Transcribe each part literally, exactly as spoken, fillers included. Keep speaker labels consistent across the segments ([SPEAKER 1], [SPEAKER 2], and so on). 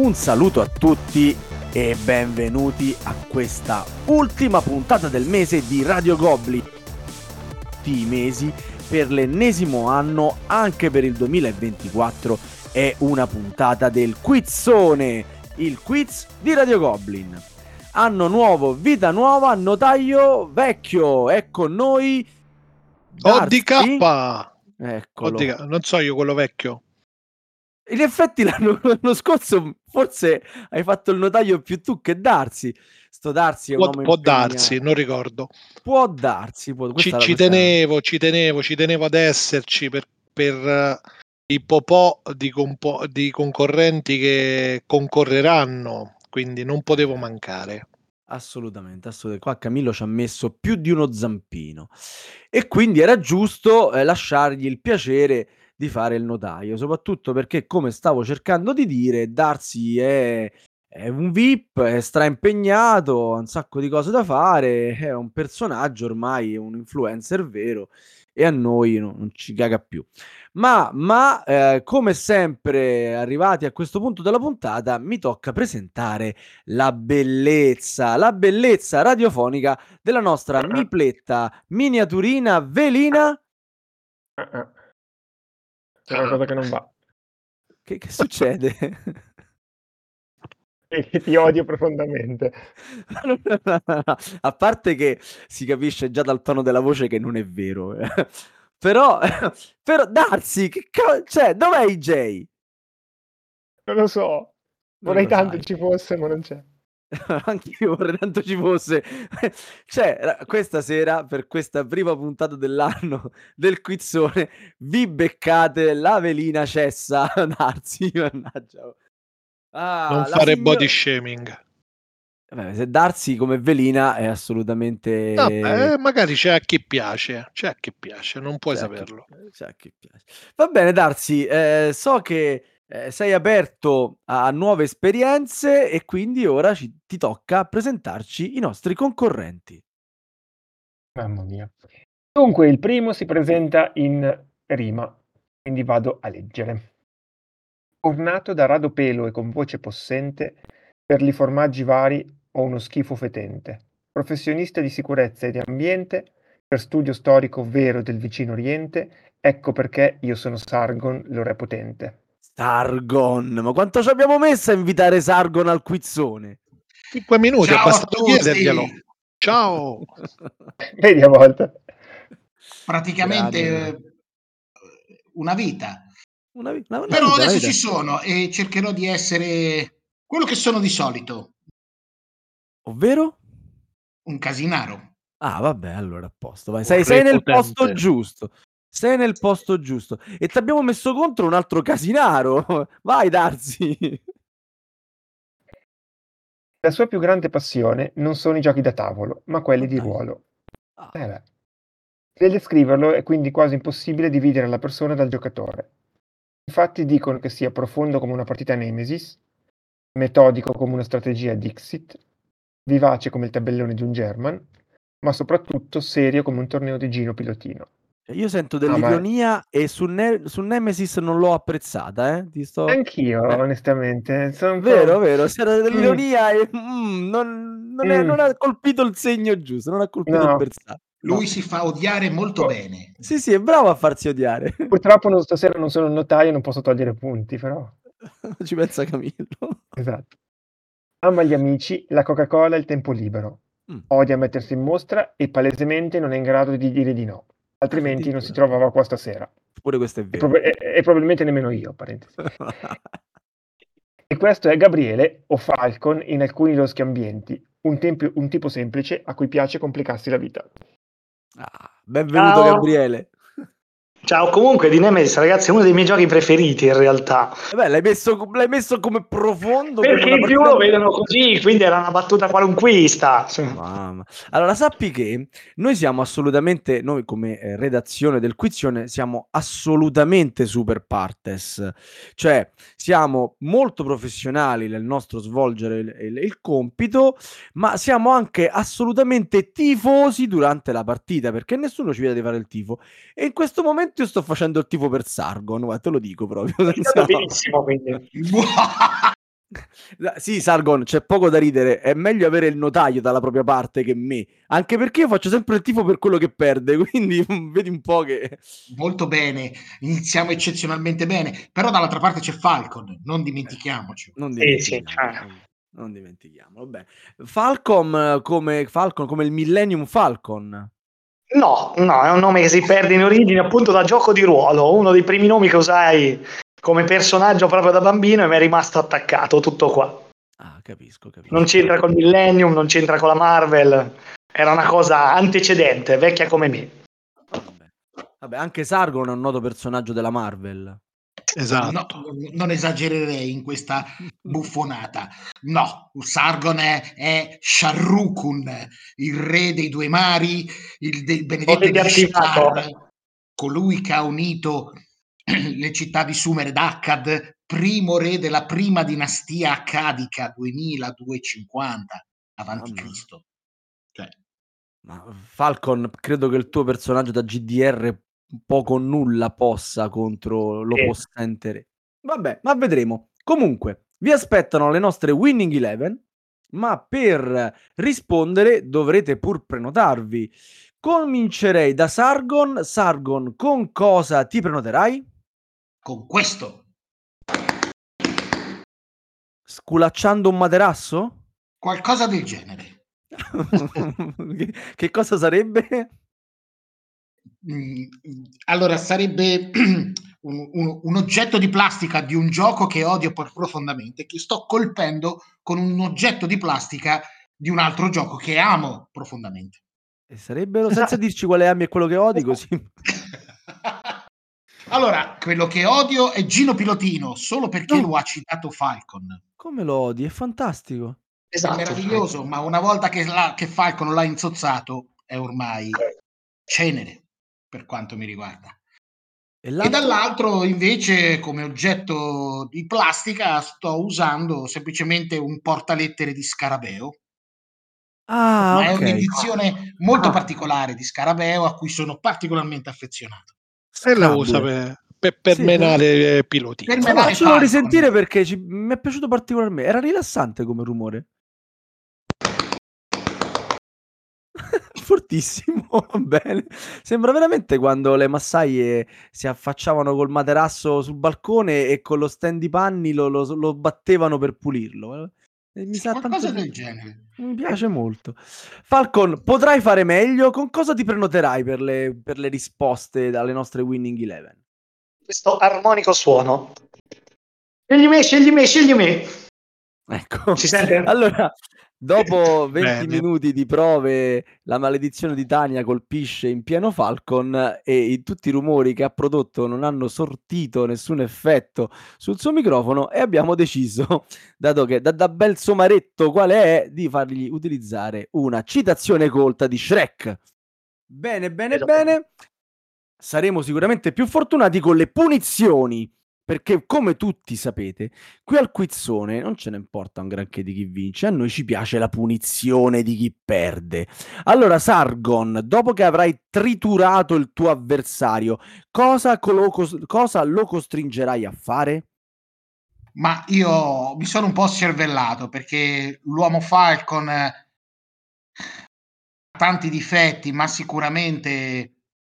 [SPEAKER 1] Un saluto a tutti e benvenuti a questa ultima puntata del mese di Radio Goblin. Tutti i mesi per l'ennesimo anno, anche per il duemilaventiquattro, è una puntata del Quizzone, il quiz di Radio Goblin. Anno nuovo, vita nuova, notaio vecchio, è con noi
[SPEAKER 2] O D K.
[SPEAKER 1] Eccolo.
[SPEAKER 2] O D K. Non so io quello vecchio.
[SPEAKER 1] In effetti l'anno, l'anno scorso forse hai fatto il notaio più tu che Darsi. Sto Darsi è un
[SPEAKER 2] Può,
[SPEAKER 1] uomo
[SPEAKER 2] può
[SPEAKER 1] impegnato.
[SPEAKER 2] darsi, non ricordo.
[SPEAKER 1] Può darsi. Può...
[SPEAKER 2] Ci,
[SPEAKER 1] Questa,
[SPEAKER 2] ci
[SPEAKER 1] questa...
[SPEAKER 2] tenevo, ci tenevo, ci tenevo ad esserci per, per uh, i popò di, compo- di concorrenti che concorreranno, quindi non potevo mancare.
[SPEAKER 1] Assolutamente, assolutamente. Qua Camillo ci ha messo più di uno zampino e quindi era giusto eh, lasciargli il piacere di fare il notaio, soprattutto perché, come stavo cercando di dire, Darsi è, è un V I P, è straimpegnato, ha un sacco di cose da fare, è un personaggio ormai, è un influencer vero e a noi no, non ci caga più. Ma, ma eh, come sempre, arrivati a questo punto della puntata, mi tocca presentare la bellezza, la bellezza radiofonica della nostra mipletta miniaturina velina.
[SPEAKER 3] Uh-uh. C'è qualcosa che non va.
[SPEAKER 1] Che, che succede?
[SPEAKER 3] E ti odio profondamente.
[SPEAKER 1] No, no, no, no. A parte che si capisce già dal tono della voce che non è vero. Però, però Darsi, che cavolo, cioè, dov'è I J?
[SPEAKER 3] Non lo so.
[SPEAKER 1] Non
[SPEAKER 3] Vorrei
[SPEAKER 1] lo
[SPEAKER 3] tanto
[SPEAKER 1] sai.
[SPEAKER 3] ci fosse, ma non c'è.
[SPEAKER 1] Anch'io vorrei tanto ci fosse. Cioè, questa sera, per questa prima puntata dell'anno del Quizzone, vi beccate la velina cessa Darsi, mannaggia. Ah,
[SPEAKER 2] non
[SPEAKER 1] la
[SPEAKER 2] fare
[SPEAKER 1] signor...
[SPEAKER 2] body shaming.
[SPEAKER 1] Vabbè, se Darsi come velina è assolutamente...
[SPEAKER 2] Vabbè, magari c'è a chi piace, c'è a chi piace, non puoi
[SPEAKER 1] c'è
[SPEAKER 2] saperlo.
[SPEAKER 1] A chi, c'è a chi piace. Va bene Darsi, eh, so che eh, sei aperto a nuove esperienze e quindi ora ci, ti tocca presentarci i nostri concorrenti.
[SPEAKER 3] Mamma mia. Dunque, il primo si presenta in rima, quindi vado a leggere. Ornato da rado pelo e con voce possente, per li formaggi vari ho uno schifo fetente. Professionista di sicurezza e di ambiente, per studio storico vero del vicino Oriente, ecco perché io sono Sargon, lo re potente.
[SPEAKER 1] Sargon, ma quanto ci abbiamo messo a invitare Sargon al quizzone?
[SPEAKER 2] cinque minuti,
[SPEAKER 4] Ciao
[SPEAKER 2] è bastato
[SPEAKER 4] a tutti.
[SPEAKER 2] chiederglielo. Ciao.
[SPEAKER 3] Vedi a volte.
[SPEAKER 4] Praticamente
[SPEAKER 1] Grande.
[SPEAKER 4] eh, una vita.
[SPEAKER 1] Una, vi- una, una
[SPEAKER 4] Però
[SPEAKER 1] vita, una
[SPEAKER 4] adesso
[SPEAKER 1] vita.
[SPEAKER 4] ci sono e cercherò di essere quello che sono di solito,
[SPEAKER 1] Ovvero?
[SPEAKER 4] un casinaro.
[SPEAKER 1] Ah, vabbè, allora a posto. Vai.
[SPEAKER 2] Un
[SPEAKER 1] Sei, sei nel
[SPEAKER 2] repotente.
[SPEAKER 1] posto giusto. Sei nel posto giusto. E ti abbiamo messo contro un altro casinaro. Vai, Darsi.
[SPEAKER 3] La sua più grande passione non sono i giochi da tavolo, ma quelli
[SPEAKER 1] Ma
[SPEAKER 3] di
[SPEAKER 1] dai.
[SPEAKER 3] ruolo.
[SPEAKER 1] Ah.
[SPEAKER 3] Eh beh. Nel descriverlo è quindi quasi impossibile dividere la persona dal giocatore. Infatti dicono che sia profondo come una partita Nemesis, metodico come una strategia Dixit, vivace come il tabellone di un German, ma soprattutto serio come un torneo di Gino Pilotino.
[SPEAKER 1] Io sento
[SPEAKER 3] Ah, ma
[SPEAKER 1] dell'ironia e su, Ne- su Nemesis non l'ho apprezzata, eh? Ti sto...
[SPEAKER 3] anch'io,
[SPEAKER 1] Eh.
[SPEAKER 3] onestamente. Sono un po'-
[SPEAKER 1] Vero, vero, c'era
[SPEAKER 3] Mm,
[SPEAKER 1] dell'ironia e mm, non, non, è-
[SPEAKER 3] mm.
[SPEAKER 1] non ha colpito il segno giusto, non ha colpito il
[SPEAKER 3] No,
[SPEAKER 1] bersaglio.
[SPEAKER 4] Lui
[SPEAKER 3] no.
[SPEAKER 4] si fa odiare molto
[SPEAKER 3] Oh.
[SPEAKER 4] bene.
[SPEAKER 1] Sì, sì, è bravo a farsi odiare.
[SPEAKER 3] Purtroppo non- stasera non sono un notaio, non posso togliere punti, però.
[SPEAKER 1] Ci pensa Camillo.
[SPEAKER 3] Esatto. Ama gli amici, la Coca-Cola e il tempo libero.
[SPEAKER 1] Mm.
[SPEAKER 3] Odia mettersi in mostra e palesemente non è in grado di dire di no. Altrimenti non si trovava qua stasera.
[SPEAKER 1] Pure questo è
[SPEAKER 3] E,
[SPEAKER 1] vero.
[SPEAKER 3] prob- e- e probabilmente nemmeno io, parentesi. E questo è Gabriele, o Falcon, in alcuni loschi ambienti. Un, tempi- un tipo semplice a cui piace complicarsi la vita.
[SPEAKER 1] Ah, benvenuto
[SPEAKER 5] Ciao.
[SPEAKER 1] Gabriele.
[SPEAKER 5] Ciao, comunque di Nemesis, ragazzi, è uno dei miei giochi preferiti in realtà.
[SPEAKER 1] Vabbè, l'hai messo, l'hai messo come profondo. Come
[SPEAKER 5] Perché
[SPEAKER 1] una
[SPEAKER 5] in più
[SPEAKER 1] partita...
[SPEAKER 5] lo vedono così, quindi era una battuta qualunquista.
[SPEAKER 1] Mamma. Allora, sappi che noi siamo assolutamente, noi come eh, redazione del Quizione, siamo assolutamente super partes, cioè siamo molto professionali nel nostro svolgere il, il- il compito, ma siamo anche assolutamente tifosi durante la partita, perché nessuno ci vede di fare il tifo. E in questo momento io sto facendo il tifo per Sargon, guarda, te lo dico proprio.
[SPEAKER 5] È
[SPEAKER 1] senza-
[SPEAKER 5] stato benissimo, quindi.
[SPEAKER 1] Sì, Sargon, c'è poco da ridere. È meglio avere il notaio dalla propria parte che me. Anche perché io faccio sempre il tifo per quello che perde. Quindi vedi un po' che.
[SPEAKER 4] Molto bene, iniziamo eccezionalmente bene, però dall'altra parte c'è Falcon, non dimentichiamoci.
[SPEAKER 1] Non
[SPEAKER 5] Sì, sì,
[SPEAKER 1] dimentichiamolo.
[SPEAKER 5] cioè.
[SPEAKER 1] Non, non dimentichiamolo. Vabbè. Falcon come Falcon, come il Millennium Falcon.
[SPEAKER 5] No, no, è un nome che si perde in origine appunto da gioco di ruolo, uno dei primi nomi che usai come personaggio proprio da bambino e mi è rimasto attaccato, tutto qua.
[SPEAKER 1] Ah, capisco, capisco.
[SPEAKER 5] Non c'entra col Millennium, non c'entra con la Marvel, era una cosa antecedente, vecchia come me.
[SPEAKER 1] Vabbè. Vabbè, anche Sargon è un noto personaggio della Marvel.
[SPEAKER 2] Esatto.
[SPEAKER 4] No, non esagererei in questa buffonata. No, Sargon è, è Sharrukun, il re dei due mari, il del benedetto
[SPEAKER 5] Potete attivato.
[SPEAKER 4] Ishtar, colui che ha unito le città di Sumer ed Akkad, primo re della prima dinastia accadica, duemiladuecentocinquanta avanti
[SPEAKER 1] Mamma.
[SPEAKER 4] Cristo. Cioè,
[SPEAKER 1] Ma Falcon, credo che il tuo personaggio da G D R poco o nulla possa contro lo
[SPEAKER 5] Sì.
[SPEAKER 1] possente re. Vabbè, ma vedremo. Comunque, vi aspettano le nostre Winning Eleven, ma per rispondere dovrete pur prenotarvi. Comincerei da Sargon. Sargon, con cosa ti prenoterai?
[SPEAKER 4] con questo,
[SPEAKER 1] Sculacciando un materasso?
[SPEAKER 4] qualcosa del genere.
[SPEAKER 1] che, che cosa sarebbe?
[SPEAKER 4] Mm, allora sarebbe un, un- un oggetto di plastica di un gioco che odio por- profondamente, che sto colpendo con un oggetto di plastica di un altro gioco che amo profondamente.
[SPEAKER 1] E sarebbero, senza dirci quale ami e quello che odi, così.
[SPEAKER 4] Allora, quello che odio è Gino Pilotino, solo perché
[SPEAKER 1] No.
[SPEAKER 4] lo ha citato Falcon.
[SPEAKER 1] Come lo odi? È fantastico.
[SPEAKER 5] Esatto.
[SPEAKER 4] È meraviglioso, ma una volta che, la, che Falcon l'ha inzozzato è ormai cenere, per quanto mi riguarda.
[SPEAKER 1] E
[SPEAKER 4] E
[SPEAKER 1] l'altro?
[SPEAKER 4] dall'altro invece come oggetto di plastica sto usando semplicemente un portalettere di scarabeo,
[SPEAKER 1] Ah,
[SPEAKER 4] ma è
[SPEAKER 1] ok.
[SPEAKER 4] un'edizione molto
[SPEAKER 5] Ah.
[SPEAKER 4] particolare di scarabeo a cui sono particolarmente affezionato.
[SPEAKER 2] E la
[SPEAKER 1] Scrabble.
[SPEAKER 2] usa per, per, per
[SPEAKER 1] Sì,
[SPEAKER 2] menare pilotini.
[SPEAKER 4] Per
[SPEAKER 1] Allora,
[SPEAKER 4] menare
[SPEAKER 1] faccelo
[SPEAKER 4] Falcon.
[SPEAKER 1] risentire perché ci- mi è piaciuto particolarmente. Era rilassante come rumore. Fortissimo, va bene. Sembra veramente quando le massaie si affacciavano col materasso sul balcone e con lo stand di panni lo, lo- lo battevano per pulirlo. Eh, Mi
[SPEAKER 4] Sì,
[SPEAKER 1] sa tanto
[SPEAKER 4] qualcosa
[SPEAKER 1] di.
[SPEAKER 4] del genere.
[SPEAKER 1] Mi piace molto. Falcon, potrai fare meglio? Con cosa ti prenoterai per le, per le risposte dalle nostre Winning Eleven?
[SPEAKER 5] Questo armonico suono. Scegli me, scegli me, scegli me.
[SPEAKER 1] Ecco,
[SPEAKER 5] Si sente?
[SPEAKER 1] allora, dopo venti
[SPEAKER 2] Bene.
[SPEAKER 1] minuti di prove, la maledizione di Tania colpisce in pieno Falcon e i- tutti i rumori che ha prodotto non hanno sortito nessun effetto sul suo microfono e abbiamo deciso, dato che da, da bel somaretto qual è, di fargli utilizzare una citazione colta di Shrek. Bene, bene,
[SPEAKER 5] Esatto.
[SPEAKER 1] bene. Saremo sicuramente più fortunati con le punizioni, perché come tutti sapete, qui al quizzone non ce ne importa un granché di chi vince, a noi ci piace la punizione di chi perde. Allora Sargon, dopo che avrai triturato il tuo avversario, cosa, colo- cos- cosa lo costringerai a fare?
[SPEAKER 4] Ma io mi sono un po' scervellato perché l'uomo Falcon eh, ha tanti difetti, ma sicuramente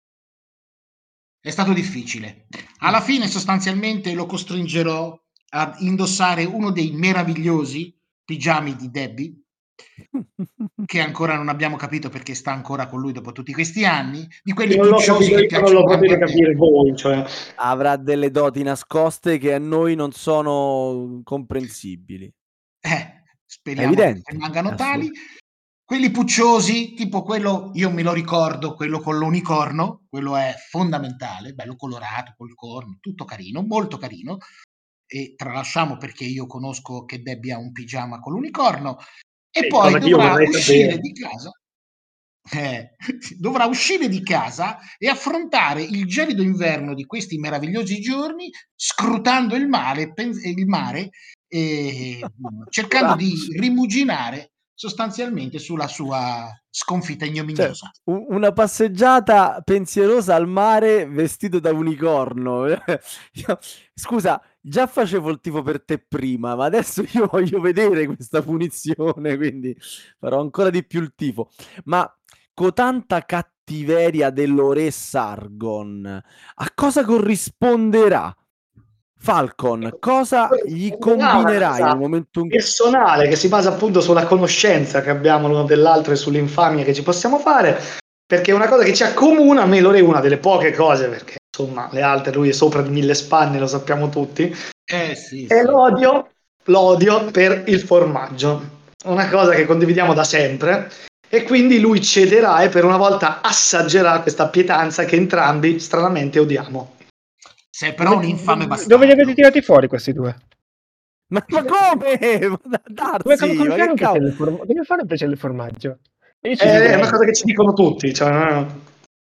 [SPEAKER 4] è stato difficile. Alla fine sostanzialmente lo costringerò ad indossare uno dei meravigliosi pigiami di Debbie, che ancora non abbiamo capito perché sta ancora con lui dopo tutti questi anni, di quelli
[SPEAKER 5] Non l'ho
[SPEAKER 4] pucciosi
[SPEAKER 5] capito
[SPEAKER 4] che
[SPEAKER 5] io, non lo
[SPEAKER 4] piacciono tanto
[SPEAKER 5] potete
[SPEAKER 4] a te.
[SPEAKER 5] capire voi, cioè.
[SPEAKER 1] Avrà delle doti nascoste che a noi non sono comprensibili.
[SPEAKER 4] Eh,
[SPEAKER 1] È
[SPEAKER 4] speriamo che
[SPEAKER 1] evidente.
[SPEAKER 4] rimangano
[SPEAKER 1] è
[SPEAKER 4] tali.
[SPEAKER 1] assolut-
[SPEAKER 4] Quelli pucciosi, tipo quello, io me lo ricordo, quello con l'unicorno, quello è fondamentale, bello colorato, col corno, tutto carino, molto carino. E tralasciamo perché io conosco che Debbie ha un pigiama con l'unicorno e
[SPEAKER 5] Sì,
[SPEAKER 4] poi
[SPEAKER 5] cosa che io
[SPEAKER 4] dovrà
[SPEAKER 5] vorrei
[SPEAKER 4] uscire
[SPEAKER 5] sapere.
[SPEAKER 4] di casa. Eh, dovrà uscire di casa e affrontare il gelido inverno di questi meravigliosi giorni, scrutando il mare, pen- il mare e mm, cercando di rimuginare sostanzialmente sulla sua sconfitta
[SPEAKER 1] Cioè,
[SPEAKER 4] ignominiosa.
[SPEAKER 1] u- una passeggiata pensierosa al mare vestito da unicorno. Io- Scusa, già facevo il tifo per te prima, ma adesso io voglio vedere questa punizione, quindi farò ancora di più il tifo. Ma con tanta cattiveria dell'Ore Sargon, a cosa corrisponderà? Falcon, cosa gli
[SPEAKER 5] È una
[SPEAKER 1] combinerai nel
[SPEAKER 5] cosa
[SPEAKER 1] momento in cui...
[SPEAKER 5] personale che si basa appunto sulla conoscenza che abbiamo l'uno dell'altro e sull'infamia che ci possiamo fare, perché è una cosa che ci accomuna. A me Lore è una delle poche cose, perché insomma le altre lui è sopra di mille spanne, lo sappiamo tutti,
[SPEAKER 4] Eh sì,
[SPEAKER 5] e
[SPEAKER 4] sì.
[SPEAKER 5] l'odio, l'odio per il formaggio, una cosa che condividiamo da sempre, e quindi lui cederà e per una volta assaggerà questa pietanza che entrambi stranamente odiamo.
[SPEAKER 4] Sei però un infame
[SPEAKER 3] Dove
[SPEAKER 4] bastardo.
[SPEAKER 3] li avete tirati fuori questi due?
[SPEAKER 1] Ma, ma come? Ma
[SPEAKER 3] Come,
[SPEAKER 1] Darsi,
[SPEAKER 3] come
[SPEAKER 1] ma
[SPEAKER 3] fare
[SPEAKER 1] che
[SPEAKER 3] un
[SPEAKER 1] cavolo?
[SPEAKER 3] pecello form- come fare un pecello di formaggio? E io ci
[SPEAKER 5] È
[SPEAKER 3] vivrei.
[SPEAKER 5] una cosa che ci dicono tutti, cioè, no?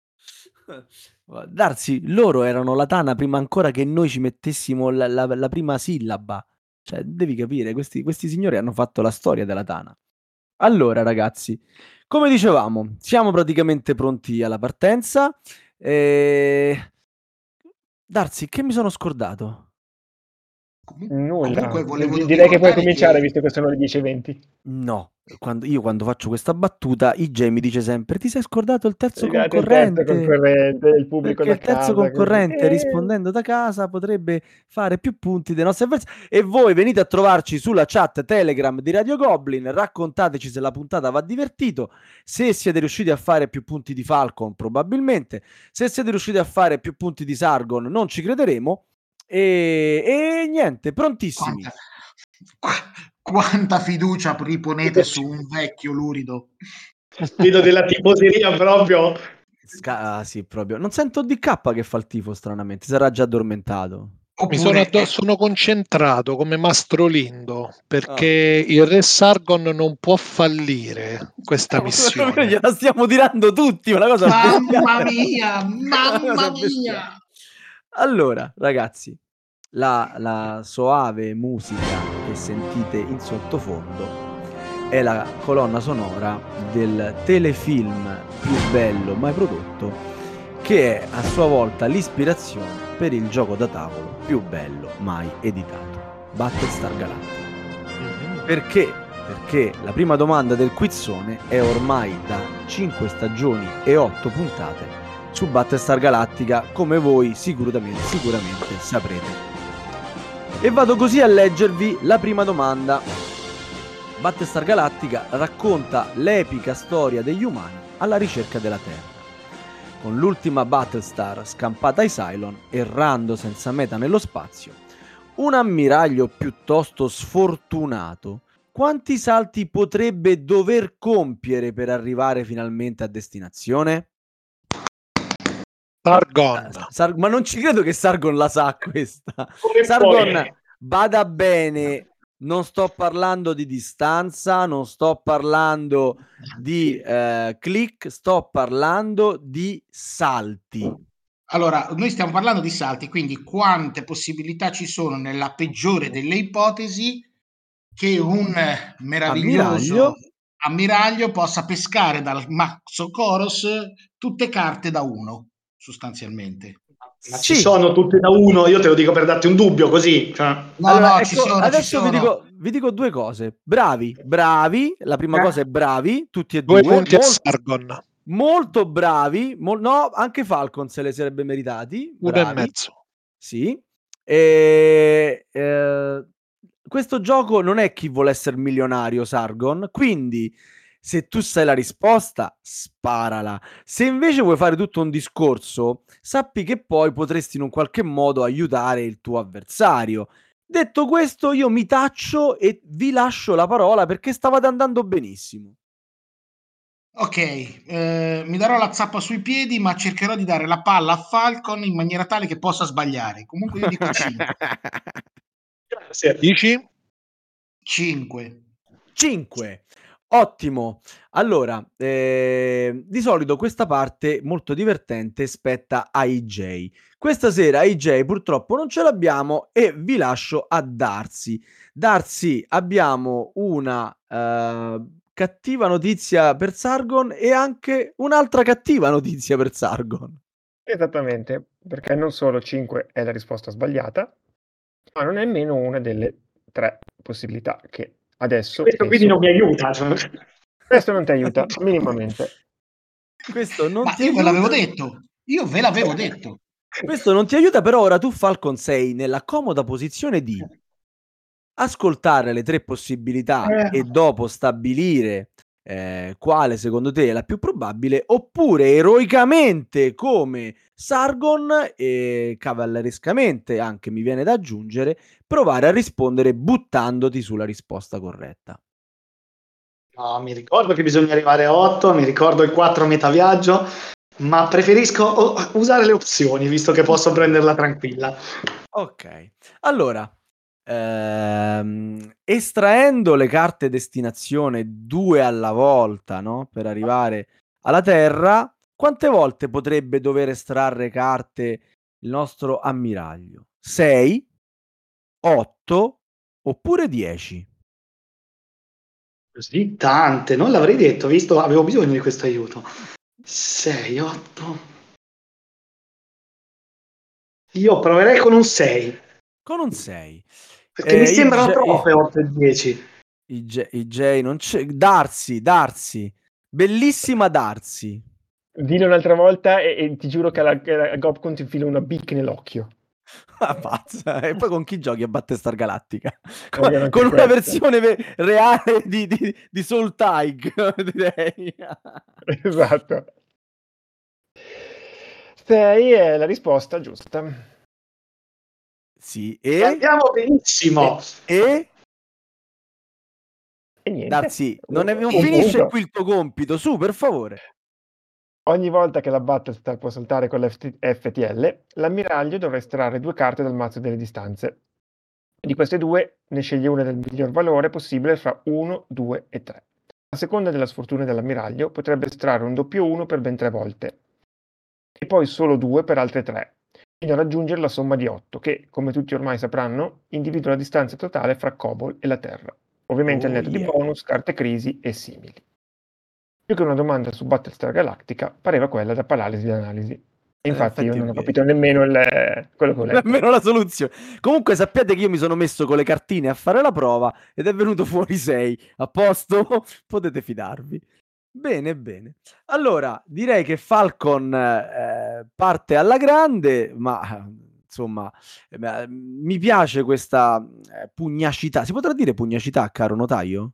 [SPEAKER 1] Darsi, loro erano la tana prima ancora che noi ci mettessimo la, la- la prima sillaba. Cioè, devi capire, questi, questi signori hanno fatto la storia della tana. Allora, ragazzi, come dicevamo, siamo praticamente pronti alla partenza. E... Darsi, che mi sono scordato?
[SPEAKER 4] Comun-
[SPEAKER 3] Nulla.
[SPEAKER 4] Comunque volevo
[SPEAKER 3] Di- Direi che puoi
[SPEAKER 4] ricordare
[SPEAKER 3] cominciare
[SPEAKER 4] che
[SPEAKER 3] visto che sono le dieci e venti.
[SPEAKER 1] No, quando, io quando faccio questa battuta, I J mi dice sempre: ti sei scordato il terzo
[SPEAKER 3] Arrivato il terzo
[SPEAKER 1] concorrente?
[SPEAKER 3] concorrente, il pubblico
[SPEAKER 1] Perché
[SPEAKER 3] da
[SPEAKER 1] il terzo
[SPEAKER 3] casa. Così.
[SPEAKER 1] concorrente,
[SPEAKER 3] Eh.
[SPEAKER 1] rispondendo da casa, potrebbe fare più punti dei nostri avversari. E voi venite a trovarci sulla chat Telegram di Radio Goblin, raccontateci se la puntata va divertito, se siete riusciti a fare più punti di Falcon, probabilmente, se siete riusciti a fare più punti di Sargon, non ci crederemo. E, e niente, prontissimi.
[SPEAKER 4] quanta, qua- quanta fiducia riponete su un vecchio lurido.
[SPEAKER 5] Vedo della tifoseria proprio.
[SPEAKER 1] Sca- ah, sì, proprio. Non sento D K che fa il tifo, stranamente. Si sarà già addormentato.
[SPEAKER 2] Mi sono,
[SPEAKER 4] Oppure
[SPEAKER 2] addo- sono concentrato come Mastro Lindo perché
[SPEAKER 1] Ah.
[SPEAKER 2] il re Sargon non può fallire questa
[SPEAKER 1] Noi
[SPEAKER 2] missione.
[SPEAKER 1] gliela stiamo tirando tutti, una cosa
[SPEAKER 4] mamma
[SPEAKER 1] bestiale.
[SPEAKER 4] mia,
[SPEAKER 1] Una cosa
[SPEAKER 4] mamma
[SPEAKER 1] bestiale.
[SPEAKER 4] mia.
[SPEAKER 1] Allora, ragazzi, la, la soave musica che sentite in sottofondo è la colonna sonora del telefilm più bello mai prodotto, che è a sua volta l'ispirazione per il gioco da tavolo più bello mai editato, Battlestar Galactica.
[SPEAKER 2] Mhm.
[SPEAKER 1] Perché? Perché la prima domanda del quizzone è ormai da cinque stagioni e otto puntate su Battlestar Galactica, come voi sicuramente, sicuramente saprete. E vado così a leggervi la prima domanda. Battlestar Galactica racconta l'epica storia degli umani alla ricerca della Terra. Con l'ultima Battlestar scampata ai Cylon, errando senza meta nello spazio, un ammiraglio piuttosto sfortunato, quanti salti potrebbe dover compiere per arrivare finalmente a destinazione?
[SPEAKER 2] Sargon.
[SPEAKER 1] Sar- ma non ci credo che Sargon la sa questa.
[SPEAKER 5] Come
[SPEAKER 1] Sargon,
[SPEAKER 5] puoi?
[SPEAKER 1] bada bene, non sto parlando di distanza, non sto parlando di eh, click, sto parlando di salti.
[SPEAKER 4] Allora, noi stiamo parlando di salti, quindi quante possibilità ci sono nella peggiore delle ipotesi che un eh, meraviglioso
[SPEAKER 1] Ammiraglio.
[SPEAKER 4] ammiraglio possa pescare dal mazzo Coros tutte carte da uno, sostanzialmente.
[SPEAKER 5] Ma
[SPEAKER 1] Sì.
[SPEAKER 5] ci sono tutte da uno, io te lo dico per darti un dubbio così. Cioè.
[SPEAKER 4] No,
[SPEAKER 1] Allora,
[SPEAKER 4] no,
[SPEAKER 1] ecco,
[SPEAKER 4] ci sono, ci
[SPEAKER 1] adesso vi
[SPEAKER 4] sono.
[SPEAKER 1] dico, vi dico due cose. Bravi, bravi. La prima
[SPEAKER 5] Eh.
[SPEAKER 1] cosa è bravi, tutti e
[SPEAKER 2] Due
[SPEAKER 1] due.
[SPEAKER 2] punti a
[SPEAKER 1] Mol-
[SPEAKER 2] Sargon.
[SPEAKER 1] molto bravi. Mol- no, anche Falcon se le sarebbe meritati.
[SPEAKER 2] Uno e
[SPEAKER 1] Bravi.
[SPEAKER 2] mezzo.
[SPEAKER 1] Sì. E, eh, questo gioco non è chi vuole essere milionario, Sargon. Quindi, se tu sai la risposta, sparala. Se invece vuoi fare tutto un discorso, sappi che poi potresti in un qualche modo aiutare il tuo avversario. Detto questo, io mi taccio e vi lascio la parola perché stavate andando benissimo.
[SPEAKER 4] Ok, eh, mi darò la zappa sui piedi, ma cercherò di dare la palla a Falcon in maniera tale che possa sbagliare. Comunque io dico cinque.
[SPEAKER 5] Grazie.
[SPEAKER 2] Dici?
[SPEAKER 4] cinque.
[SPEAKER 1] cinque. Ottimo. Allora, eh, di solito questa parte molto divertente spetta a I J. Questa sera I J purtroppo non ce l'abbiamo e vi lascio a Darsi. Darsi, abbiamo una uh, cattiva notizia per Sargon e anche un'altra cattiva notizia per Sargon.
[SPEAKER 3] Esattamente, perché non solo cinque è la risposta sbagliata, ma non è nemmeno una delle tre possibilità che adesso
[SPEAKER 5] Questo quindi
[SPEAKER 3] penso-
[SPEAKER 5] non mi aiuta. cioè.
[SPEAKER 3] Questo non ti aiuta minimamente.
[SPEAKER 1] Questo non
[SPEAKER 4] Ma
[SPEAKER 1] ti
[SPEAKER 4] io ve
[SPEAKER 1] aiuta.
[SPEAKER 4] l'avevo detto, io ve l'avevo detto.
[SPEAKER 1] Questo non ti aiuta, però ora tu, Falcon, sei nella comoda posizione di ascoltare le tre possibilità
[SPEAKER 5] Eh.
[SPEAKER 1] e dopo stabilire eh, quale secondo te è la più probabile, oppure eroicamente come Sargon e cavallerescamente, anche mi viene da aggiungere, provare a rispondere buttandoti sulla risposta corretta.
[SPEAKER 5] No, mi ricordo che bisogna arrivare a otto, mi ricordo il quattro a metà viaggio, ma preferisco o- usare le opzioni, visto che posso prenderla tranquilla.
[SPEAKER 1] Ok, allora, ehm, estraendo le carte destinazione due alla volta, no? Per arrivare alla Terra, quante volte potrebbe dover estrarre carte il nostro ammiraglio? sei, otto oppure dieci?
[SPEAKER 5] Così tante, non l'avrei detto, visto avevo bisogno di questo aiuto. sei, otto. Io proverei con un sei,
[SPEAKER 1] Con un sei.
[SPEAKER 5] perché
[SPEAKER 1] Eh,
[SPEAKER 5] mi
[SPEAKER 1] i
[SPEAKER 5] sembrano
[SPEAKER 1] J-
[SPEAKER 5] troppe otto e dieci.
[SPEAKER 1] i J- i J non c'è. Darsi, Darsi. Bellissima Darsi.
[SPEAKER 3] Dillo un'altra volta e, e ti giuro che la, che la Gopcon ti infila una bic nell'occhio.
[SPEAKER 1] Ah, pazza. E poi con chi giochi a Battlestar Galactica? Con,
[SPEAKER 3] Vogliono anche
[SPEAKER 1] con una
[SPEAKER 3] questa.
[SPEAKER 1] versione ve- reale di, di, di Soul Tig, direi.
[SPEAKER 3] Esatto. sei è la risposta giusta.
[SPEAKER 1] Sì,
[SPEAKER 5] E
[SPEAKER 1] e?
[SPEAKER 5] andiamo benissimo.
[SPEAKER 1] E?
[SPEAKER 3] E niente.
[SPEAKER 1] Darsi, non, è- non
[SPEAKER 3] Un
[SPEAKER 1] finisce
[SPEAKER 3] punto.
[SPEAKER 1] qui il tuo compito, su, per favore.
[SPEAKER 3] Ogni volta che la Battlestar può saltare con l'F T L, l'ammiraglio dovrà estrarre due carte dal mazzo delle distanze. Di queste due ne sceglie una del miglior valore possibile fra uno, due e tre. A seconda della sfortuna dell'ammiraglio potrebbe estrarre un doppio uno per ben tre volte e poi solo due per altre tre, fino a raggiungere la somma di otto, che, come tutti ormai sapranno, individua la distanza totale fra Kobol e la Terra, ovviamente al
[SPEAKER 1] Oh,
[SPEAKER 3] netto di
[SPEAKER 1] yeah.
[SPEAKER 3] bonus, carte crisi e simili. Più che una domanda su Battlestar Galactica, pareva quella da paralisi di analisi. E infatti io
[SPEAKER 1] effetti è
[SPEAKER 3] non ho
[SPEAKER 1] vero.
[SPEAKER 3] capito nemmeno il, quello che ho letto.
[SPEAKER 1] Nemmeno la soluzione. Comunque sappiate che io mi sono messo con le cartine a fare la prova ed è venuto fuori sei. A posto? Potete fidarvi. Bene, bene. Allora, direi che Falcon eh, parte alla grande, ma insomma, eh, mi piace questa eh, pugnacità. Si potrà dire pugnacità, caro notaio?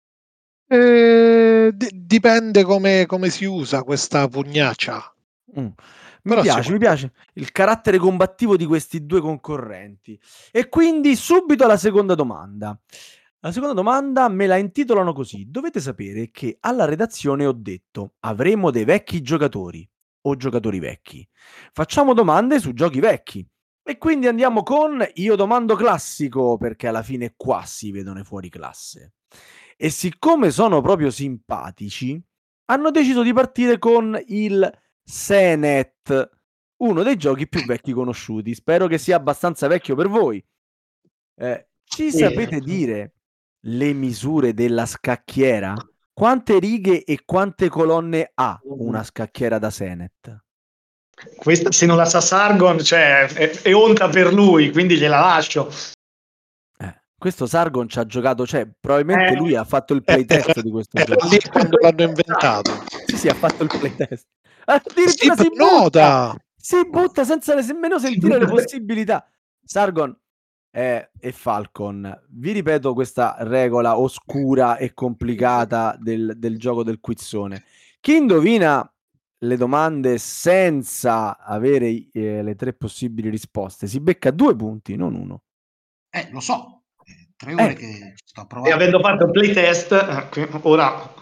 [SPEAKER 2] Eh, di- dipende come, come si usa questa pugnaccia.
[SPEAKER 1] Mm. Mi
[SPEAKER 2] Però
[SPEAKER 1] piace,
[SPEAKER 2] si
[SPEAKER 1] mi
[SPEAKER 2] può
[SPEAKER 1] piace il carattere combattivo di questi due concorrenti. E quindi subito alla seconda domanda. La seconda domanda me la intitolano così. Dovete sapere che alla redazione ho detto avremo dei vecchi giocatori o giocatori vecchi. Facciamo domande su giochi vecchi. E quindi andiamo con io domando classico, perché alla fine qua si vedono i fuori classe. E siccome sono proprio simpatici, hanno deciso di partire con il Senet, uno dei giochi più vecchi conosciuti. Spero che sia abbastanza vecchio per voi. Eh, ci
[SPEAKER 5] Sì.
[SPEAKER 1] sapete dire le misure della scacchiera? Quante righe e quante colonne ha una scacchiera da Senet?
[SPEAKER 5] Questa se non la sa Sargon, cioè, è, è onta per lui, quindi gliela lascio.
[SPEAKER 1] Eh, questo Sargon ci ha giocato, cioè probabilmente
[SPEAKER 5] Eh.
[SPEAKER 1] lui ha fatto il playtest di questo
[SPEAKER 2] Era
[SPEAKER 1] gioco.
[SPEAKER 2] lì quando l'hanno inventato.
[SPEAKER 1] Sì, sì, ha fatto il playtest.
[SPEAKER 2] Si
[SPEAKER 1] Addirittura si butta!
[SPEAKER 2] nota!
[SPEAKER 1] Si butta senza le- nemmeno
[SPEAKER 5] Si
[SPEAKER 1] sentire le
[SPEAKER 5] butta.
[SPEAKER 1] possibilità. Sargon eh, e Falcon, vi ripeto questa regola oscura e complicata del, del gioco del quizzone. Chi indovina le domande senza avere eh, le tre possibili risposte si becca due punti, non uno.
[SPEAKER 4] Eh, lo so, eh, tre ore
[SPEAKER 1] Eh,
[SPEAKER 4] che sto
[SPEAKER 5] E
[SPEAKER 4] provando.
[SPEAKER 5] avendo fatto il playtest, eh, ora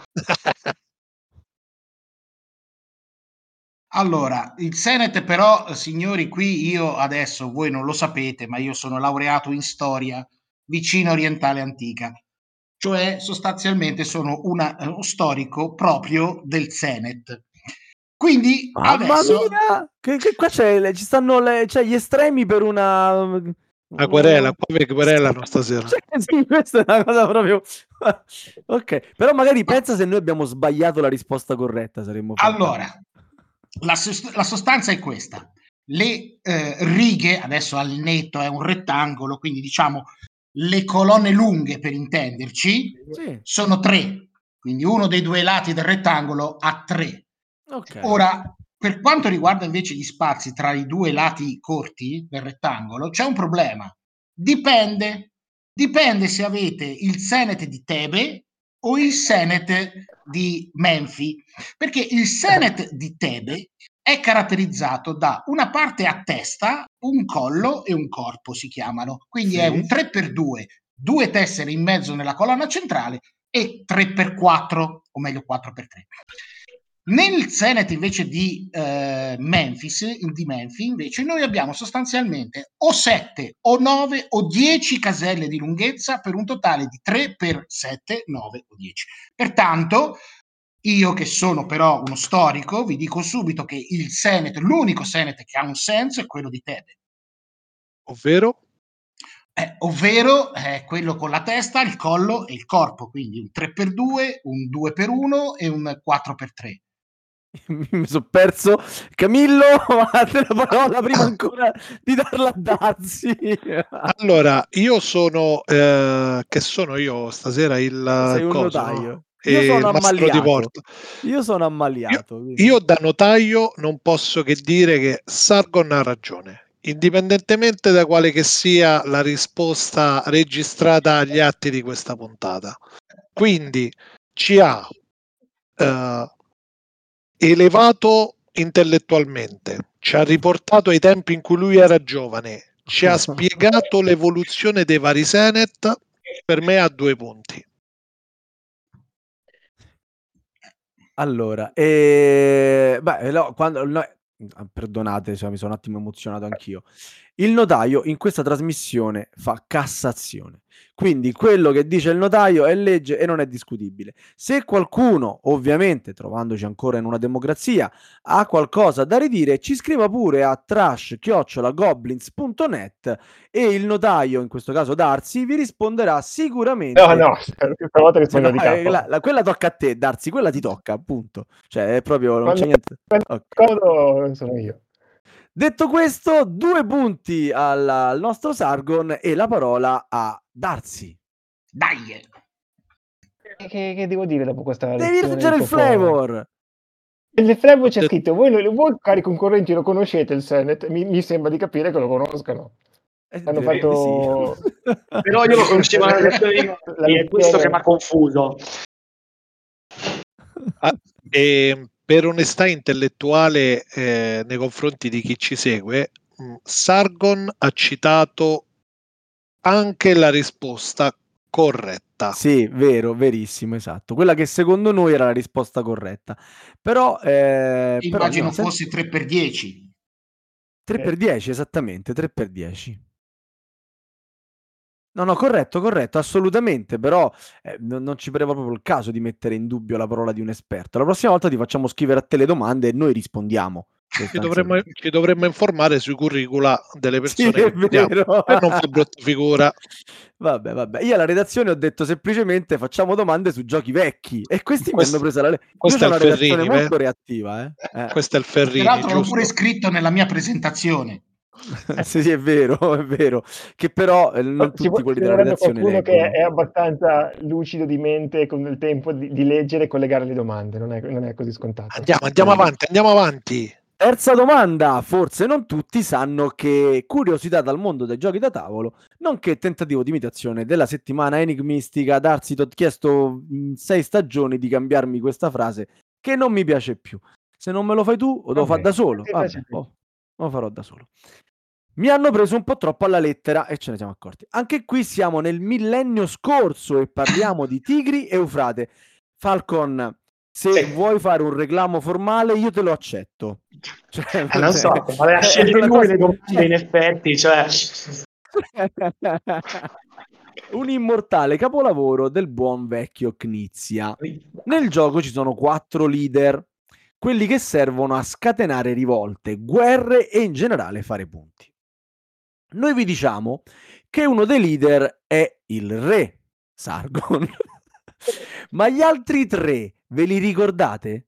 [SPEAKER 4] Allora, il Senet però, signori, qui io adesso, voi non lo sapete, ma io sono laureato in storia vicina orientale antica, cioè sostanzialmente sono una, eh, uno storico proprio del Senet. Quindi
[SPEAKER 1] mamma
[SPEAKER 4] adesso
[SPEAKER 1] mia! Che, che qua c'è, le- ci stanno le, c'è gli estremi per una,
[SPEAKER 2] La querela, qua vi querelano stasera.
[SPEAKER 1] Cioè, sì, questa è una cosa proprio... Ok, però magari pensa se noi abbiamo sbagliato la risposta corretta, saremmo fantastici.
[SPEAKER 4] Allora, la, sost- la sostanza è questa. Le eh, righe, adesso al netto è un rettangolo, quindi diciamo le colonne lunghe, per intenderci,
[SPEAKER 1] Sì,
[SPEAKER 4] sono tre. Quindi uno dei due lati del rettangolo ha tre.
[SPEAKER 1] ok.
[SPEAKER 4] Ora, per quanto riguarda invece gli spazi tra i due lati corti del rettangolo, c'è un problema. Dipende. Dipende se avete il Senet di Tebe o il Senet di Menfi, perché il Senet di Tebe è caratterizzato da una parte a testa, un collo e un corpo, si chiamano. Quindi
[SPEAKER 1] Sì.
[SPEAKER 4] è un tre per due, due tessere in mezzo nella colonna centrale e tre per quattro, o meglio quattro per tre. Nel Senet invece di eh, Memphis, di Menfi, invece noi abbiamo sostanzialmente o sette o nove o dieci caselle di lunghezza per un totale di tre per sette, nove o dieci. Pertanto, io che sono però uno storico, vi dico subito che il Senet, l'unico Senet che ha un senso è quello di Tebe.
[SPEAKER 2] Ovvero?
[SPEAKER 4] Eh, ovvero eh, quello con la testa, il collo e il corpo, quindi un tre per due, un due per uno e un quattro per tre.
[SPEAKER 1] Mi sono perso. Camillo, ma te la parola prima ancora di darla a Darsi.
[SPEAKER 2] Allora, io sono, eh, che sono io stasera il
[SPEAKER 1] Sei un
[SPEAKER 2] coso,
[SPEAKER 1] notaio.
[SPEAKER 2] no?
[SPEAKER 1] Io
[SPEAKER 2] E
[SPEAKER 1] sono
[SPEAKER 2] il mastro di
[SPEAKER 1] ammaliato.
[SPEAKER 2] porto.
[SPEAKER 1] Io sono
[SPEAKER 2] Io,
[SPEAKER 1] ammaliato. quindi.
[SPEAKER 2] io da notaio non posso che dire che Sargon ha ragione, indipendentemente da quale che sia la risposta registrata agli atti di questa puntata. Quindi ci ha eh, elevato intellettualmente, ci ha riportato ai tempi in cui lui era giovane, ci ha spiegato l'evoluzione dei vari Senet, per me ha due punti.
[SPEAKER 1] Allora, eh, beh, no, quando, no, perdonate, cioè, mi sono un attimo emozionato anch'io. Il notaio in questa trasmissione fa Cassazione. Quindi quello che dice il notaio è legge e non è discutibile. Se qualcuno, ovviamente, trovandoci ancora in una democrazia, ha qualcosa da ridire, ci scriva pure a trash chiocciola goblins punto net e il notaio, in questo caso Darsi, vi risponderà sicuramente.
[SPEAKER 3] No, no, stavolta rispondo
[SPEAKER 1] No,
[SPEAKER 3] di
[SPEAKER 1] eh,
[SPEAKER 3] capo.
[SPEAKER 1] la- la- quella tocca a te, Darsi, quella ti tocca, appunto. Cioè, è proprio, non c'è
[SPEAKER 3] Quando
[SPEAKER 1] niente. Ok.
[SPEAKER 3] d'accordo sono io.
[SPEAKER 1] Detto questo, due punti al, al nostro Sargon e la parola a Darsi.
[SPEAKER 4] Dai!
[SPEAKER 3] Che, che devo dire dopo questa
[SPEAKER 1] Devi
[SPEAKER 3] lezione
[SPEAKER 1] leggere
[SPEAKER 3] di
[SPEAKER 1] il
[SPEAKER 3] Popò?
[SPEAKER 1] flavor.
[SPEAKER 3] Nel flavor c'è
[SPEAKER 2] Ho
[SPEAKER 3] scritto, voi, lo- voi cari concorrenti lo conoscete il Senet? Mi, mi sembra di capire che lo conoscano.
[SPEAKER 1] Eh,
[SPEAKER 3] Hanno
[SPEAKER 1] direi di sì.
[SPEAKER 3] fatto...
[SPEAKER 5] Però io lo conoscevo nella lezione di
[SPEAKER 3] La
[SPEAKER 5] Notti, è questo che
[SPEAKER 3] lezione-
[SPEAKER 5] mi ha confuso.
[SPEAKER 2] Ah, e per onestà intellettuale eh, nei confronti di chi ci segue, mh, Sargon ha citato anche la risposta corretta.
[SPEAKER 1] Sì, vero, verissimo, esatto. Quella che secondo noi era la risposta corretta. Però, eh, però
[SPEAKER 4] Immagino
[SPEAKER 1] no, se-
[SPEAKER 4] fosse tre per dieci.
[SPEAKER 1] tre per dieci, esattamente, tre per dieci. No, no, corretto, corretto, assolutamente, però eh, non, non ci pareva proprio il caso di mettere in dubbio la parola di un esperto. La prossima volta ti facciamo scrivere a te le domande e noi rispondiamo.
[SPEAKER 2] Ci dovremmo, ci dovremmo informare sui curricula delle
[SPEAKER 1] Sì,
[SPEAKER 2] persone
[SPEAKER 1] è
[SPEAKER 2] che vediamo
[SPEAKER 1] vero.
[SPEAKER 2] per non fare brutta figura.
[SPEAKER 1] Vabbè, vabbè. Io alla redazione ho detto semplicemente facciamo domande su giochi vecchi e questi
[SPEAKER 2] Questo-
[SPEAKER 1] mi hanno preso la... Le- Io
[SPEAKER 2] questo
[SPEAKER 1] ho
[SPEAKER 2] è
[SPEAKER 1] una
[SPEAKER 2] il
[SPEAKER 1] redazione
[SPEAKER 2] Ferrini,
[SPEAKER 1] molto
[SPEAKER 2] eh?
[SPEAKER 1] reattiva, eh. Eh.
[SPEAKER 2] Questo è il Ferrini,
[SPEAKER 4] Peraltro l'ho
[SPEAKER 2] giusto?
[SPEAKER 4] pure scritto nella mia presentazione.
[SPEAKER 1] Sì, sì, è vero, è vero. Che però eh, non
[SPEAKER 3] Ci,
[SPEAKER 1] tutti
[SPEAKER 3] vo-
[SPEAKER 1] quelli
[SPEAKER 3] ci
[SPEAKER 1] della
[SPEAKER 3] vorrebbe
[SPEAKER 1] redazione
[SPEAKER 3] qualcuno
[SPEAKER 1] leggono.
[SPEAKER 3] che è abbastanza lucido di mente con il tempo di, di leggere e collegare le domande, non è, non è così scontato.
[SPEAKER 2] Andiamo, andiamo avanti, andiamo avanti.
[SPEAKER 1] Terza domanda, forse non tutti sanno che curiosità dal mondo dei giochi da tavolo, nonché tentativo di imitazione della settimana enigmistica. Darsi, ti ho chiesto in sei stagioni di cambiarmi questa frase che non mi piace più. Se non me lo fai tu, lo devo fare
[SPEAKER 3] Vabbè,
[SPEAKER 1] da solo.
[SPEAKER 3] ti
[SPEAKER 1] Vabbè,
[SPEAKER 3] piace più.
[SPEAKER 1] oh, lo farò da solo. Mi hanno preso un po' troppo alla lettera e ce ne siamo accorti. Anche qui siamo nel millennio scorso e parliamo di Tigri e Eufrate. Falcon, se vuoi fare un reclamo formale, io te lo accetto. Cioè,
[SPEAKER 5] Eh, non so, ma
[SPEAKER 1] è
[SPEAKER 5] le sceglie
[SPEAKER 1] una
[SPEAKER 5] lui
[SPEAKER 1] cosa-
[SPEAKER 5] le domande, in effetti, cioè...
[SPEAKER 1] un immortale capolavoro del buon vecchio Knizia. Nel gioco ci sono quattro leader, quelli che servono a scatenare rivolte, guerre e in generale fare punti. Noi vi diciamo che uno dei leader è il re Sargon. Ma gli altri tre ve li ricordate?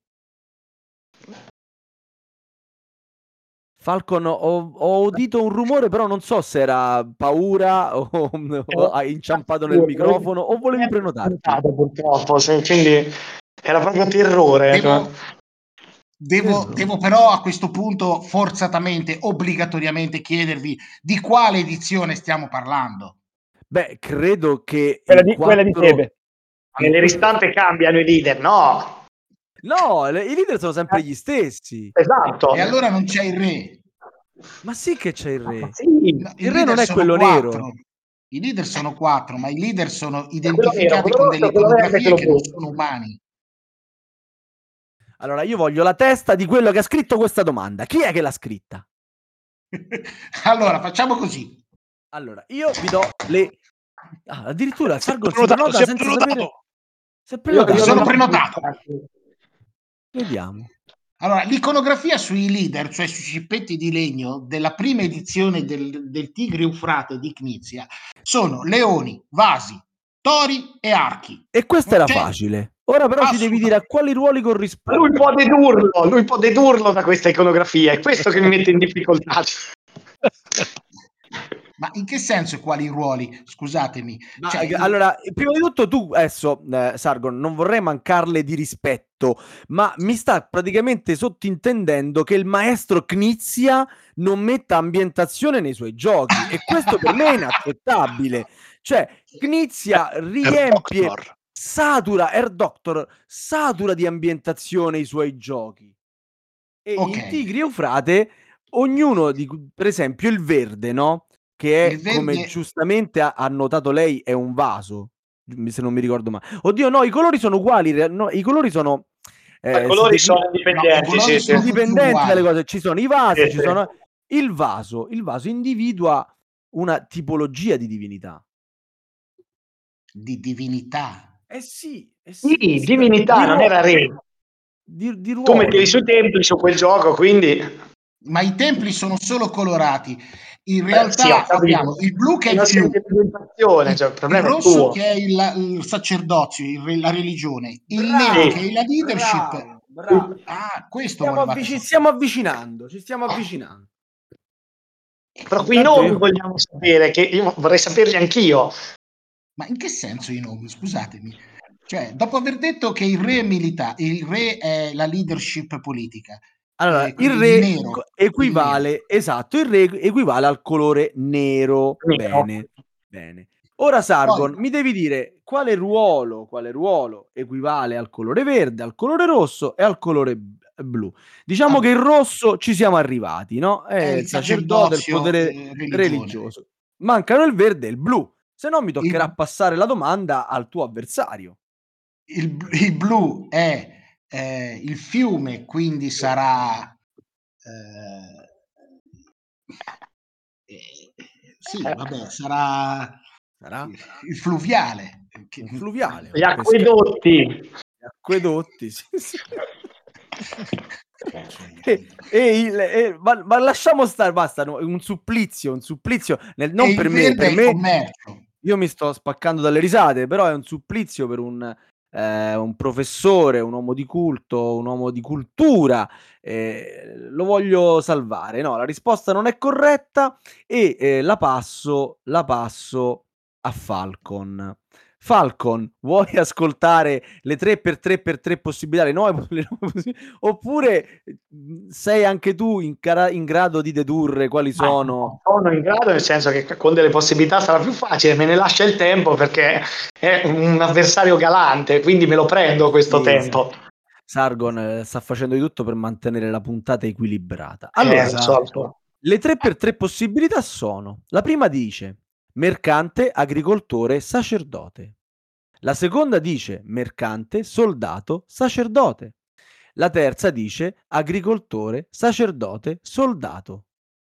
[SPEAKER 1] Falcon, ho, ho udito un rumore, però non so se era paura o, o hai inciampato nel microfono o volevi prenotarti.
[SPEAKER 5] Purtroppo, sì, quindi era proprio terrore.
[SPEAKER 4] Devo, devo,
[SPEAKER 1] Terrore.
[SPEAKER 4] devo però a questo punto forzatamente, obbligatoriamente chiedervi di quale edizione stiamo parlando.
[SPEAKER 1] Beh, credo che
[SPEAKER 3] Quella
[SPEAKER 1] in
[SPEAKER 3] di, quella di
[SPEAKER 1] quattro...
[SPEAKER 3] Tebe.
[SPEAKER 5] Nelle ristampe cambiano i leader, no?
[SPEAKER 1] No, le- i leader sono sempre gli stessi.
[SPEAKER 5] Esatto.
[SPEAKER 4] E allora non c'è il re.
[SPEAKER 1] Ma sì che c'è il re.
[SPEAKER 5] Sì,
[SPEAKER 4] No, i
[SPEAKER 1] Il re
[SPEAKER 4] leader
[SPEAKER 1] non è
[SPEAKER 4] sono
[SPEAKER 1] quello
[SPEAKER 4] quattro.
[SPEAKER 1] nero.
[SPEAKER 4] I leader sono quattro, ma i leader sono
[SPEAKER 5] quello nero,
[SPEAKER 4] identificati
[SPEAKER 5] quello
[SPEAKER 4] con
[SPEAKER 5] rosso,
[SPEAKER 4] delle
[SPEAKER 5] quello verde e
[SPEAKER 4] iconografie
[SPEAKER 5] quello
[SPEAKER 4] che non
[SPEAKER 5] blu.
[SPEAKER 4] sono umani.
[SPEAKER 1] Allora, io voglio la testa di quello che ha scritto questa domanda. Chi è che l'ha scritta?
[SPEAKER 4] Allora, facciamo così.
[SPEAKER 1] Allora, io vi do le... Ah, addirittura
[SPEAKER 2] Si è
[SPEAKER 1] Sargon si
[SPEAKER 2] prenotato,
[SPEAKER 1] prenota
[SPEAKER 2] si è
[SPEAKER 1] senza
[SPEAKER 2] prenotato.
[SPEAKER 1] sapere... Si è
[SPEAKER 5] Io,
[SPEAKER 1] prenotato.
[SPEAKER 5] io
[SPEAKER 4] sono
[SPEAKER 5] non ho-
[SPEAKER 4] prenotato.
[SPEAKER 1] Vediamo.
[SPEAKER 4] Allora, l'iconografia sui leader, cioè sui cippetti di legno della prima edizione del, del Tigre Eufrate di Knizia, sono leoni, vasi, tori e archi.
[SPEAKER 1] E questa era
[SPEAKER 4] Cioè,
[SPEAKER 1] facile. Ora però ci devi dire a
[SPEAKER 4] assolutamente.
[SPEAKER 1] quali ruoli
[SPEAKER 5] Lui
[SPEAKER 1] corrisponde.
[SPEAKER 5] può dedurlo, lui può dedurlo da questa iconografia, è questo che mi mette in difficoltà.
[SPEAKER 4] Ma in che senso quali ruoli? Scusatemi.
[SPEAKER 1] Ma,
[SPEAKER 4] Cioè, il-
[SPEAKER 1] allora, prima di tutto tu adesso, eh, Sargon, non vorrei mancarle di rispetto, ma mi sta praticamente sottintendendo che il maestro Knizia non metta ambientazione nei suoi giochi e questo per me è inaccettabile. Cioè, Knizia riempie,
[SPEAKER 2] Doctor.
[SPEAKER 1] satura, Air Doctor, satura di ambientazione i suoi giochi. E
[SPEAKER 4] Ok.
[SPEAKER 1] in Tigri Eufrate, ognuno di, per esempio, il verde, no? Che è,
[SPEAKER 4] Il verde-
[SPEAKER 1] come giustamente ha, ha notato lei, è un vaso, se non mi ricordo male. Oddio, no, i colori sono uguali, re- no, i colori sono... eh,
[SPEAKER 5] I colori
[SPEAKER 1] si
[SPEAKER 5] sono
[SPEAKER 1] decli-
[SPEAKER 5] indipendenti,
[SPEAKER 4] No, i colori
[SPEAKER 5] sì,
[SPEAKER 4] sono
[SPEAKER 5] sì.
[SPEAKER 1] indipendenti
[SPEAKER 4] uguali.
[SPEAKER 1] dalle cose. Ci sono i vasi,
[SPEAKER 5] Sì,
[SPEAKER 1] ci
[SPEAKER 5] sì.
[SPEAKER 1] sono... Il vaso, il vaso individua una tipologia di divinità.
[SPEAKER 4] di divinità.
[SPEAKER 1] Eh sì, eh sì,
[SPEAKER 5] Sì,
[SPEAKER 1] eh sì,
[SPEAKER 5] divinità,
[SPEAKER 1] di
[SPEAKER 5] non
[SPEAKER 1] ruolo,
[SPEAKER 5] era re.
[SPEAKER 1] di, di
[SPEAKER 5] Tu
[SPEAKER 1] ruolo,
[SPEAKER 5] mettevi
[SPEAKER 1] di-
[SPEAKER 5] sui templi su quel gioco, quindi...
[SPEAKER 4] Ma i templi sono solo colorati. In
[SPEAKER 5] Eh, sì, ho
[SPEAKER 4] realtà
[SPEAKER 5] capito.
[SPEAKER 4] abbiamo il blu che è
[SPEAKER 5] È
[SPEAKER 4] il
[SPEAKER 5] una
[SPEAKER 4] fiume,
[SPEAKER 5] sentimentazione, cioè il
[SPEAKER 4] il
[SPEAKER 5] problema è
[SPEAKER 4] rosso
[SPEAKER 5] tuo.
[SPEAKER 4] che è il, il sacerdozio, il re- la religione, il
[SPEAKER 1] Bravo,
[SPEAKER 4] nero che è la leadership.
[SPEAKER 1] bravo, bravo.
[SPEAKER 4] Ah,
[SPEAKER 1] Ci
[SPEAKER 4] questo
[SPEAKER 1] stiamo,
[SPEAKER 4] volevate
[SPEAKER 1] avvici-
[SPEAKER 4] sapere.
[SPEAKER 1] stiamo avvicinando, ci stiamo avvicinando.
[SPEAKER 5] Però qui
[SPEAKER 1] Intanto
[SPEAKER 5] noi
[SPEAKER 1] io-
[SPEAKER 5] vogliamo sapere, che io vorrei saperli anch'io.
[SPEAKER 4] Ma in che senso i nomi? Scusatemi. Cioè, dopo aver detto che il re è militare, il re è la leadership politica,
[SPEAKER 1] Allora,
[SPEAKER 4] eh,
[SPEAKER 1] il
[SPEAKER 4] quindi di
[SPEAKER 1] re
[SPEAKER 4] nero,
[SPEAKER 1] co-
[SPEAKER 4] il nero.
[SPEAKER 1] equivale, esatto, il re equivale al colore nero.
[SPEAKER 5] Nero.
[SPEAKER 1] Bene, bene. Ora Sargon,
[SPEAKER 4] Poi-
[SPEAKER 1] mi devi dire quale ruolo, quale ruolo equivale al colore verde, al colore rosso e al colore b- blu. Diciamo
[SPEAKER 4] Ah,
[SPEAKER 1] che il rosso ci siamo arrivati, no? È
[SPEAKER 4] è
[SPEAKER 1] il
[SPEAKER 4] il
[SPEAKER 1] sacerdote, il
[SPEAKER 4] sacerdozio,
[SPEAKER 1] potere
[SPEAKER 4] eh, religione.
[SPEAKER 1] religioso. Mancano il verde e il blu. Se no mi toccherà
[SPEAKER 4] Il,
[SPEAKER 1] passare la domanda al tuo avversario.
[SPEAKER 4] il bl- il blu è eh, il fiume, quindi sarà eh, eh, sì, vabbè, sarà
[SPEAKER 1] Sarà
[SPEAKER 4] il fluviale. Che-
[SPEAKER 1] un fluviale,
[SPEAKER 5] Gli
[SPEAKER 1] un pesca-
[SPEAKER 5] acquedotti.
[SPEAKER 1] Gli acquedotti, sì, sì. E, e il- e- ma, ma lasciamo stare, basta, no, un supplizio, un supplizio, nel-
[SPEAKER 4] E
[SPEAKER 1] non
[SPEAKER 4] il
[SPEAKER 1] per me,
[SPEAKER 4] verde
[SPEAKER 1] per
[SPEAKER 4] è il
[SPEAKER 1] me,
[SPEAKER 4] commercio.
[SPEAKER 1] io mi sto spaccando dalle risate, però è un supplizio per un, eh, un professore, un uomo di culto, un uomo di cultura, eh, lo voglio salvare. No, la risposta non è corretta e eh, la passo, la passo a Falcon. Falcon, vuoi ascoltare le tre per tre per tre possibilità, le nuove, le nuove possibilità, oppure mh, sei anche tu in, cara- in grado di dedurre quali
[SPEAKER 5] Ma
[SPEAKER 1] sono?
[SPEAKER 5] sono in grado, nel senso che con delle possibilità sarà più facile, me ne lascia il tempo perché è un avversario galante, quindi me lo prendo questo
[SPEAKER 1] Sì,
[SPEAKER 5] tempo.
[SPEAKER 1] sì. Sargon eh, sta facendo di tutto per mantenere la puntata equilibrata.
[SPEAKER 5] Eh,
[SPEAKER 1] Allora,
[SPEAKER 5] lo so, lo so.
[SPEAKER 1] le tre per tre possibilità sono: la prima dice mercante, agricoltore, sacerdote. La seconda dice mercante, soldato, sacerdote. La terza dice agricoltore, sacerdote, soldato.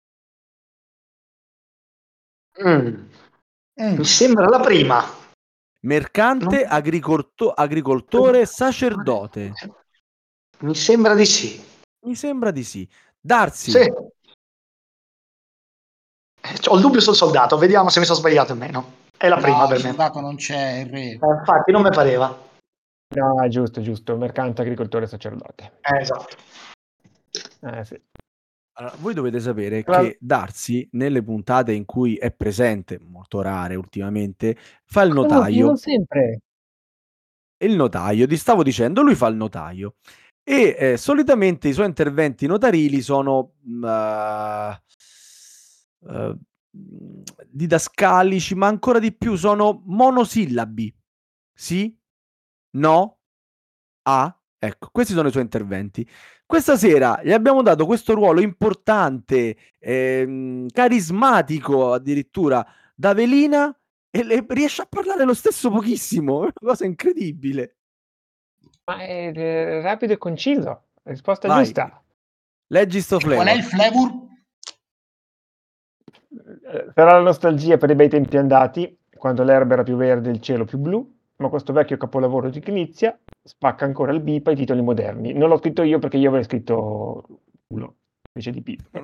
[SPEAKER 5] Mm.
[SPEAKER 4] Mm.
[SPEAKER 5] Mi sembra la prima.
[SPEAKER 1] Mercante,
[SPEAKER 5] Non-
[SPEAKER 1] agricolto- agricoltore, sacerdote.
[SPEAKER 5] Mi sembra di sì.
[SPEAKER 1] Mi sembra di sì. Darsi.
[SPEAKER 5] Sì. Ho il dubbio sul soldato, vediamo se mi sono sbagliato o meno. È la prima
[SPEAKER 4] No,
[SPEAKER 5] per
[SPEAKER 4] il
[SPEAKER 5] me.
[SPEAKER 4] soldato non c'è, il re.
[SPEAKER 5] Eh, infatti non mi pareva.
[SPEAKER 3] No, giusto, giusto. Mercante, agricoltore, sacerdote.
[SPEAKER 5] Eh, esatto.
[SPEAKER 3] Eh, sì.
[SPEAKER 1] Allora, voi dovete sapere
[SPEAKER 3] Tra-
[SPEAKER 1] che Darcy, nelle puntate in cui è presente, molto rare ultimamente, fa il
[SPEAKER 3] No,
[SPEAKER 1] notaio.
[SPEAKER 3] non sempre.
[SPEAKER 1] Il notaio, ti stavo dicendo, lui fa il notaio. E eh, solitamente i suoi interventi notarili sono mh, uh, uh, didascalici, ma ancora di più sono monosillabi. Sì? No? Ah? Ecco, questi sono i suoi interventi. Questa sera gli abbiamo dato questo ruolo importante, ehm, carismatico addirittura, da velina, e le- riesce a parlare lo stesso pochissimo. È una cosa incredibile.
[SPEAKER 3] Ma è eh, rapido e conciso. Risposta
[SPEAKER 1] Vai,
[SPEAKER 3] giusta.
[SPEAKER 1] leggi sto
[SPEAKER 4] E qual è il
[SPEAKER 1] flavor.
[SPEAKER 4] flavor?
[SPEAKER 3] Eh, Sarà la nostalgia per i bei tempi andati, quando l'erba era più verde e il cielo più blu, ma questo vecchio capolavoro di Knizia spacca ancora il bip ai titoli moderni. Non l'ho scritto io perché io avrei scritto culo invece di bip.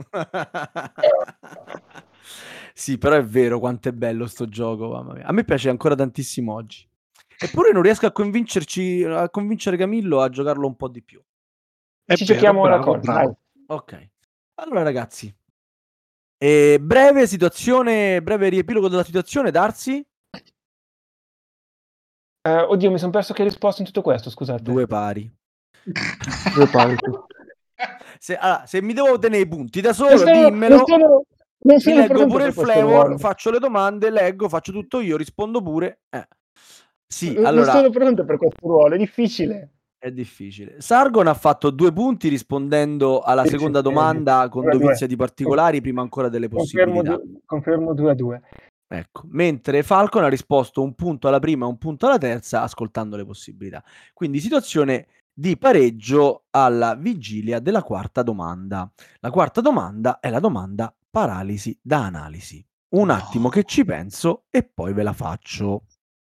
[SPEAKER 1] Sì, però è vero quanto è bello sto gioco, mamma mia. A me piace ancora tantissimo oggi. Eppure non riesco a convincerci, a convincere Camillo a giocarlo un po' di più.
[SPEAKER 2] È
[SPEAKER 3] Ci
[SPEAKER 2] vero,
[SPEAKER 3] giochiamo una
[SPEAKER 2] bravo,
[SPEAKER 3] cosa,
[SPEAKER 2] bravo.
[SPEAKER 3] dai.
[SPEAKER 1] Ok. Allora, ragazzi, eh, breve situazione, breve riepilogo della situazione, Darsi?
[SPEAKER 3] Eh, oddio, mi sono perso che risposta in tutto questo, scusate.
[SPEAKER 1] Due pari.
[SPEAKER 3] Due pari.
[SPEAKER 1] Se, allora, se mi devo tenere i punti da
[SPEAKER 3] Non
[SPEAKER 1] solo,
[SPEAKER 3] sono,
[SPEAKER 1] dimmelo.
[SPEAKER 3] non sono, non
[SPEAKER 1] Mi
[SPEAKER 3] sono
[SPEAKER 1] leggo
[SPEAKER 3] pronto
[SPEAKER 1] pure
[SPEAKER 3] per
[SPEAKER 1] il
[SPEAKER 3] questo
[SPEAKER 1] flavor,
[SPEAKER 3] ruolo.
[SPEAKER 1] faccio le domande, leggo, faccio tutto io, rispondo pure. Eh. Sì,
[SPEAKER 3] Non
[SPEAKER 1] allora
[SPEAKER 3] sono pronto per questo ruolo, è difficile.
[SPEAKER 1] è difficile. Sargon ha fatto due punti rispondendo alla
[SPEAKER 3] Sì, sì,
[SPEAKER 1] seconda
[SPEAKER 3] eh,
[SPEAKER 1] domanda con
[SPEAKER 3] due a due.
[SPEAKER 1] dovizia di particolari, prima ancora delle
[SPEAKER 3] Confermo,
[SPEAKER 1] possibilità.
[SPEAKER 3] du- confermo due a due.
[SPEAKER 1] Ecco, mentre Falcon ha risposto un punto alla prima e un punto alla terza, ascoltando le possibilità. Quindi situazione di pareggio alla vigilia della quarta domanda. La quarta domanda è la domanda paralisi da analisi. Un attimo che ci penso e poi ve la faccio.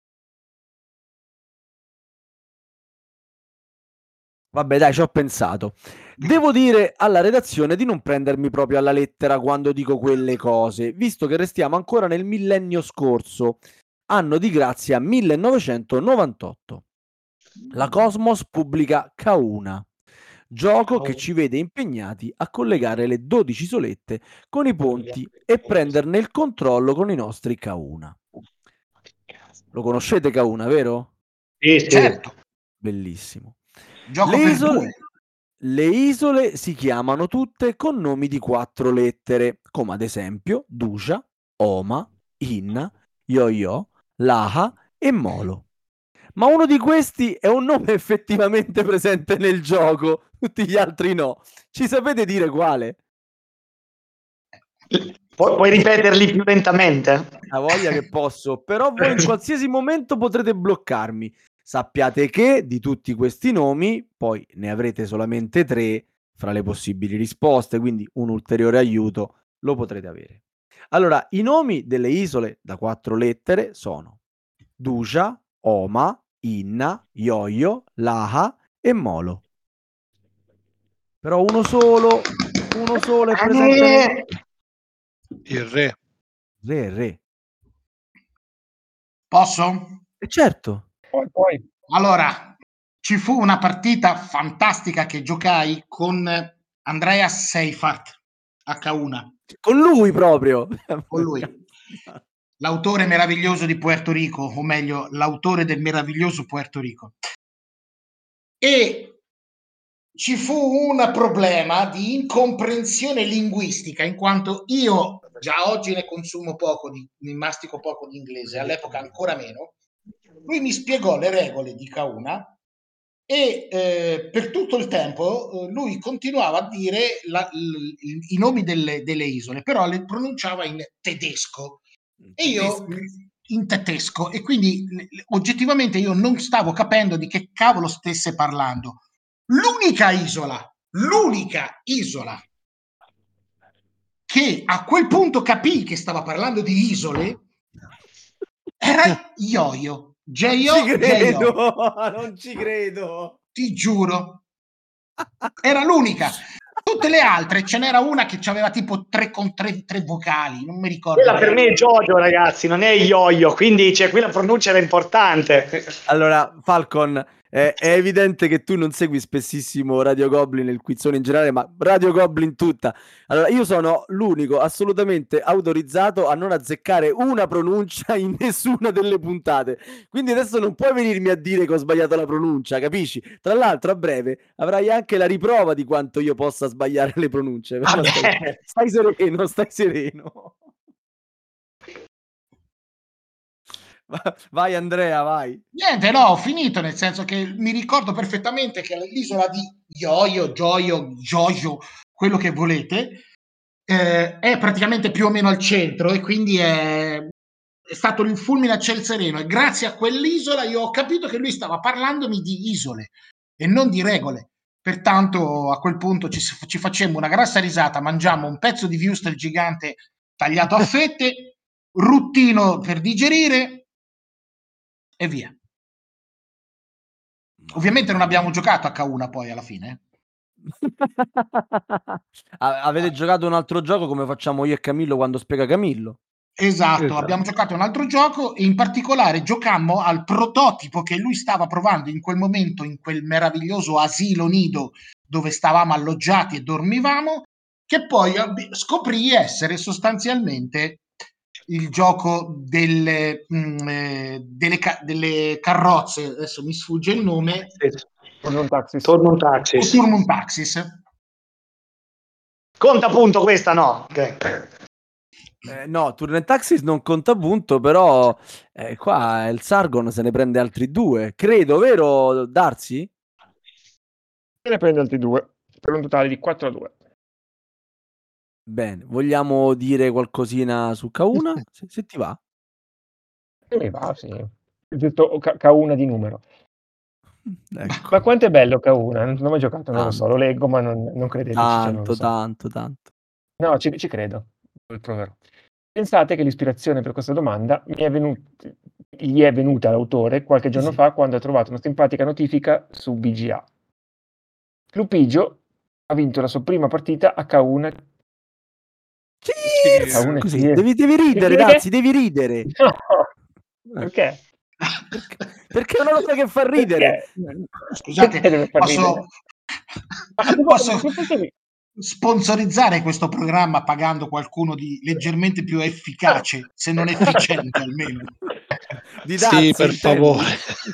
[SPEAKER 1] Vabbè, dai, ci ho pensato. Devo dire alla redazione di non prendermi proprio alla lettera quando dico quelle cose, visto che restiamo ancora nel millennio scorso, anno di grazia millenovecentonovantotto. La Cosmos pubblica Kauna, gioco che ci vede impegnati a collegare le dodici isolette con i ponti e prenderne il controllo con i nostri Kauna. Lo conoscete Kauna, vero?
[SPEAKER 5] Sì, sì.
[SPEAKER 4] Certo,
[SPEAKER 1] Bellissimo.
[SPEAKER 4] gioco
[SPEAKER 1] Le
[SPEAKER 4] per
[SPEAKER 1] isole,
[SPEAKER 4] due.
[SPEAKER 1] le isole si chiamano tutte con nomi di quattro lettere, come ad esempio Dusha, Oma, Inna, Yo-Yo, Laha e Molo. Ma uno di questi è un nome effettivamente presente nel gioco, tutti gli altri no. Ci sapete dire quale?
[SPEAKER 5] Pu- puoi ripeterli più lentamente?
[SPEAKER 1] La voglia che posso, però voi in qualsiasi momento potrete bloccarmi. Sappiate che di tutti questi nomi, poi ne avrete solamente tre fra le possibili risposte, quindi un ulteriore aiuto lo potrete avere. Allora, i nomi delle isole da quattro lettere sono Dusha, Oma, Inna, Yo-Yo, Laha e Molo. Però uno solo, uno solo è presente nel...
[SPEAKER 2] Il re.
[SPEAKER 1] Re, re.
[SPEAKER 4] Posso?
[SPEAKER 1] E certo.
[SPEAKER 3] Poi, poi.
[SPEAKER 4] Allora, ci fu una partita fantastica che giocai con Andreas Seifert a Kauna,
[SPEAKER 1] Con lui proprio.
[SPEAKER 4] con lui, l'autore meraviglioso di Puerto Rico, o meglio, l'autore del meraviglioso Puerto Rico. E ci fu un problema di incomprensione linguistica, in quanto io già oggi ne consumo poco, di, ne mastico poco di inglese, all'epoca ancora meno. Lui mi spiegò le regole di Kauna e eh, per tutto il tempo eh, lui continuava a dire la, l, i nomi delle, delle isole, però le pronunciava in tedesco e io in tedesco, e quindi oggettivamente io non stavo capendo di che cavolo stesse parlando. L'unica isola, l'unica isola che a quel punto capì che stava parlando di isole era Yo-Yo.
[SPEAKER 1] Non ci credo, non ci credo.
[SPEAKER 4] Ti giuro. Era l'unica. Tutte le altre, ce n'era una che aveva tipo tre con tre, tre vocali, non mi ricordo.
[SPEAKER 5] Quella per me è Jojo, ragazzi, non è Yo-Yo, quindi cioè, qui la pronuncia era importante.
[SPEAKER 1] Allora, Falcon, eh, è evidente che tu non segui spessissimo Radio Goblin e il quizzone in generale, ma Radio Goblin tutta. Allora, io sono l'unico assolutamente autorizzato a non azzeccare una pronuncia in nessuna delle puntate. Quindi adesso non puoi venirmi a dire che ho sbagliato la pronuncia, capisci? Tra l'altro, a breve avrai anche la riprova di quanto io possa sbagliare le pronunce. Però stai, stai sereno, stai sereno. Vai Andrea, vai.
[SPEAKER 4] Niente, no, ho finito, nel senso che mi ricordo perfettamente che l'isola di Yoyo, Gioio, Jojo, quello che volete, eh, è praticamente più o meno al centro e quindi è, è stato il fulmine a ciel sereno e grazie a quell'isola io ho capito che lui stava parlandomi di isole e non di regole. Pertanto a quel punto ci, ci facemmo una grassa risata, mangiamo un pezzo di wurstel gigante tagliato a fette, ruttino per digerire e via. Ovviamente non abbiamo giocato a K uno poi alla fine.
[SPEAKER 1] Avete giocato un altro gioco come facciamo io e Camillo quando spiega Camillo?
[SPEAKER 4] Esatto,
[SPEAKER 3] Esatto.
[SPEAKER 4] abbiamo giocato un altro gioco e in particolare giocammo al prototipo che lui stava provando in quel momento in quel meraviglioso asilo nido dove stavamo alloggiati e dormivamo, che poi ab- scoprì essere sostanzialmente il gioco delle, mh, eh, delle, ca- delle carrozze, adesso mi sfugge il nome,
[SPEAKER 3] Torno un taxi.
[SPEAKER 5] Torno un taxi.
[SPEAKER 4] Turmum Taxis.
[SPEAKER 5] Conta punto questa, no? Ok.
[SPEAKER 1] Eh, no, Turn Taxis non conta punto, però eh, qua il Sargon se ne prende altri due, credo, vero Darsi?
[SPEAKER 3] Se ne prende altri due, per un totale di quattro a due.
[SPEAKER 1] Bene, vogliamo dire qualcosina su K uno? Se, se ti va.
[SPEAKER 3] E mi va, sì. Ho detto K uno di numero.
[SPEAKER 1] Ecco.
[SPEAKER 3] Ma quanto è bello K uno? Non l'ho mai giocato, non lo so,
[SPEAKER 1] Tanto.
[SPEAKER 3] lo leggo, ma non, non credeteci, cioè, non lo
[SPEAKER 1] Tanto,
[SPEAKER 3] so.
[SPEAKER 1] tanto, tanto.
[SPEAKER 3] No, ci, ci credo, lo proverò. Pensate che l'ispirazione per questa domanda mi è venuta, gli è venuta all'autore qualche giorno
[SPEAKER 1] Sì.
[SPEAKER 3] fa quando ha trovato una simpatica notifica su B G A. Lupigio ha vinto la sua prima partita a K uno.
[SPEAKER 1] Cheers!
[SPEAKER 3] K uno
[SPEAKER 1] Così,
[SPEAKER 3] cheers.
[SPEAKER 1] devi, devi ridere,
[SPEAKER 3] Perché?
[SPEAKER 1] Darsi, devi ridere.
[SPEAKER 3] No, perché?
[SPEAKER 1] Perché, perché è una cosa che fa ridere.
[SPEAKER 3] Perché?
[SPEAKER 4] Scusate,
[SPEAKER 3] Perché deve far
[SPEAKER 4] posso,
[SPEAKER 3] ridere?
[SPEAKER 4] posso
[SPEAKER 3] Posso-
[SPEAKER 4] sponsorizzare questo programma pagando qualcuno di leggermente più efficace, se non efficiente almeno.
[SPEAKER 1] Di
[SPEAKER 2] Sì,
[SPEAKER 1] Darsi,
[SPEAKER 2] per
[SPEAKER 1] intendi?
[SPEAKER 2] favore.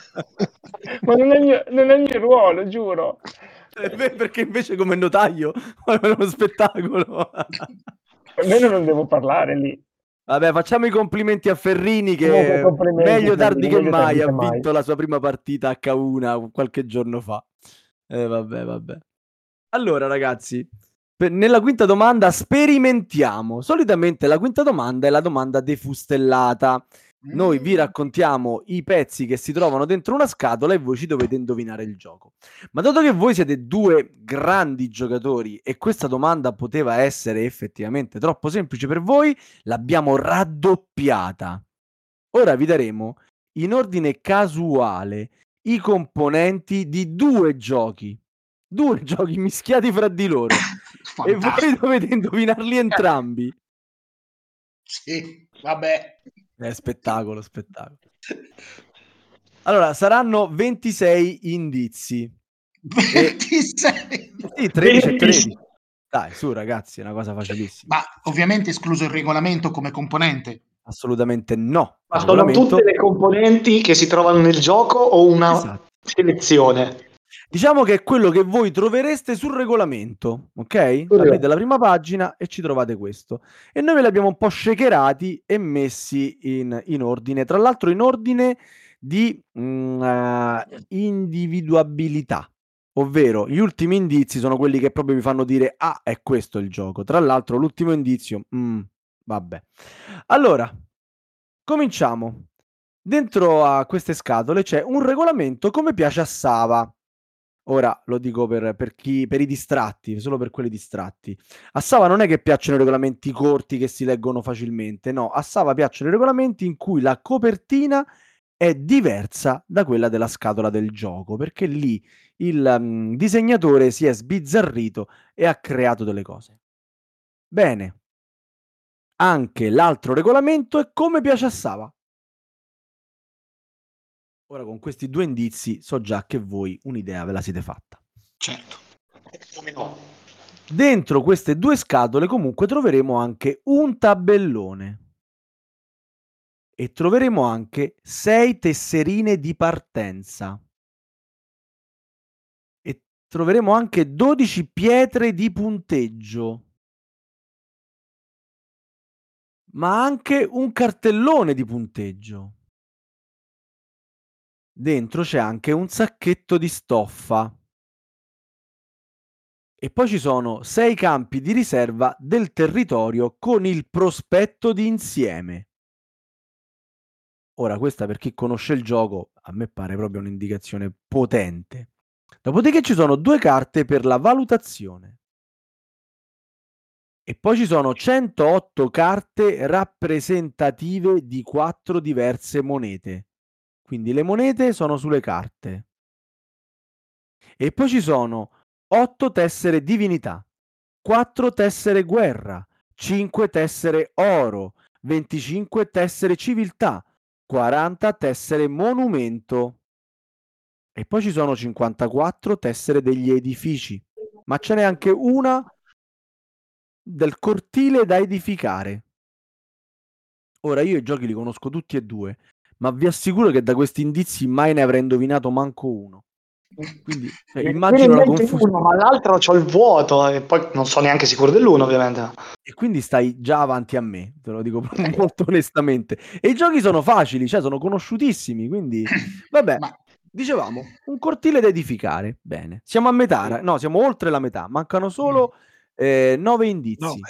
[SPEAKER 3] Ma non è, il mio, non è il mio ruolo, giuro.
[SPEAKER 1] Eh, beh, perché invece come notaio è uno spettacolo.
[SPEAKER 3] Almeno non devo parlare lì.
[SPEAKER 1] Vabbè, facciamo i complimenti a Ferrini
[SPEAKER 3] Comunque,
[SPEAKER 1] che
[SPEAKER 3] complimenti,
[SPEAKER 1] meglio tardi
[SPEAKER 3] Ferrini,
[SPEAKER 1] che
[SPEAKER 3] meglio
[SPEAKER 1] mai
[SPEAKER 3] tardi
[SPEAKER 1] ha
[SPEAKER 3] che mai.
[SPEAKER 1] vinto la sua prima partita a K uno qualche giorno fa. Eh, vabbè, vabbè. Allora, ragazzi, per- nella quinta domanda sperimentiamo. Solitamente la quinta domanda è la domanda defustellata. Noi vi raccontiamo i pezzi che si trovano dentro una scatola e voi ci dovete indovinare il gioco. Ma dato che voi siete due grandi giocatori e questa domanda poteva essere effettivamente troppo semplice per voi, l'abbiamo raddoppiata. Ora vi daremo in ordine casuale i componenti di due giochi. Due giochi mischiati fra di loro. E voi
[SPEAKER 4] Fantastico.
[SPEAKER 1] dovete indovinarli entrambi.
[SPEAKER 4] Sì, vabbè.
[SPEAKER 1] È spettacolo, spettacolo. Allora, saranno ventisei indizi.
[SPEAKER 4] ventisei.
[SPEAKER 1] Sì, tredici e tredici. Dai, su ragazzi, è una cosa facilissima.
[SPEAKER 4] Ma ovviamente escluso il regolamento come componente.
[SPEAKER 1] Assolutamente no.
[SPEAKER 5] Ma
[SPEAKER 1] Il
[SPEAKER 5] sono
[SPEAKER 1] regolamento-
[SPEAKER 5] tutte le componenti che si trovano nel gioco o una
[SPEAKER 1] Esatto.
[SPEAKER 5] selezione?
[SPEAKER 1] Diciamo che è quello che voi trovereste sul regolamento, ok? Aprite la prima pagina e ci trovate questo. E noi ve li abbiamo un po' shakerati e messi in, in ordine. Tra l'altro in ordine di mm, eh, individuabilità. Ovvero, gli ultimi indizi sono quelli che proprio vi fanno dire ah, è questo il gioco. Tra l'altro, l'ultimo indizio, mm, vabbè. Allora, cominciamo. Dentro a queste scatole c'è un regolamento come piace a Sava. Ora lo dico per, per chi, per i distratti, solo per quelli distratti. A Sava non è che piacciono i regolamenti corti che si leggono facilmente, no, a Sava piacciono i regolamenti in cui la copertina è diversa da quella della scatola del gioco, perché lì il um, disegnatore si è sbizzarrito e ha creato delle cose. Bene. Anche l'altro regolamento è come piace a Sava. Ora con questi due indizi so già che voi un'idea ve la siete fatta.
[SPEAKER 4] Certo.
[SPEAKER 5] Come no?
[SPEAKER 1] Dentro queste due scatole comunque troveremo anche un tabellone e troveremo anche sei tesserine di partenza e troveremo anche dodici pietre di punteggio, ma anche un cartellone di punteggio. Dentro c'è anche un sacchetto di stoffa. E poi ci sono sei campi di riserva del territorio con il prospetto di insieme. Ora, questa per chi conosce il gioco, a me pare proprio un'indicazione potente. Dopodiché ci sono due carte per la valutazione. E poi ci sono centootto carte rappresentative di quattro diverse monete. Quindi le monete sono sulle carte. E poi ci sono otto tessere divinità, quattro tessere guerra, cinque tessere oro, venticinque tessere civiltà, quaranta tessere monumento. E poi ci sono cinquantaquattro tessere degli edifici, ma ce n'è anche una del cortile da edificare. Ora io i giochi li conosco tutti e due, ma vi assicuro che da questi indizi mai ne avrei indovinato manco uno. Quindi cioè, immagino la confusione.
[SPEAKER 5] Ma l'altro c'ho il vuoto e poi non so neanche sicuro dell'uno, ovviamente.
[SPEAKER 1] E quindi stai già avanti a me, te lo dico molto onestamente. E i giochi sono facili, cioè sono conosciutissimi, quindi vabbè.
[SPEAKER 4] Ma
[SPEAKER 1] Dicevamo, un cortile da edificare. Bene, siamo a metà, no, siamo oltre la metà, mancano solo eh, nove indizi.
[SPEAKER 2] No,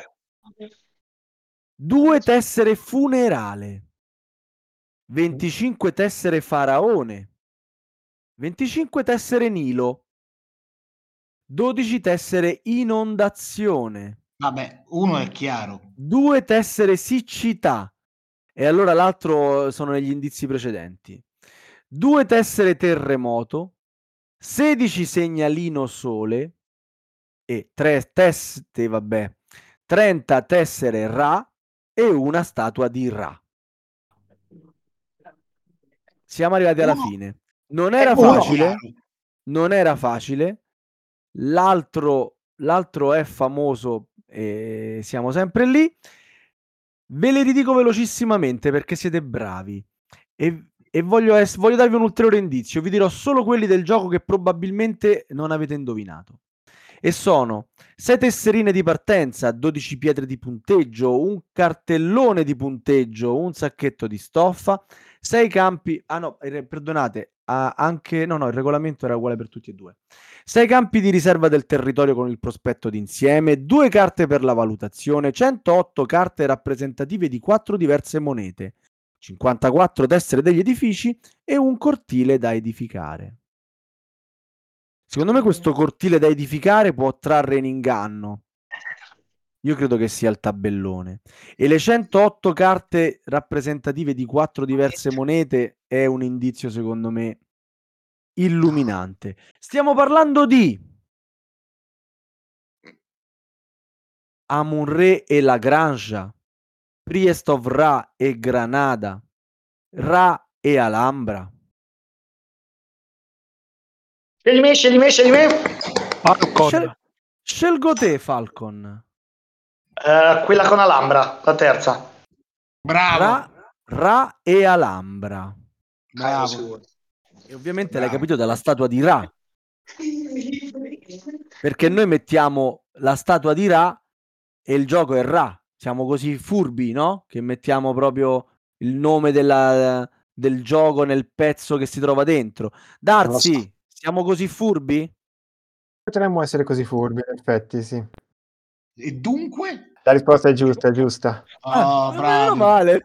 [SPEAKER 1] Due tessere funerale, venticinque tessere faraone, venticinque tessere Nilo, dodici tessere inondazione,
[SPEAKER 4] vabbè, uno è chiaro.
[SPEAKER 1] due tessere siccità, e allora l'altro sono negli indizi precedenti, due tessere terremoto, sedici segnalino sole e tre teste, vabbè, trenta tessere Ra e una statua di Ra. Siamo arrivati alla
[SPEAKER 4] Uno-
[SPEAKER 1] fine. Non era
[SPEAKER 4] uno è
[SPEAKER 1] facile,
[SPEAKER 4] chiaro.
[SPEAKER 1] non era facile. L'altro, l'altro è famoso e siamo sempre lì. Ve le ridico velocissimamente perché siete bravi e, e voglio, ess- voglio darvi un ulteriore indizio. Vi dirò solo quelli del gioco che probabilmente non avete indovinato. E sono sei tesserine di partenza, dodici pietre di punteggio, un cartellone di punteggio, un sacchetto di stoffa, sei campi... Ah no, eh, perdonate, ah, anche... No, no, il regolamento era uguale per tutti e due. sei campi di riserva del territorio con il prospetto d'insieme, due carte per la valutazione, centootto carte rappresentative di quattro diverse monete, cinquantaquattro tessere degli edifici e un cortile da edificare. Secondo me questo cortile da edificare può trarre in inganno. Io credo che sia il tabellone. E le centootto carte rappresentative di quattro diverse monete è un indizio, secondo me, illuminante. Stiamo parlando di Amun-Re e Lagrangia, Priest of Ra e Granada, Ra e Alhambra.
[SPEAKER 5] Scegli me, scegli me, scegli me.
[SPEAKER 2] Falcon.
[SPEAKER 1] Scel- scelgo te, Falcon.
[SPEAKER 5] Eh, quella con Alhambra, la terza.
[SPEAKER 4] Bravo.
[SPEAKER 1] Ra, Ra e Alhambra.
[SPEAKER 4] Bravo.
[SPEAKER 1] E ovviamente
[SPEAKER 4] Bravo.
[SPEAKER 1] l'hai capito dalla statua di Ra, perché noi mettiamo la statua di Ra e il gioco è Ra. Siamo così furbi, no? Che mettiamo proprio il nome della, del gioco nel pezzo che si trova dentro. Darsi,
[SPEAKER 3] Non lo
[SPEAKER 1] siamo così furbi?
[SPEAKER 3] Potremmo essere così furbi, in effetti, sì.
[SPEAKER 4] E dunque?
[SPEAKER 3] La risposta è giusta, è giusta.
[SPEAKER 4] Oh,
[SPEAKER 1] Ah, meno
[SPEAKER 4] bravi.
[SPEAKER 1] male.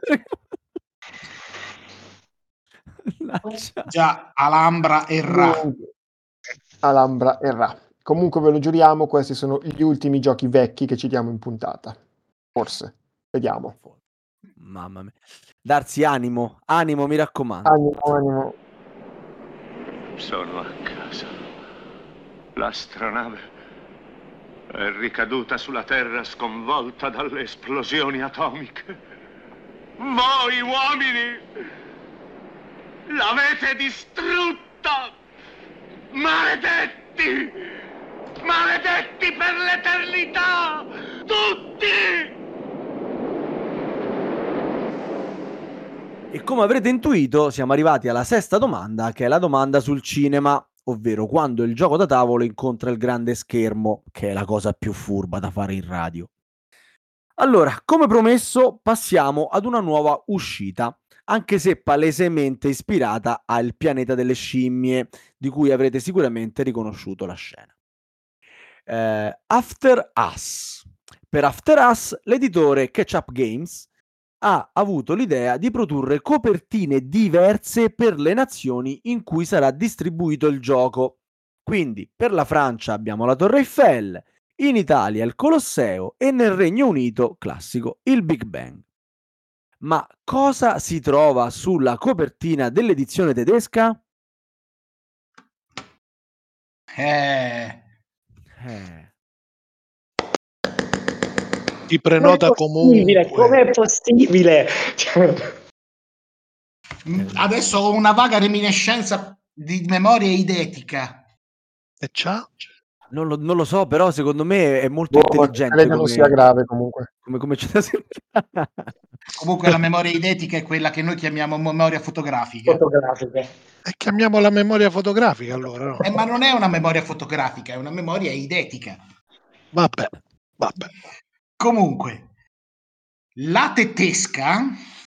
[SPEAKER 1] Mannaggia.
[SPEAKER 4] Già, Alhambra e Ra.
[SPEAKER 3] Comunque, Alhambra e Ra. Comunque ve lo giuriamo, questi sono gli ultimi giochi vecchi che citiamo in puntata. Forse. Vediamo.
[SPEAKER 1] Mamma mia. Darsi animo, animo, mi raccomando.
[SPEAKER 3] Animo, animo.
[SPEAKER 6] Sono a casa. L'astronave è ricaduta sulla Terra sconvolta dalle esplosioni atomiche. Voi uomini l'avete distrutta! Maledetti! Maledetti per l'eternità! Tutti!
[SPEAKER 1] E come avrete intuito, siamo arrivati alla sesta domanda, che è la domanda sul cinema, ovvero quando il gioco da tavolo incontra il grande schermo, che è la cosa più furba da fare in radio. Allora, come promesso, passiamo ad una nuova uscita, anche se palesemente ispirata al Pianeta delle Scimmie, di cui avrete sicuramente riconosciuto la scena. Eh, After Us. Per After Us, l'editore Ketchup Games ha avuto l'idea di produrre copertine diverse per le nazioni in cui sarà distribuito il gioco. Quindi, per la Francia abbiamo la Torre Eiffel, in Italia il Colosseo e nel Regno Unito, classico, il Big Bang. Ma cosa si trova sulla copertina dell'edizione tedesca?
[SPEAKER 4] Eh,
[SPEAKER 1] Eh,
[SPEAKER 2] Ti prenota
[SPEAKER 5] Possibile,
[SPEAKER 2] comunque.
[SPEAKER 5] com'è possibile?
[SPEAKER 4] m- adesso ho una vaga reminiscenza di memoria eidetica.
[SPEAKER 2] E c'ha?
[SPEAKER 1] non, lo, non lo so, però secondo me è molto
[SPEAKER 3] Boh,
[SPEAKER 1] intelligente
[SPEAKER 3] credo non
[SPEAKER 1] come,
[SPEAKER 3] sia grave comunque.
[SPEAKER 1] come, come c'è da sembrare.
[SPEAKER 4] Comunque la memoria eidetica è quella che noi chiamiamo memoria fotografica.
[SPEAKER 5] Fotografiche.
[SPEAKER 2] E chiamiamola memoria fotografica allora, no?
[SPEAKER 4] Eh, ma non è una memoria fotografica, è una memoria eidetica.
[SPEAKER 2] Vabbè, vabbè.
[SPEAKER 4] Comunque, la tedesca,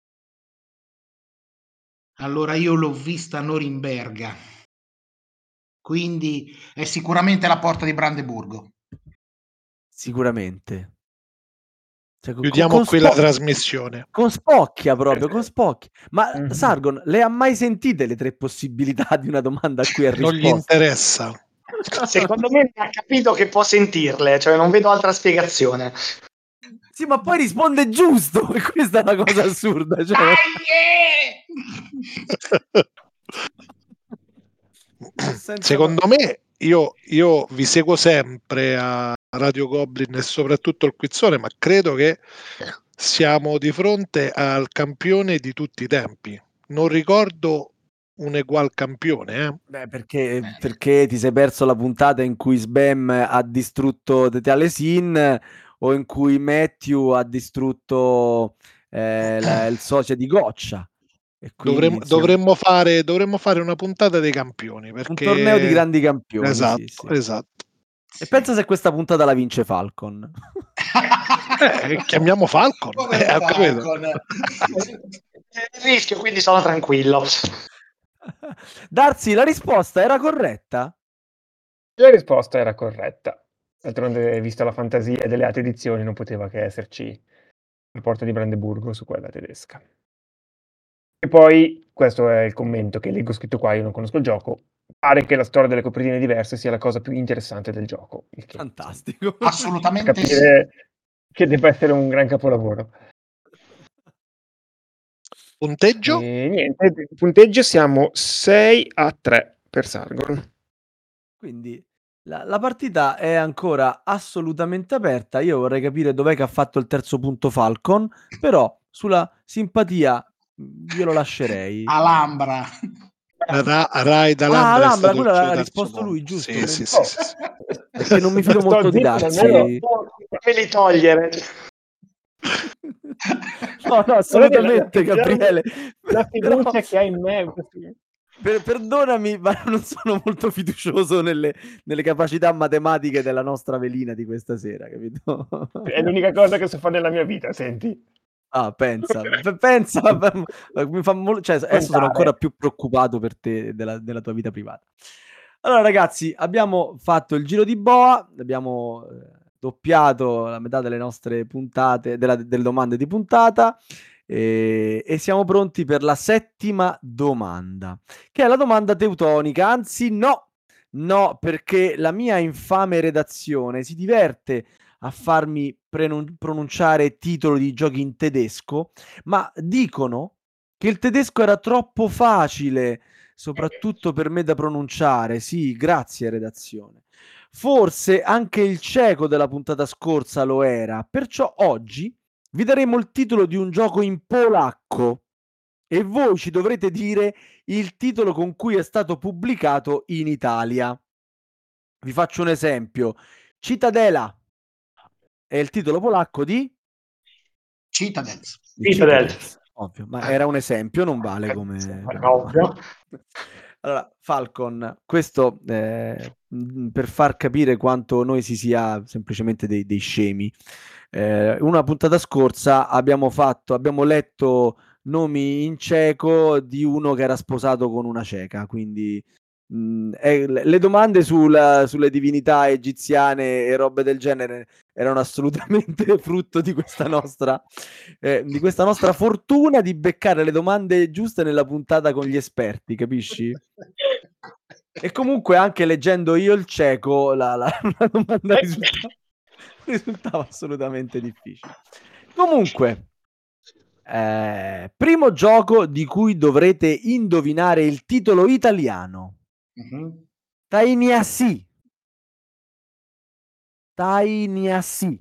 [SPEAKER 4] allora io l'ho vista a Norimberga, quindi è sicuramente la porta di Brandeburgo.
[SPEAKER 1] Sicuramente. Cioè, con,
[SPEAKER 2] Chiudiamo
[SPEAKER 1] con
[SPEAKER 2] qui la
[SPEAKER 1] spo-
[SPEAKER 2] trasmissione.
[SPEAKER 1] con spocchia proprio, con spocchia. Ma
[SPEAKER 3] Mhm.
[SPEAKER 1] Sargon, le ha mai sentite le tre possibilità di una domanda a cui ha
[SPEAKER 2] Non gli
[SPEAKER 1] risposto?
[SPEAKER 2] interessa.
[SPEAKER 5] Secondo me ha capito che può sentirle, cioè non vedo altra spiegazione.
[SPEAKER 1] Sì, ma poi risponde giusto, e questa è la cosa assurda. Cioè... senza-
[SPEAKER 2] Secondo me, io, io vi seguo sempre a Radio Goblin e soprattutto il Quizzone, ma credo che siamo di fronte al campione di tutti i tempi. Non ricordo un egual campione, eh?
[SPEAKER 1] Beh, perché, perché ti sei perso la puntata in cui Sbam ha distrutto The Talesin o in cui Matthew ha distrutto eh, la- il socio di Goccia. E quindi,
[SPEAKER 2] Dovremmo,
[SPEAKER 1] insomma,
[SPEAKER 2] dovremmo fare, dovremmo fare una puntata dei campioni,
[SPEAKER 1] un
[SPEAKER 2] perché...
[SPEAKER 1] torneo di grandi campioni.
[SPEAKER 2] Esatto,
[SPEAKER 1] sì, sì.
[SPEAKER 2] esatto.
[SPEAKER 1] E pensa se questa puntata la vince Falcon.
[SPEAKER 2] Eh, chiamiamo Falcon.
[SPEAKER 4] Povero
[SPEAKER 2] Eh, ho capito.
[SPEAKER 4] Falcon.
[SPEAKER 5] Il rischio, quindi sono tranquillo.
[SPEAKER 1] Darsi, la risposta era corretta?
[SPEAKER 3] La risposta era corretta. D'altronde, vista la fantasia delle altre edizioni, non poteva che esserci la porta di Brandeburgo su quella tedesca. E poi, questo è il commento che leggo scritto qua, io non conosco il gioco, pare che la storia delle copertine diverse sia la cosa più interessante del gioco. Il che,
[SPEAKER 1] Fantastico.
[SPEAKER 3] fa
[SPEAKER 4] Assolutamente sì.
[SPEAKER 3] capire che debba essere un gran capolavoro.
[SPEAKER 2] Punteggio?
[SPEAKER 3] E niente, il punteggio siamo sei a tre per Sargon.
[SPEAKER 1] Quindi la, la partita è ancora assolutamente aperta. Io vorrei capire dov'è che ha fatto il terzo punto Falcon, però sulla simpatia mh, glielo lascerei.
[SPEAKER 4] Alhambra.
[SPEAKER 2] Ra- Rai
[SPEAKER 1] Ah,
[SPEAKER 2] Alhambra è
[SPEAKER 1] Alhambra,
[SPEAKER 2] stato il
[SPEAKER 1] quello
[SPEAKER 2] suo
[SPEAKER 1] l'ha
[SPEAKER 2] terzo
[SPEAKER 1] risposto
[SPEAKER 2] punto.
[SPEAKER 1] lui, giusto?
[SPEAKER 2] Sì, sì, sì,
[SPEAKER 3] Oh.
[SPEAKER 2] sì, sì.
[SPEAKER 1] Perché non mi fido
[SPEAKER 3] Sto
[SPEAKER 1] molto di
[SPEAKER 3] zitto,
[SPEAKER 1] Darsi.
[SPEAKER 3] almeno-
[SPEAKER 5] Me li togliere.
[SPEAKER 1] No, no, assolutamente,
[SPEAKER 3] Guardate, la-
[SPEAKER 1] Gabriele.
[SPEAKER 3] La
[SPEAKER 1] Però-
[SPEAKER 3] fiducia che ha in me.
[SPEAKER 1] Per- perdonami, ma non sono molto fiducioso nelle, nelle capacità matematiche della nostra velina di questa sera, capito?
[SPEAKER 3] È l'unica cosa che so fare nella mia vita, senti.
[SPEAKER 1] Ah, pensa, p- pensa, mi fa mol- cioè, adesso sono ancora più preoccupato per te della, della tua vita privata. Allora, ragazzi, abbiamo fatto il giro di boa, abbiamo eh, doppiato la metà delle nostre puntate, della- delle domande di puntata. E, e siamo pronti per la settima domanda, che è la domanda teutonica. Anzi, no, no, perché la mia infame redazione si diverte a farmi prenun- pronunciare titoli di giochi in tedesco, ma dicono che il tedesco era troppo facile soprattutto per me da pronunciare. Sì, grazie redazione. Forse anche il cieco della puntata scorsa lo era, perciò oggi vi daremo il titolo di un gioco in polacco e voi ci dovrete dire il titolo con cui è stato pubblicato in Italia. Vi faccio un esempio. Cittadela è il titolo polacco di
[SPEAKER 4] Citadels.
[SPEAKER 1] di
[SPEAKER 5] Citadel.
[SPEAKER 1] Citadels, ovvio, ma era un esempio, non vale come, come-
[SPEAKER 5] Ovvio.
[SPEAKER 1] Allora, Falcon, questo eh, mh, per far capire quanto noi si sia semplicemente dei, dei scemi. Eh, una puntata scorsa abbiamo fatto, abbiamo letto nomi in ceco di uno che era sposato con una ceca, quindi mh, eh, le le domande sulla- sulle divinità egiziane e robe del genere erano assolutamente frutto di questa nostra, eh, di questa nostra fortuna di beccare le domande giuste nella puntata con gli esperti, capisci? E comunque anche leggendo io il cieco la, la- la domanda risultava, risultava assolutamente difficile. Comunque, eh, primo gioco di cui dovrete indovinare il titolo italiano.
[SPEAKER 4] Mhm.
[SPEAKER 1] Tainiasi. Tainiasi.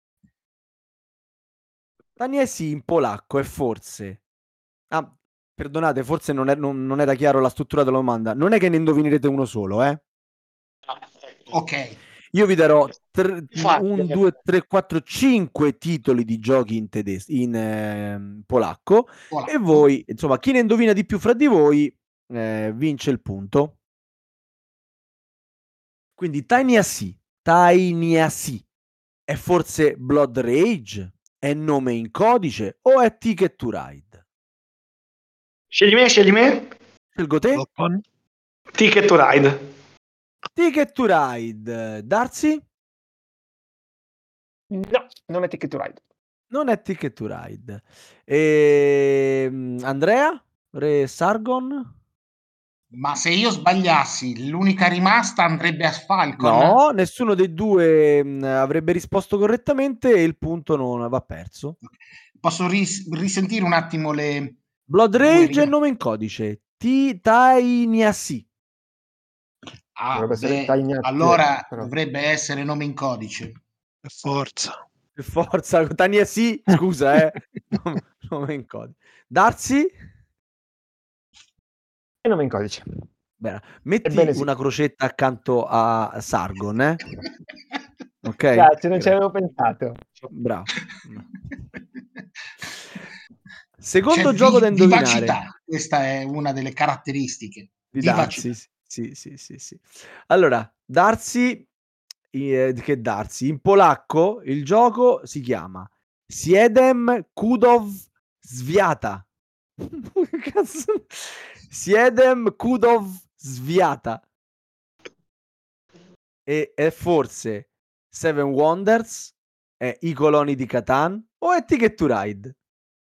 [SPEAKER 1] Tainiasi in polacco è forse... Ah, perdonate, forse non, è- non- non era chiaro la struttura della domanda. Non è che ne indovinerete uno solo, eh?
[SPEAKER 4] Ok.
[SPEAKER 1] Io vi darò
[SPEAKER 5] Infatti,
[SPEAKER 1] un, due, tre, quattro, cinque titoli di giochi in tedesco, in ehm, polacco,
[SPEAKER 4] Polacco.
[SPEAKER 1] e voi, insomma, chi ne indovina di più fra di voi eh, vince il punto. Quindi Tiny Asi, Tiny Asi è forse Blood Rage? È nome in codice o è Ticket to Ride?
[SPEAKER 5] Scegli me, scegli me.
[SPEAKER 1] Scelgo te?
[SPEAKER 2] Falcon?
[SPEAKER 5] Ticket to Ride.
[SPEAKER 1] Ticket to Ride. Darcy?
[SPEAKER 3] No, non è Ticket to Ride.
[SPEAKER 1] Non è Ticket to Ride. Ehm, Andrea? Re Sargon?
[SPEAKER 4] Ma se io sbagliassi, l'unica rimasta andrebbe a Falcon?
[SPEAKER 1] No, nessuno dei due mh, avrebbe risposto correttamente e il punto non va perso.
[SPEAKER 4] Posso ris- risentire un attimo le...
[SPEAKER 1] Blood
[SPEAKER 4] due
[SPEAKER 1] Rage è
[SPEAKER 4] rim-
[SPEAKER 1] nome in codice. T-Tainiasi.
[SPEAKER 4] Ah,
[SPEAKER 3] Dovrebbe essere
[SPEAKER 4] beh,
[SPEAKER 3] Tagnazzi,
[SPEAKER 4] allora
[SPEAKER 3] però.
[SPEAKER 4] dovrebbe essere nome in codice.
[SPEAKER 2] Per forza.
[SPEAKER 1] Per forza, Tainiasi, scusa, eh. nome, nome in codice. Darcy?
[SPEAKER 3] E nome in codice.
[SPEAKER 1] Bene. Metti
[SPEAKER 3] Ebbene sì.
[SPEAKER 1] una crocetta accanto a Sargon, eh. Ok?
[SPEAKER 3] Grazie, non ci avevo pensato.
[SPEAKER 1] Bravo. Secondo
[SPEAKER 4] C'è
[SPEAKER 1] gioco
[SPEAKER 4] vi-
[SPEAKER 1] da indovinare.
[SPEAKER 4] vivacità, questa è una delle caratteristiche.
[SPEAKER 1] Di
[SPEAKER 4] Vivacità.
[SPEAKER 1] Darcy, sì, sì, sì, sì. Allora, Darcy, eh, che Darcy? In polacco il gioco si chiama Siedem Kudów Zwiata. Che cazzo? Siedem Kudów Zwiata. E è forse Seven Wonders, è I Coloni di Catan o è Ticket to Ride?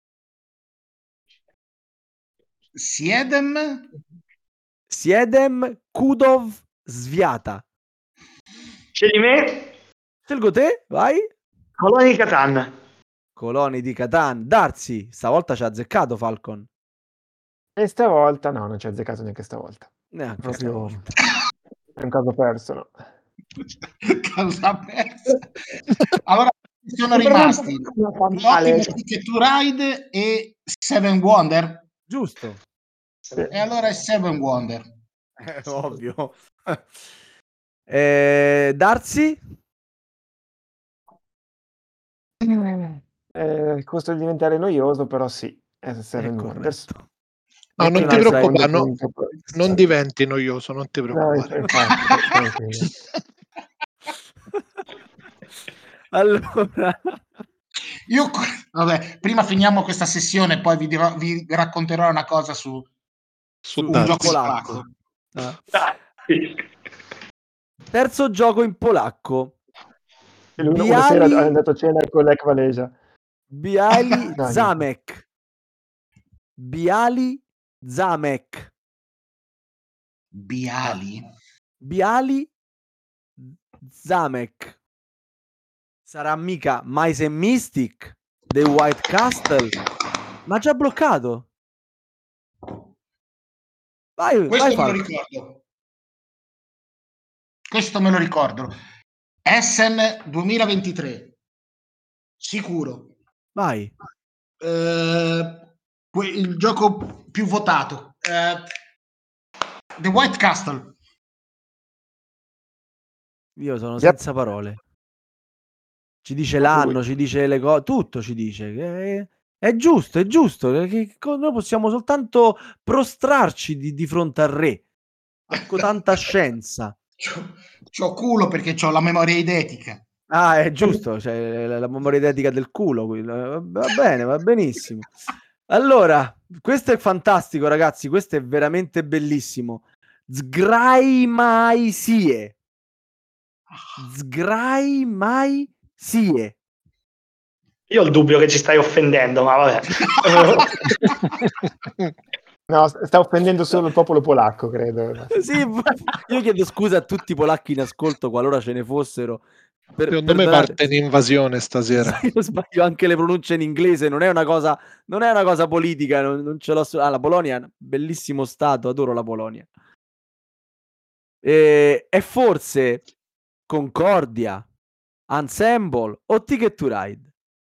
[SPEAKER 4] Siedem?
[SPEAKER 1] Siedem Kudów Zwiata.
[SPEAKER 5] Scegli me.
[SPEAKER 1] Scelgo te, vai.
[SPEAKER 5] Colonia di Catan.
[SPEAKER 1] Coloni di Catan. Darcy, stavolta ci ha azzeccato Falcon.
[SPEAKER 3] E stavolta no, non ci ha azzeccato neanche stavolta.
[SPEAKER 1] Neanche
[SPEAKER 3] Proprio
[SPEAKER 1] stavolta.
[SPEAKER 3] è un caso perso, no?
[SPEAKER 4] Cosa persa? Allora sono
[SPEAKER 5] Per me
[SPEAKER 4] rimasti
[SPEAKER 5] non fa male.
[SPEAKER 4] l'ottimo Ticket to Ride e Seven Wonder.
[SPEAKER 1] Giusto.
[SPEAKER 3] Sì.
[SPEAKER 4] E allora è Seven Wonder.
[SPEAKER 1] È ovvio. eh, Darcy?
[SPEAKER 3] Eh, costo di diventare noioso, però sì, è Seven
[SPEAKER 1] È
[SPEAKER 3] Wonders.
[SPEAKER 1] corretto.
[SPEAKER 2] No,
[SPEAKER 1] Metti
[SPEAKER 2] non ti
[SPEAKER 1] un'altra-
[SPEAKER 2] preoccupare, no,
[SPEAKER 3] Punto per-
[SPEAKER 2] non diventi noioso, non ti
[SPEAKER 3] No,
[SPEAKER 2] preoccupare.
[SPEAKER 3] infatti, tranquillo.
[SPEAKER 1] Allora,
[SPEAKER 4] Io, vabbè, prima finiamo questa sessione, poi vi, dirò, vi racconterò una cosa su,
[SPEAKER 2] Su
[SPEAKER 4] un
[SPEAKER 2] Darcy.
[SPEAKER 4] gioco
[SPEAKER 1] polacco.
[SPEAKER 4] polacco.
[SPEAKER 1] Ah.
[SPEAKER 5] Dai.
[SPEAKER 1] Terzo gioco in polacco.
[SPEAKER 3] E lui una sera
[SPEAKER 1] Biali,
[SPEAKER 3] è andato a cena con Lech Valesia.
[SPEAKER 1] Biali
[SPEAKER 3] No,
[SPEAKER 1] Zamek. Biali Zamek.
[SPEAKER 4] Biali.
[SPEAKER 1] Biali Zamek. Sarà mica Mice and Mystic, The White Castle, ma già bloccato. Vai,
[SPEAKER 4] Questo
[SPEAKER 1] vai
[SPEAKER 4] me lo
[SPEAKER 1] Falco.
[SPEAKER 4] ricordo. Questo me lo ricordo. Essen duemilaventitré. Sicuro.
[SPEAKER 1] Vai.
[SPEAKER 4] Eh, que- il gioco più votato. Eh, The White Castle.
[SPEAKER 1] Io sono
[SPEAKER 3] Yep.
[SPEAKER 1] senza parole. Ci dice l'anno, ci dice le cose, tutto ci dice. Che è giusto, è giusto. Che co- noi possiamo soltanto prostrarci di, di fronte al re. Con tanta scienza.
[SPEAKER 4] C'ho, c'ho culo perché ho la memoria eidetica.
[SPEAKER 1] Ah, è giusto, c'è la, la memoria idetica del culo. quello. Va bene, va benissimo. Allora, questo è fantastico, ragazzi. Questo è veramente bellissimo. Sgraimaisie. Sgraimaisie.
[SPEAKER 5] Io ho il dubbio che ci stai offendendo, ma vabbè.
[SPEAKER 3] No, sta offendendo solo il popolo polacco, credo.
[SPEAKER 1] Sì, io chiedo scusa a tutti i polacchi in ascolto, qualora ce ne fossero. Per,
[SPEAKER 2] Secondo me
[SPEAKER 1] perdonate.
[SPEAKER 2] parte un'invasione stasera.
[SPEAKER 1] Io sbaglio anche le pronunce in inglese, non è una cosa, non è una cosa politica, non, non ce l'ho. Ah, la Polonia è un bellissimo stato, adoro la Polonia. E, è forse Concordia, Ensemble o Ticket to Ride?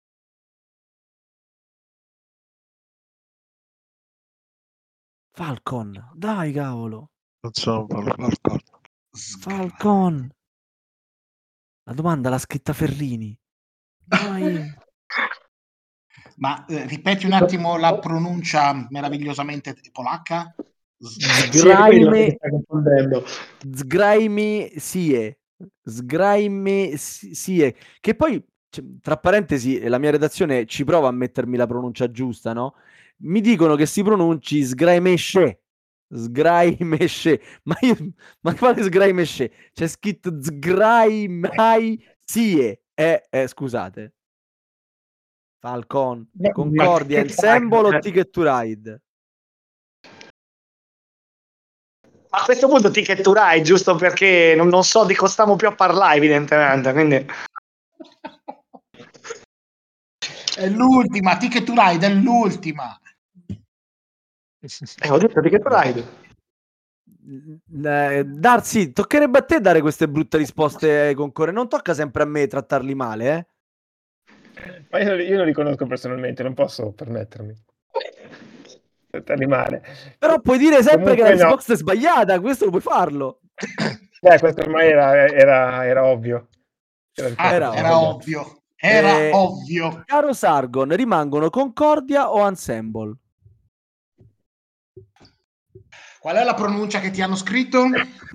[SPEAKER 1] Falcon, dai cavolo.
[SPEAKER 2] Non so, Falcon.
[SPEAKER 1] Falcon. La domanda l'ha scritta Ferrini. Dai.
[SPEAKER 4] Ma eh, ripeti un attimo la pronuncia meravigliosamente polacca.
[SPEAKER 5] Sì, è quello che mi sta confondendo.
[SPEAKER 1] Sgraimi sie. Sgraimi sie. Che poi, cioè, tra parentesi, la mia redazione ci prova a mettermi la pronuncia giusta, no? Mi dicono che si pronunci sgraimesce. Sgraimesce. Ma io, ma quale sgraimesce? C'è scritto sgraimai sie. Eh, eh, scusate. Falcon,
[SPEAKER 5] Beh,
[SPEAKER 1] Concordia,
[SPEAKER 5] ma che
[SPEAKER 1] Ensemble
[SPEAKER 5] fai?
[SPEAKER 1] o Ticket to Ride?
[SPEAKER 5] A questo punto Ticket to Ride, giusto perché non, non so di cosa stiamo più a parlare, evidentemente. Quindi
[SPEAKER 4] È l'ultima, Ticket to Ride è l'ultima.
[SPEAKER 5] eh, ho detto Ticket to Ride.
[SPEAKER 1] Eh, Darsi, toccherebbe a te dare queste brutte risposte ai concorrenti. Non tocca sempre a me trattarli male, eh?
[SPEAKER 3] Ma io, io non li conosco personalmente, non posso permettermi. Trattarli male.
[SPEAKER 1] Però puoi dire sempre
[SPEAKER 3] Comunque
[SPEAKER 1] che la
[SPEAKER 3] no.
[SPEAKER 1] risposta è sbagliata, questo puoi farlo.
[SPEAKER 3] Beh, questo ormai era, era, era ovvio. Era,
[SPEAKER 4] Ah,
[SPEAKER 1] Era
[SPEAKER 4] era,
[SPEAKER 1] ovvio.
[SPEAKER 4] ovvio. Era
[SPEAKER 1] Eh,
[SPEAKER 4] ovvio.
[SPEAKER 1] Caro Sargon, rimangono Concordia o Ensemble?
[SPEAKER 4] Qual è la pronuncia che ti hanno scritto?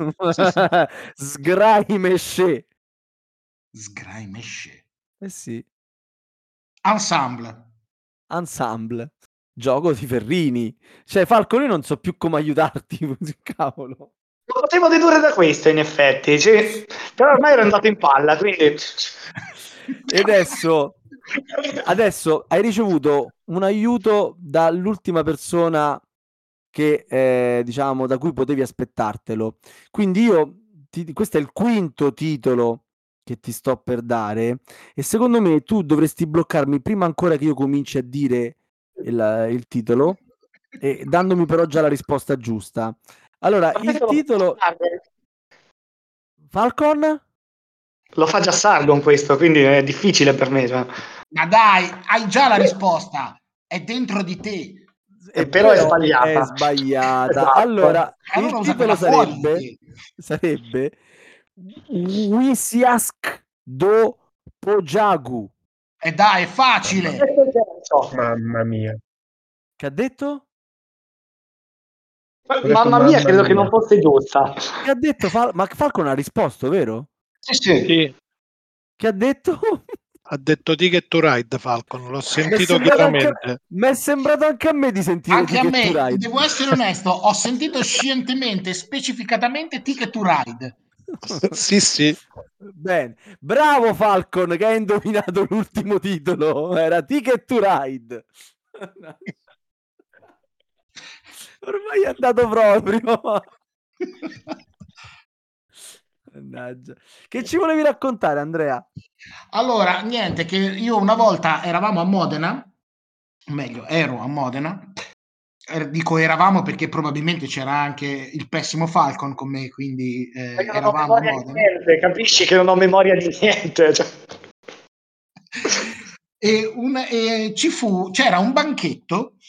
[SPEAKER 1] Sgraimesce.
[SPEAKER 4] Sgraimesce.
[SPEAKER 1] Eh sì,
[SPEAKER 4] Ensemble.
[SPEAKER 1] Ensemble. Gioco di Ferrini. Cioè, Falco, io non so più come aiutarti. Cavolo.
[SPEAKER 5] Lo potevo dedurre da questo, in effetti. Cioè, però ormai ero andato in palla, quindi...
[SPEAKER 1] E adesso, adesso hai ricevuto un aiuto dall'ultima persona che eh, diciamo da cui potevi aspettartelo. Quindi io ti, questo è il quinto titolo che ti sto per dare e secondo me tu dovresti bloccarmi prima ancora che io cominci a dire il, il titolo e dandomi però già la risposta giusta. Allora,
[SPEAKER 5] Ma
[SPEAKER 1] il
[SPEAKER 5] questo lo fa
[SPEAKER 1] titolo
[SPEAKER 5] già Sargon.
[SPEAKER 1] Falcon?
[SPEAKER 5] Lo fa già Sargon questo, quindi è difficile per me. Cioè.
[SPEAKER 4] Ma dai, hai già la risposta. È dentro di te.
[SPEAKER 5] E però è sbagliata.
[SPEAKER 1] È sbagliata.
[SPEAKER 5] Esatto.
[SPEAKER 1] Allora,
[SPEAKER 4] Allora
[SPEAKER 1] il
[SPEAKER 4] usa
[SPEAKER 1] titolo
[SPEAKER 4] quella fuori di
[SPEAKER 1] sarebbe
[SPEAKER 4] te.
[SPEAKER 1] sarebbe Wisiask do Pojagu.
[SPEAKER 4] E dai, è facile.
[SPEAKER 3] Mamma mia.
[SPEAKER 1] Che ha detto?
[SPEAKER 3] detto
[SPEAKER 5] Mamma mia,
[SPEAKER 3] mamma
[SPEAKER 5] credo che
[SPEAKER 3] mia.
[SPEAKER 5] non fosse giusta.
[SPEAKER 1] Che ha detto? Fal- Ma Falcon ha risposto, vero?
[SPEAKER 5] Sì, sì.
[SPEAKER 2] Sì,
[SPEAKER 1] Che ha detto?
[SPEAKER 2] ha detto Ticket to Ride Falcon, l'ho
[SPEAKER 1] Mi è
[SPEAKER 2] sentito
[SPEAKER 1] sembrato anche-
[SPEAKER 2] chiaramente.
[SPEAKER 1] mi è sembrato anche a me di sentire
[SPEAKER 4] Anche a
[SPEAKER 1] Ticket to
[SPEAKER 4] me,
[SPEAKER 1] Ride.
[SPEAKER 4] devo essere onesto, ho sentito scientemente, specificatamente Ticket to Ride.
[SPEAKER 2] Sì, sì.
[SPEAKER 1] Bene, bravo Falcon che hai indovinato l'ultimo titolo. Era Ticket to Ride. Ormai è andato proprio. Mannaggia. Che ci volevi raccontare, Andrea?
[SPEAKER 4] Allora, niente, che io una volta eravamo a Modena, o meglio, ero a Modena, er- dico eravamo perché probabilmente c'era anche il pessimo Falcon con me, quindi eh,
[SPEAKER 5] Ma io non ho
[SPEAKER 4] eravamo a
[SPEAKER 5] memoria di
[SPEAKER 4] Modena.
[SPEAKER 5] niente, capisci che non ho memoria di niente. Cioè.
[SPEAKER 4] E, un, e ci fu, c'era un banchetto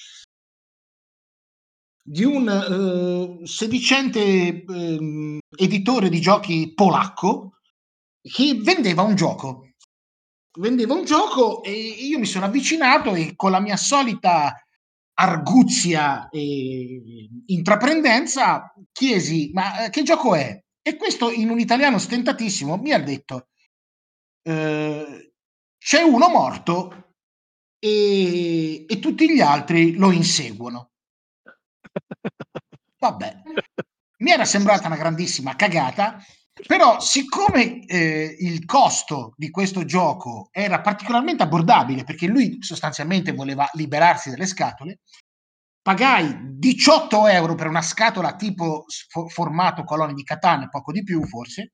[SPEAKER 4] di un eh, sedicente ehm, editore di giochi polacco che vendeva un gioco. Vendeva un gioco e io mi sono avvicinato e con la mia solita arguzia e intraprendenza chiesi: ma eh, che gioco è? E questo in un italiano stentatissimo mi ha detto: eh, c'è uno morto e, e tutti gli altri lo inseguono. Vabbè, mi era sembrata una grandissima cagata, però siccome eh, il costo di questo gioco era particolarmente abbordabile, perché lui sostanzialmente voleva liberarsi dalle scatole, pagai diciotto euro per una scatola tipo sfo- formato Colonie di Catania, poco di più forse,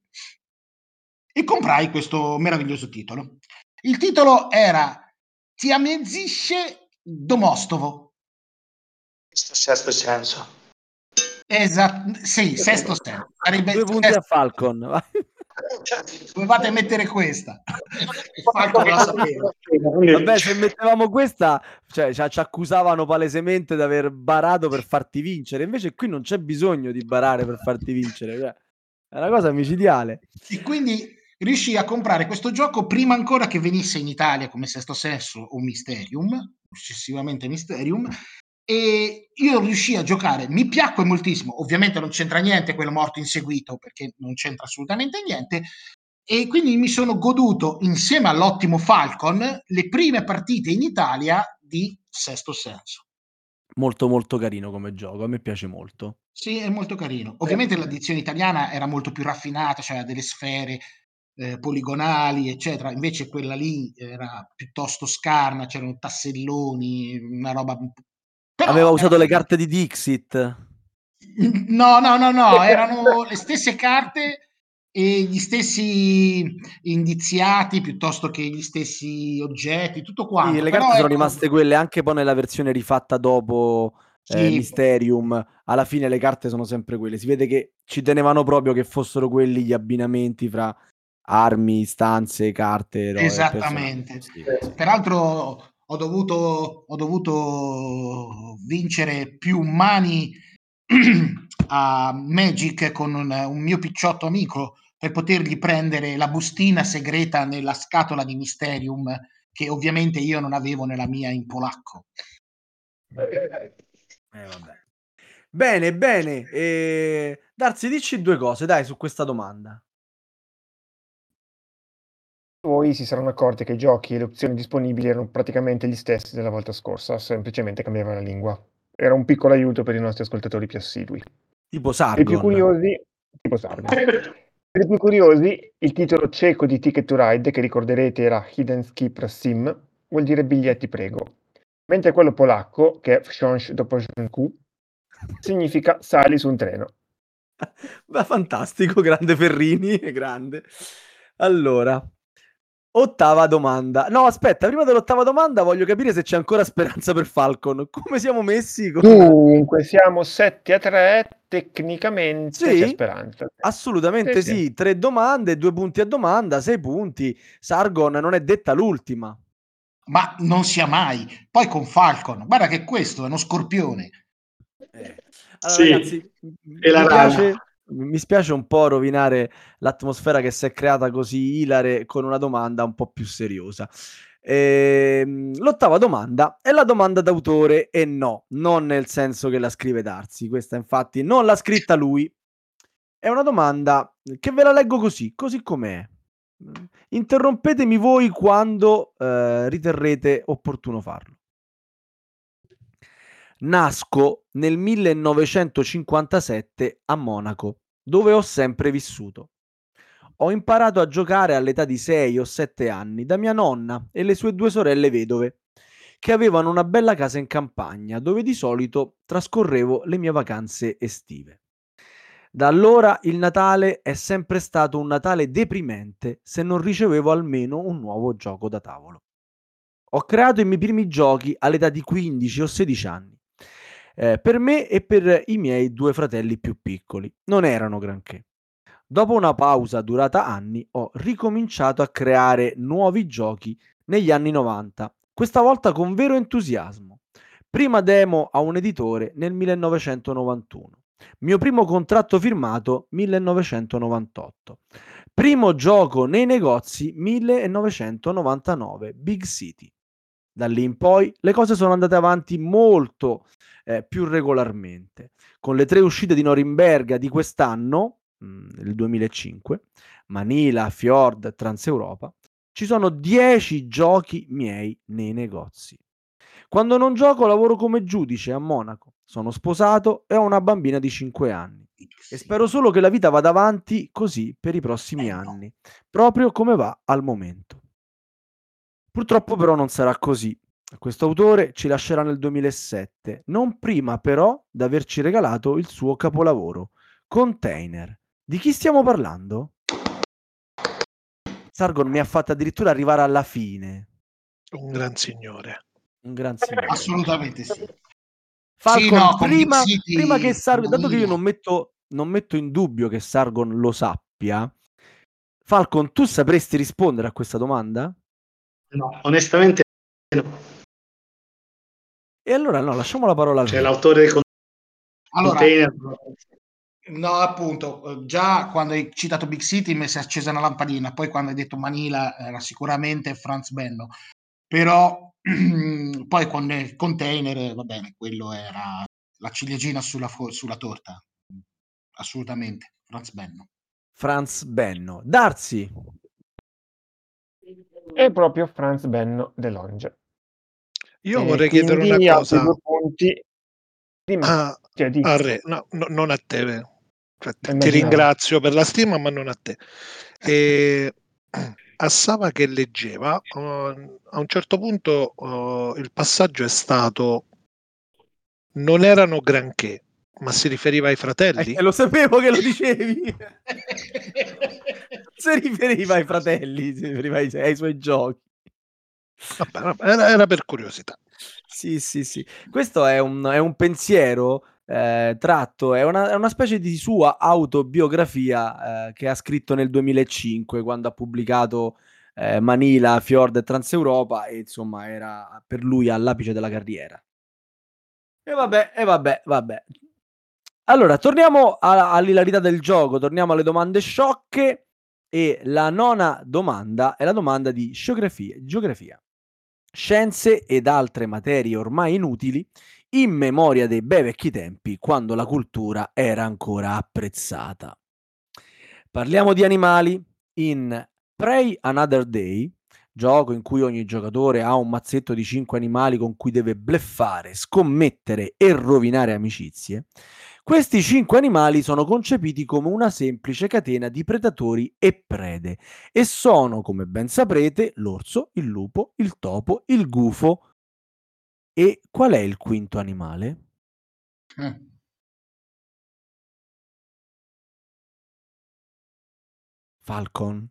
[SPEAKER 4] e comprai questo meraviglioso titolo. Il titolo era Ti amezzisce Domostovo.
[SPEAKER 5] Questo sesto senso.
[SPEAKER 4] Esatto, sì, sesto senso. Sarebbe
[SPEAKER 1] Due punti
[SPEAKER 4] sesto.
[SPEAKER 1] a Falcon. vai.
[SPEAKER 4] Dovevate mettere questa. E Falcon la sapeva.
[SPEAKER 1] Vabbè, se mettevamo questa, cioè, ci ci accusavano palesemente di aver barato per farti vincere. Invece qui non c'è bisogno di barare per farti vincere. Cioè, è una cosa micidiale.
[SPEAKER 4] E quindi riuscì a comprare questo gioco prima ancora che venisse in Italia come Sesto Senso o Mysterium, successivamente Mysterium, e io riuscii a giocare, mi piacque moltissimo, ovviamente non c'entra niente quello morto inseguito perché non c'entra assolutamente niente, e quindi mi sono goduto insieme all'ottimo Falcon le prime partite in Italia di Sesto Senso.
[SPEAKER 1] Molto molto carino come gioco, a me piace molto.
[SPEAKER 4] Sì, è molto carino. Ovviamente l'edizione italiana era molto più raffinata, c'era delle sfere eh, poligonali, eccetera. Invece quella lì era piuttosto scarna, c'erano tasselloni, una roba. Però
[SPEAKER 1] Aveva
[SPEAKER 4] era
[SPEAKER 1] usato le
[SPEAKER 4] figo.
[SPEAKER 1] carte di Dixit.
[SPEAKER 4] No, no, no, no, erano le stesse carte e gli stessi indiziati piuttosto che gli stessi oggetti, tutto
[SPEAKER 1] Sì,
[SPEAKER 4] quanto.
[SPEAKER 1] le
[SPEAKER 4] Però
[SPEAKER 1] carte sono
[SPEAKER 4] ecco,
[SPEAKER 1] rimaste quelle anche poi nella versione rifatta dopo eh,
[SPEAKER 4] sì,
[SPEAKER 1] Mysterium. Alla fine le carte sono sempre quelle. Si vede che ci tenevano proprio che fossero quelli gli abbinamenti fra armi, stanze, carte, eroe e personaggi.
[SPEAKER 4] esattamente.
[SPEAKER 1] Sì, sì.
[SPEAKER 4] Peraltro ho dovuto, ho dovuto vincere più mani a Magic con un, un mio picciotto amico per potergli prendere la bustina segreta nella scatola di Mysterium che ovviamente io non avevo nella mia in polacco.
[SPEAKER 1] Eh, vabbè. Bene, bene. E... Darsi, dici due cose, dai, su questa domanda.
[SPEAKER 3] Poi si saranno accorti che i giochi e le opzioni disponibili erano praticamente gli stessi della volta scorsa, semplicemente cambiava la lingua. Era un piccolo aiuto per i nostri ascoltatori più assidui.
[SPEAKER 1] Tipo
[SPEAKER 3] Per i più
[SPEAKER 1] Sargon.
[SPEAKER 3] curiosi, tipo Sargon. Per i più curiosi, il titolo ceco di Ticket to Ride, che ricorderete era Hidden Skip Sim, vuol dire biglietti prego, mentre quello polacco, che è Wsiądź do pociągu, significa sali su un treno.
[SPEAKER 1] Beh, fantastico, grande Ferrini, grande. Allora, ottava domanda. No, aspetta, prima dell'ottava domanda voglio capire se c'è ancora speranza per Falcon. Come siamo messi con...
[SPEAKER 3] Dunque, siamo sette a tre, tecnicamente c'è
[SPEAKER 1] Sì,
[SPEAKER 3] speranza.
[SPEAKER 1] assolutamente
[SPEAKER 3] Sì, sì.
[SPEAKER 1] sì. Tre domande, due punti a domanda, sei punti. Sargon non è detta l'ultima.
[SPEAKER 4] Ma non sia mai. Poi con Falcon, guarda che questo è uno scorpione.
[SPEAKER 1] Eh. Allora,
[SPEAKER 5] Sì,
[SPEAKER 1] ragazzi, m-
[SPEAKER 5] e la
[SPEAKER 1] mi
[SPEAKER 5] rana.
[SPEAKER 1] piace, mi spiace un po' rovinare l'atmosfera che si è creata così ilare con una domanda un po' più seriosa. Ehm, l'ottava domanda è la domanda d'autore e no, non nel senso che la scrive Darsi. Questa infatti non l'ha scritta lui. È una domanda che ve la leggo così, così com'è. Interrompetemi voi quando eh, riterrete opportuno farlo. Nasco nel millenovecentocinquantasette a Monaco, dove ho sempre vissuto. Ho imparato a giocare all'età di sei o sette anni da mia nonna e le sue due sorelle vedove, che avevano una bella casa in campagna, dove di solito trascorrevo le mie vacanze estive. Da allora il Natale è sempre stato un Natale deprimente se non ricevevo almeno un nuovo gioco da tavolo. Ho creato i miei primi giochi all'età di quindici o sedici anni eh, per me e per i miei due fratelli più piccoli. Non erano granché. Dopo una pausa durata anni, ho ricominciato a creare nuovi giochi negli anni novanta, questa volta con vero entusiasmo. Prima demo a un editore nel millenovecentonovantuno. Mio primo contratto firmato millenovecentonovantotto. Primo gioco nei negozi millenovecentonovantanove, Big City. Da lì in poi le cose sono andate avanti molto eh, più regolarmente. Con le tre uscite di Norimberga di quest'anno, mh, il duemilacinque, Manila, Fjord, Transeuropa, ci sono dieci giochi miei nei negozi. Quando non gioco lavoro come giudice a Monaco, sono sposato e ho una bambina di cinque anni e spero solo che la vita vada avanti così per i prossimi
[SPEAKER 4] Eh, no.
[SPEAKER 1] anni, proprio come va al momento. Purtroppo però non sarà così. Questo autore ci lascerà nel duemilasette, non prima però di averci regalato il suo capolavoro, Container. Di chi stiamo parlando? Sargon mi ha fatto addirittura arrivare alla fine.
[SPEAKER 2] Un gran signore.
[SPEAKER 1] Un gran signore.
[SPEAKER 4] Assolutamente sì.
[SPEAKER 1] Falcon,
[SPEAKER 4] Sì, no, con
[SPEAKER 1] prima,
[SPEAKER 4] Big City,
[SPEAKER 1] prima che Sargon,
[SPEAKER 4] mamma
[SPEAKER 1] dato che io
[SPEAKER 4] mia.
[SPEAKER 1] non metto, non metto in dubbio che Sargon lo sappia, Falcon, tu sapresti rispondere a questa domanda?
[SPEAKER 5] No, onestamente no.
[SPEAKER 1] E allora no, lasciamo la parola a
[SPEAKER 5] Cioè
[SPEAKER 1] lui.
[SPEAKER 5] l'autore del
[SPEAKER 4] Allora,
[SPEAKER 5] container.
[SPEAKER 4] no, appunto, eh, già quando hai citato Big City mi si è accesa una lampadina, poi quando hai detto Manila era sicuramente Franz Benno, però poi con il Container, eh, va bene, quello era la ciliegina sulla, fo- sulla torta, assolutamente, Franz Benno.
[SPEAKER 1] Franz Benno. Darsi.
[SPEAKER 3] È proprio Franz Benno Delonge.
[SPEAKER 2] Io
[SPEAKER 3] E
[SPEAKER 2] vorrei chiedere una
[SPEAKER 3] quindi altri
[SPEAKER 2] cosa
[SPEAKER 3] due punti. Dimmi.
[SPEAKER 2] a,
[SPEAKER 3] Cioè, di-
[SPEAKER 2] a Re, no, no, non a te. Cioè, ti- ti
[SPEAKER 3] Immaginavo.
[SPEAKER 2] ringrazio per la stima, ma non a te. E, a Sava che leggeva, uh, a un certo punto uh, il passaggio è stato non erano granché, ma si riferiva ai fratelli?
[SPEAKER 1] Eh, lo sapevo che lo dicevi. Si riferiva ai fratelli, si riferiva ai, ai suoi giochi.
[SPEAKER 2] Vabbè, vabbè, era, era per curiosità.
[SPEAKER 1] Sì, sì, sì. Questo è un, è un pensiero eh, tratto, è una, è una specie di sua autobiografia eh, che ha scritto nel duemilacinque, quando ha pubblicato eh, Manila, Fjord e Transeuropa, e insomma era per lui all'apice della carriera. E vabbè, e vabbè, vabbè. Allora, torniamo a- all'ilarità del gioco, torniamo alle domande sciocche, e la nona domanda è la domanda di geografia. geografia. Scienze ed altre materie ormai inutili in memoria dei bei vecchi tempi, quando la cultura era ancora apprezzata. Parliamo di animali. In Pray Another Day, gioco in cui ogni giocatore ha un mazzetto di cinque animali con cui deve bluffare, scommettere e rovinare amicizie, questi cinque animali sono concepiti come una semplice catena di predatori e prede e sono, come ben saprete, l'orso, il lupo, il topo, il gufo. E qual è il quinto animale?
[SPEAKER 4] Eh.
[SPEAKER 1] Falcon.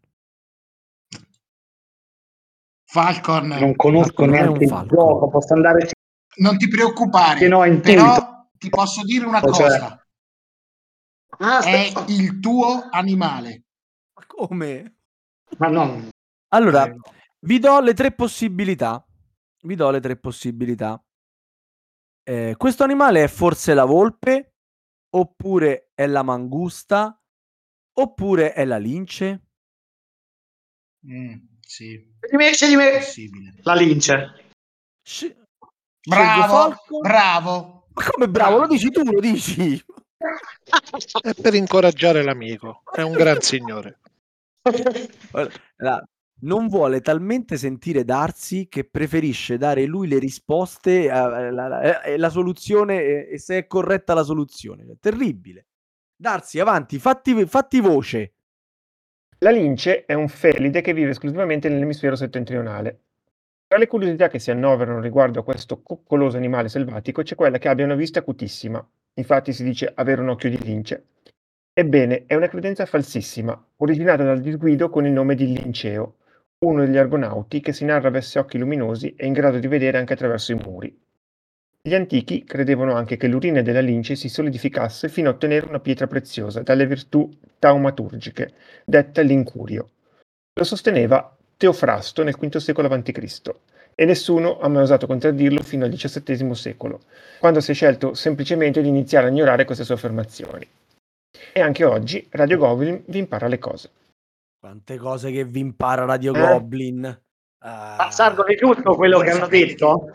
[SPEAKER 4] Falcon,
[SPEAKER 5] Non conosco
[SPEAKER 1] Falcon non è
[SPEAKER 5] neanche
[SPEAKER 1] un
[SPEAKER 5] il
[SPEAKER 1] falco.
[SPEAKER 5] gioco, posso andare
[SPEAKER 4] non ti preoccupare,
[SPEAKER 5] che no, intuito.
[SPEAKER 4] però ti posso dire una
[SPEAKER 5] Cioè-
[SPEAKER 4] cosa,
[SPEAKER 5] Ah,
[SPEAKER 4] è
[SPEAKER 5] aspetta.
[SPEAKER 4] il tuo animale.
[SPEAKER 1] Ma come?
[SPEAKER 5] Ma no.
[SPEAKER 1] Allora,
[SPEAKER 5] Eh,
[SPEAKER 1] vi do le tre possibilità. Vi do le tre possibilità. Eh, questo animale è forse la volpe, oppure è la mangusta, oppure è la lince?
[SPEAKER 4] Mm, sì,
[SPEAKER 5] Scegli me, scegli me.
[SPEAKER 4] possibile.
[SPEAKER 5] La lince.
[SPEAKER 1] Sci- Scelgo
[SPEAKER 4] Bravo,
[SPEAKER 1] Falcon.
[SPEAKER 4] bravo.
[SPEAKER 1] Ma come bravo? Lo dici tu, lo dici?
[SPEAKER 2] È per incoraggiare l'amico, è un gran signore.
[SPEAKER 1] Allora, non vuole talmente sentire Darsi che preferisce dare lui le risposte, eh, la, la- eh, la soluzione, eh, e se è corretta la soluzione. È terribile. Darsi, avanti, fatti, fatti voce.
[SPEAKER 3] La lince è un felide che vive esclusivamente nell'emisfero settentrionale. Tra le curiosità che si annoverano riguardo a questo coccoloso animale selvatico c'è quella che abbia una vista acutissima. Infatti si dice avere un occhio di lince. Ebbene, è una credenza falsissima, originata dal disguido con il nome di Linceo, uno degli argonauti che si narra avesse occhi luminosi e in grado di vedere anche attraverso i muri. Gli antichi credevano anche che l'urina della lince si solidificasse fino a ottenere una pietra preziosa dalle virtù taumaturgiche, detta l'incurio. Lo sosteneva Teofrasto nel quinto secolo avanti Cristo e nessuno ha mai osato contraddirlo fino al diciassettesimo secolo, quando si è scelto semplicemente di iniziare a ignorare queste sue affermazioni. E anche oggi Radio Goblin vi impara le cose.
[SPEAKER 1] Quante cose che vi impara Radio
[SPEAKER 5] Eh?
[SPEAKER 1] Goblin.
[SPEAKER 5] Ma
[SPEAKER 1] Ah.
[SPEAKER 5] Sardo di tutto quello che hanno detto?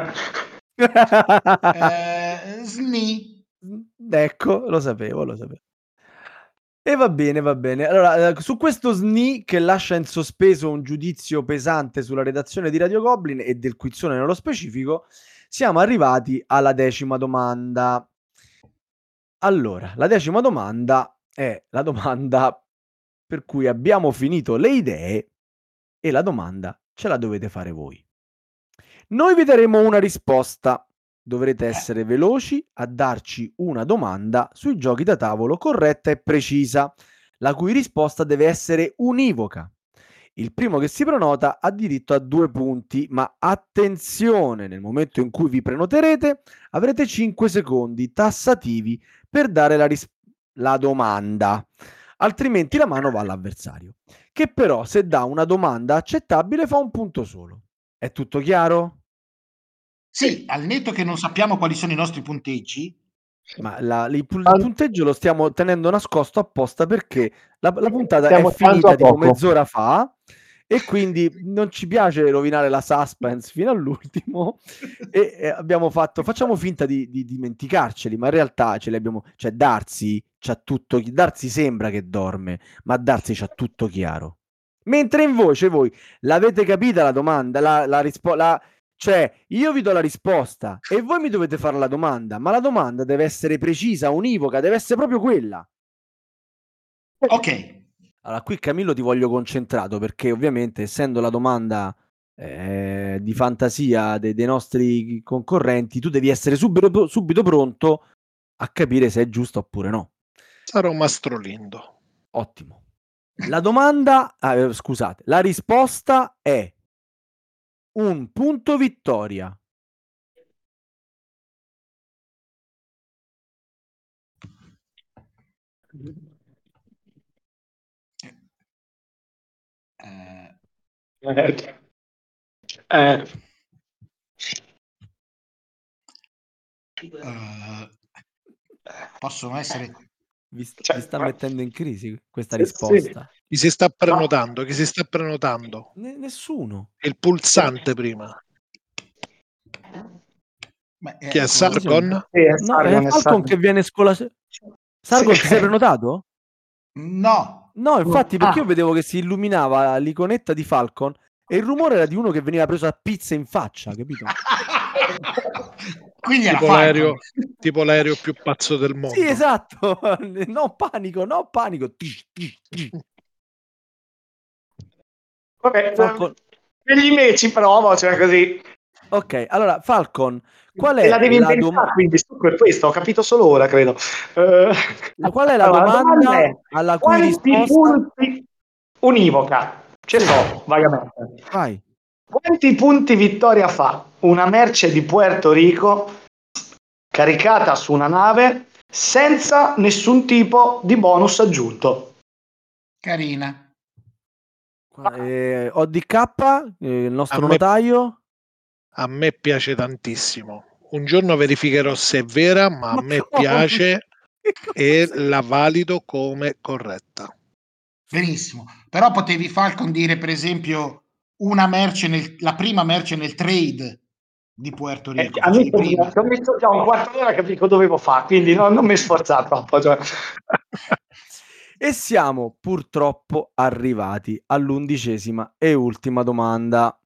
[SPEAKER 4] Eh, sni.
[SPEAKER 1] Ecco, lo sapevo, lo sapevo. E va bene, va bene. Allora, eh, su questo S N I che lascia in sospeso un giudizio pesante sulla redazione di Radio Goblin e del quizzone nello specifico, siamo arrivati alla decima domanda. Allora, la decima domanda è la domanda per cui abbiamo finito le idee e la domanda ce la dovete fare voi. Noi vi daremo una risposta. Dovrete essere veloci a darci una domanda sui giochi da tavolo corretta e precisa, la cui risposta deve essere univoca. Il primo che si prenota ha diritto a due punti, ma attenzione, nel momento in cui vi prenoterete avrete cinque secondi tassativi per dare la, ris- la domanda, altrimenti la mano va all'avversario, che però se dà una domanda accettabile fa un punto solo. È tutto chiaro?
[SPEAKER 4] Sì, al netto che non sappiamo quali sono i nostri punteggi.
[SPEAKER 1] Ma la- il, pu- il punteggio lo stiamo tenendo nascosto apposta perché la, la puntata
[SPEAKER 3] Siamo
[SPEAKER 1] è finita
[SPEAKER 3] tanto a
[SPEAKER 1] tipo
[SPEAKER 3] poco.
[SPEAKER 1] mezz'ora fa e quindi non ci piace rovinare la suspense fino all'ultimo e eh, abbiamo fatto, facciamo finta di, di dimenticarceli, ma in realtà ce li abbiamo, cioè Darsi c'ha tutto, Darsi sembra che dorme, ma Darsi c'ha tutto chiaro. Mentre invece voi l'avete capita la domanda, la, la risposta, cioè io vi do la risposta e voi mi dovete fare la domanda, ma la domanda deve essere precisa, univoca, deve essere proprio quella.
[SPEAKER 4] Ok.
[SPEAKER 1] Allora, qui Camillo ti voglio concentrato perché ovviamente essendo la domanda eh, di fantasia de- dei nostri concorrenti, tu devi essere subito, subito pronto a capire se è giusto oppure no.
[SPEAKER 2] Sarò mastrolindo.
[SPEAKER 1] Ottimo. La domanda, ah, eh, scusate, la risposta è un punto vittoria.
[SPEAKER 4] Eh,
[SPEAKER 5] Eh, eh,
[SPEAKER 4] eh, possono essere.
[SPEAKER 1] Vi, st-
[SPEAKER 5] Cioè,
[SPEAKER 1] vi sta
[SPEAKER 5] ma-
[SPEAKER 1] mettendo in crisi questa
[SPEAKER 5] Sì,
[SPEAKER 1] risposta?
[SPEAKER 2] Chi si sta prenotando? Chi si sta prenotando?
[SPEAKER 1] Ne- nessuno.
[SPEAKER 2] Il pulsante prima.
[SPEAKER 4] Beh,
[SPEAKER 2] Chi è
[SPEAKER 4] ecco,
[SPEAKER 2] Sargon?
[SPEAKER 5] Sì, è
[SPEAKER 1] No,
[SPEAKER 5] Sargon,
[SPEAKER 1] è
[SPEAKER 5] è
[SPEAKER 1] Falcon
[SPEAKER 5] Sargon.
[SPEAKER 1] che viene scolato. Sargon,
[SPEAKER 5] Sì.
[SPEAKER 1] ti sei prenotato?
[SPEAKER 4] No,
[SPEAKER 1] No, infatti, perché
[SPEAKER 5] Ah.
[SPEAKER 1] io vedevo che si illuminava l'iconetta di Falcon e il rumore era di uno che veniva preso a pizza in faccia, capito?
[SPEAKER 4] quindi era
[SPEAKER 2] Tipo l'aereo,
[SPEAKER 4] Falcon.
[SPEAKER 2] tipo l'aereo più pazzo del mondo.
[SPEAKER 1] Sì, esatto. No panico, no panico. Ti, ti, ti.
[SPEAKER 5] Vabbè,
[SPEAKER 1] Falcon.
[SPEAKER 5] negli email ci provo, cioè così.
[SPEAKER 1] Ok, allora Falcon, qual
[SPEAKER 5] E la
[SPEAKER 1] è
[SPEAKER 5] devi
[SPEAKER 1] la
[SPEAKER 5] inventare,
[SPEAKER 1] domanda?
[SPEAKER 5] quindi su per questo, ho capito solo ora, credo. Eh,
[SPEAKER 1] Qual è la
[SPEAKER 5] allora,
[SPEAKER 1] domanda
[SPEAKER 5] è,
[SPEAKER 1] alla cui
[SPEAKER 5] quanti
[SPEAKER 1] risposta?
[SPEAKER 5] punti univoca? Ce so, vagamente.
[SPEAKER 1] Vai.
[SPEAKER 5] Quanti punti vittoria fa una merce di Puerto Rico caricata su una nave senza nessun tipo di bonus aggiunto?
[SPEAKER 4] Carina.
[SPEAKER 1] Eh, O D K, eh, il nostro
[SPEAKER 2] A me-
[SPEAKER 1] notaio.
[SPEAKER 2] A me piace tantissimo. Un giorno verificherò se è vera, ma a
[SPEAKER 1] Ma
[SPEAKER 2] me
[SPEAKER 1] come?
[SPEAKER 2] piace
[SPEAKER 1] Che
[SPEAKER 2] e
[SPEAKER 1] cosa?
[SPEAKER 2] la valido come corretta.
[SPEAKER 4] Benissimo. Però potevi Falcon dire, per esempio, una merce nel, la prima merce nel trade di Puerto
[SPEAKER 5] Eh,
[SPEAKER 4] Rico.
[SPEAKER 5] a me
[SPEAKER 4] Facevi prima.
[SPEAKER 5] ho messo già un quarto d'ora, capisco dovevo fare, quindi non, non mi sforzare troppo. Cioè.
[SPEAKER 1] E siamo purtroppo arrivati all'undicesima e ultima domanda.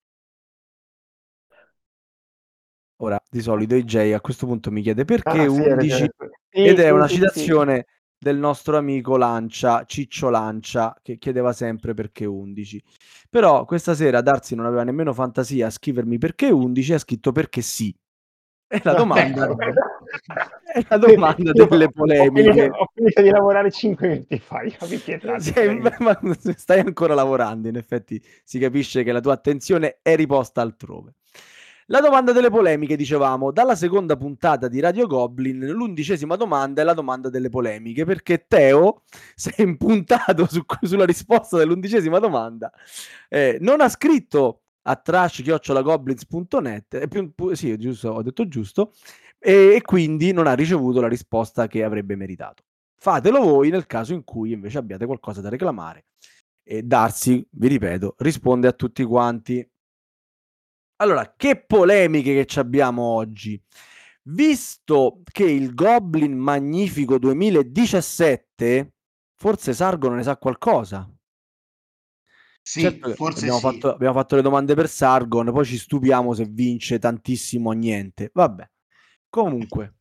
[SPEAKER 1] Ora, di solito I J a questo punto mi chiede perché
[SPEAKER 5] Ah, sì, hai
[SPEAKER 1] undici
[SPEAKER 5] ragione. Sì,
[SPEAKER 1] ed è
[SPEAKER 5] sì,
[SPEAKER 1] una
[SPEAKER 5] sì, sì.
[SPEAKER 1] citazione del nostro amico Lancia, Ciccio Lancia, che chiedeva sempre perché undici. Però questa sera Darsi non aveva nemmeno fantasia a scrivermi perché undici, ha scritto perché sì. E la domanda è la domanda
[SPEAKER 3] Io
[SPEAKER 1] delle
[SPEAKER 3] ho
[SPEAKER 1] polemiche.
[SPEAKER 3] finito, ho finito di lavorare cinque minuti fa, io vi pietate.
[SPEAKER 1] Sì, ma stai ancora lavorando, in effetti si capisce che la tua attenzione è riposta altrove. La domanda delle polemiche, dicevamo, dalla seconda puntata di Radio Goblin, l'undicesima domanda è la domanda delle polemiche, perché Teo si è impuntato su, sulla risposta dell'undicesima domanda. Eh, non ha scritto a trash chiocciola goblins punto net, eh, più- pu- sì, giusto, ho detto giusto, e, e quindi non ha ricevuto la risposta che avrebbe meritato. Fatelo voi nel caso in cui invece abbiate qualcosa da reclamare. E Darsi, vi ripeto, risponde a tutti quanti. Allora, che polemiche che ci abbiamo oggi. Visto che il Goblin Magnifico duemiladiciassette, forse Sargon ne sa qualcosa.
[SPEAKER 4] Sì,
[SPEAKER 1] Certo che
[SPEAKER 4] forse
[SPEAKER 1] abbiamo
[SPEAKER 4] sì.
[SPEAKER 1] fatto, abbiamo fatto le domande per Sargon, poi ci stupiamo se vince tantissimo o niente. Vabbè, comunque.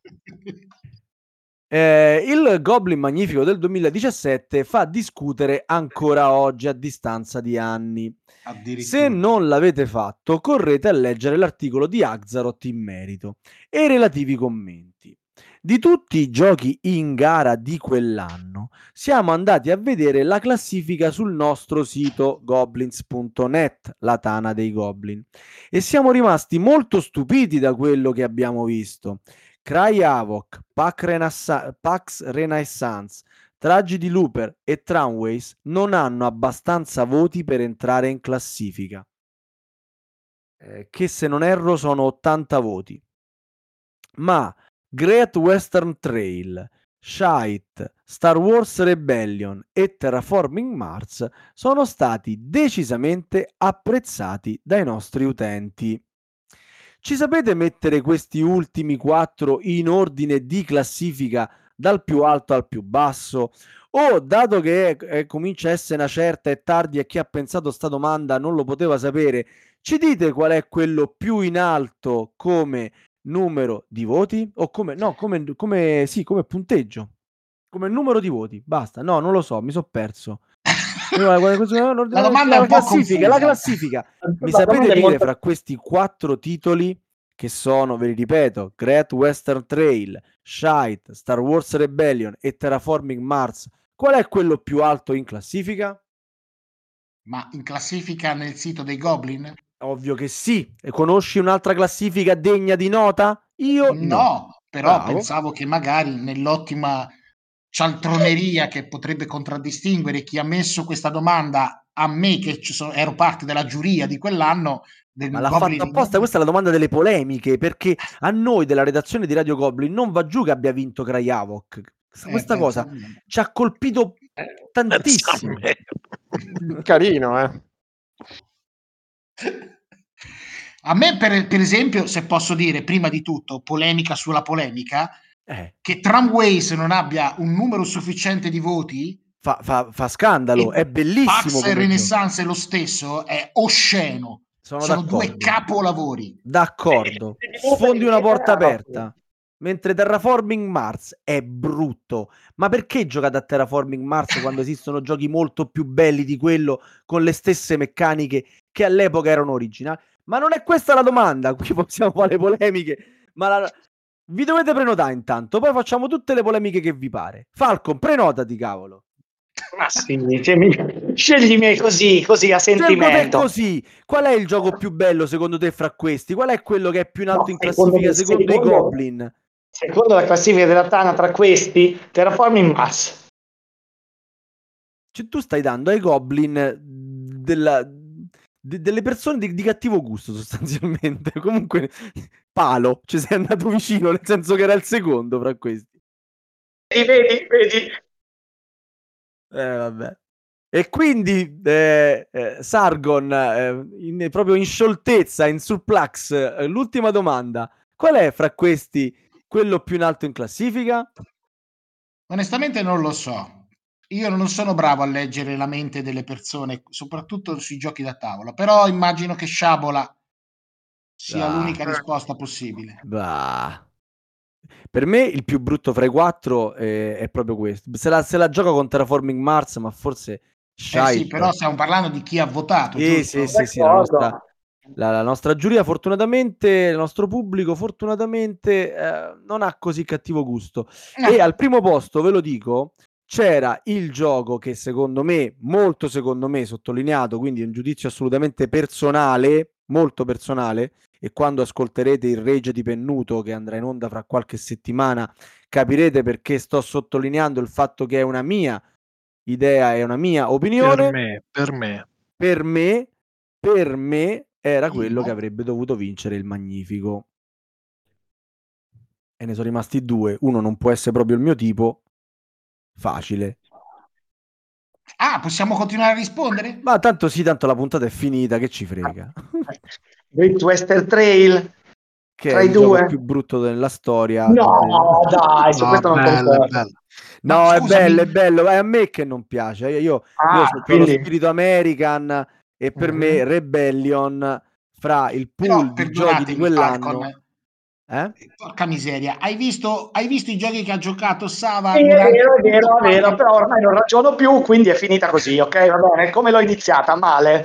[SPEAKER 1] Eh, il Goblin Magnifico del duemiladiciassette fa discutere ancora oggi a distanza di anni. Se
[SPEAKER 4] Addirittura.
[SPEAKER 1] non l'avete fatto, correte a leggere l'articolo di Axaroth in merito e i relativi commenti. Di tutti i giochi in gara di quell'anno, siamo andati a vedere la classifica sul nostro sito goblins punto net, la tana dei Goblin, e siamo rimasti molto stupiti da quello che abbiamo visto. Cry Havoc, Pax Renassa- Pax Renaissance, Tragedy Looper e Tramways non hanno abbastanza voti per entrare in classifica, eh, che se non erro sono ottanta voti. Ma Great Western Trail, Shite, Star Wars Rebellion e Terraforming Mars sono stati decisamente apprezzati dai nostri utenti. Ci sapete mettere questi ultimi quattro in ordine di classifica dal più alto al più basso? O, dato che eh, comincia a essere una certa e tardi e chi ha pensato sta domanda non lo poteva sapere, ci dite qual è quello più in alto come numero di voti? O come, no, come, come, sì, come punteggio? Come numero di voti, basta. No, non lo so, mi sono perso.
[SPEAKER 4] La domanda è
[SPEAKER 1] La
[SPEAKER 4] un po'
[SPEAKER 1] classifica, la
[SPEAKER 4] confusa.
[SPEAKER 1] classifica. Mi
[SPEAKER 5] La
[SPEAKER 1] sapete
[SPEAKER 5] domanda è
[SPEAKER 1] dire
[SPEAKER 5] molto-
[SPEAKER 1] fra questi quattro titoli, che sono, ve li ripeto, Great Western Trail, Shite, Star Wars Rebellion e Terraforming Mars, qual è quello più alto in classifica?
[SPEAKER 4] Ma in classifica nel sito dei Goblin?
[SPEAKER 1] Ovvio che sì. E conosci un'altra classifica degna di nota? Io no.
[SPEAKER 4] No, però
[SPEAKER 1] Bravo.
[SPEAKER 4] pensavo che magari nell'ottima cialtroneria che potrebbe contraddistinguere chi ha messo questa domanda a me, che ci so- ero parte della giuria di quell'anno, del
[SPEAKER 1] Ma l'ha
[SPEAKER 4] Goblin.
[SPEAKER 1] fatto apposta, questa è la domanda delle polemiche, perché a noi della redazione di Radio Goblin non va giù che abbia vinto Cry Havoc.
[SPEAKER 4] Eh,
[SPEAKER 1] Questa
[SPEAKER 4] pensa
[SPEAKER 1] cosa
[SPEAKER 4] a me.
[SPEAKER 1] ci ha colpito tantissimo.
[SPEAKER 3] Carino, eh.
[SPEAKER 4] A me, per, per esempio, se posso dire, prima di tutto, polemica sulla polemica,
[SPEAKER 1] Eh,
[SPEAKER 4] che Tramways non abbia un numero sufficiente di voti
[SPEAKER 1] fa, fa, fa scandalo,
[SPEAKER 4] e
[SPEAKER 1] è bellissimo
[SPEAKER 4] Pax e
[SPEAKER 1] come gioco.
[SPEAKER 4] Renaissance è lo stesso, è osceno.
[SPEAKER 1] Sono
[SPEAKER 4] Sono due
[SPEAKER 1] d'accordo.
[SPEAKER 4] capolavori.
[SPEAKER 1] D'accordo. Sfondi una porta aperta. Mentre Terraforming Mars è brutto. Ma perché giocate a Terraforming Mars quando esistono giochi molto più belli di quello con le stesse meccaniche che all'epoca erano originali? Ma non è questa la domanda. Qui possiamo fare polemiche. Ma la... vi dovete prenotare intanto. Poi facciamo tutte le polemiche che vi pare. Falcon, prenotati, cavolo.
[SPEAKER 5] Ma sì, cioè, mi- sceglimi così, così a
[SPEAKER 1] Scelgo te
[SPEAKER 5] sentimento.
[SPEAKER 1] così. Qual è il gioco più bello secondo te fra questi? Qual è quello che è più in alto
[SPEAKER 5] No,
[SPEAKER 1] in
[SPEAKER 5] secondo
[SPEAKER 1] classifica
[SPEAKER 5] me-
[SPEAKER 1] secondo, i
[SPEAKER 5] secondo-
[SPEAKER 1] Goblin?
[SPEAKER 5] Secondo la classifica della Tana, tra questi, Terraforming Mars.
[SPEAKER 1] Cioè, tu stai dando ai Goblin della, de- delle persone di, di cattivo gusto sostanzialmente. Comunque, palo, ci sei andato vicino, nel senso che era il secondo fra questi.
[SPEAKER 5] Vedi, vedi, vedi.
[SPEAKER 1] Eh, vabbè. E quindi eh, eh, Sargon, eh, in- proprio in scioltezza, in surplus, eh, l'ultima domanda. Qual è fra questi quello più in alto in classifica?
[SPEAKER 4] Onestamente non lo so. Io non sono bravo a leggere la mente delle persone, soprattutto sui giochi da tavola, però immagino che Sciabola sia
[SPEAKER 1] Ah.
[SPEAKER 4] l'unica risposta possibile.
[SPEAKER 1] Bah. Per me il più brutto fra i quattro eh, è proprio questo. Se la, se la gioca con Terraforming Mars, ma forse
[SPEAKER 4] Eh
[SPEAKER 1] Shite.
[SPEAKER 4] sì, però stiamo parlando di chi ha votato,
[SPEAKER 1] Sì,
[SPEAKER 4] giusto?
[SPEAKER 1] sì, sì, sì, la nostra, la, la nostra giuria fortunatamente, il nostro pubblico fortunatamente eh, non ha così cattivo gusto.
[SPEAKER 4] Eh,
[SPEAKER 1] E al primo posto, ve lo dico, c'era il gioco che secondo me, molto secondo me, sottolineato, quindi un giudizio assolutamente personale, molto personale, e quando ascolterete il Rage di Pennuto, che andrà in onda fra qualche settimana, capirete perché sto sottolineando il fatto che è una mia idea, è una mia opinione.
[SPEAKER 2] Per me, per me.
[SPEAKER 1] Per me, per me era
[SPEAKER 4] Io?
[SPEAKER 1] quello che avrebbe dovuto vincere il Magnifico. E ne sono rimasti due. Uno non può essere proprio il mio tipo. Facile.
[SPEAKER 4] Ah, possiamo continuare a rispondere?
[SPEAKER 1] Ma tanto sì, tanto la puntata è finita, che ci frega.
[SPEAKER 5] Great Western Trail
[SPEAKER 1] Che
[SPEAKER 5] tra
[SPEAKER 1] è
[SPEAKER 5] i
[SPEAKER 1] il gioco
[SPEAKER 5] due.
[SPEAKER 1] più brutto della storia.
[SPEAKER 5] No, dai, su
[SPEAKER 2] No,
[SPEAKER 5] questo non
[SPEAKER 2] bello,
[SPEAKER 5] concordo.
[SPEAKER 2] bello.
[SPEAKER 1] No,
[SPEAKER 4] Ma
[SPEAKER 1] è
[SPEAKER 4] scusami.
[SPEAKER 1] bello, è bello. È a me che non piace. Io, io, io
[SPEAKER 5] Ah,
[SPEAKER 1] ho lo
[SPEAKER 5] quindi
[SPEAKER 1] spirito American, e per
[SPEAKER 3] Mhm.
[SPEAKER 1] me Rebellion, fra il pool
[SPEAKER 4] Però
[SPEAKER 1] di giochi di
[SPEAKER 4] perdonatemi, Falcon,
[SPEAKER 1] quell'anno. Eh?
[SPEAKER 4] porca miseria, hai visto, hai visto i giochi che ha giocato Sava
[SPEAKER 5] sì, è
[SPEAKER 4] durante
[SPEAKER 5] vero, è vero, è vero,
[SPEAKER 4] qualche-
[SPEAKER 5] però ormai non ragiono più, quindi è finita così, ok? Va bene, come l'ho iniziata? Male.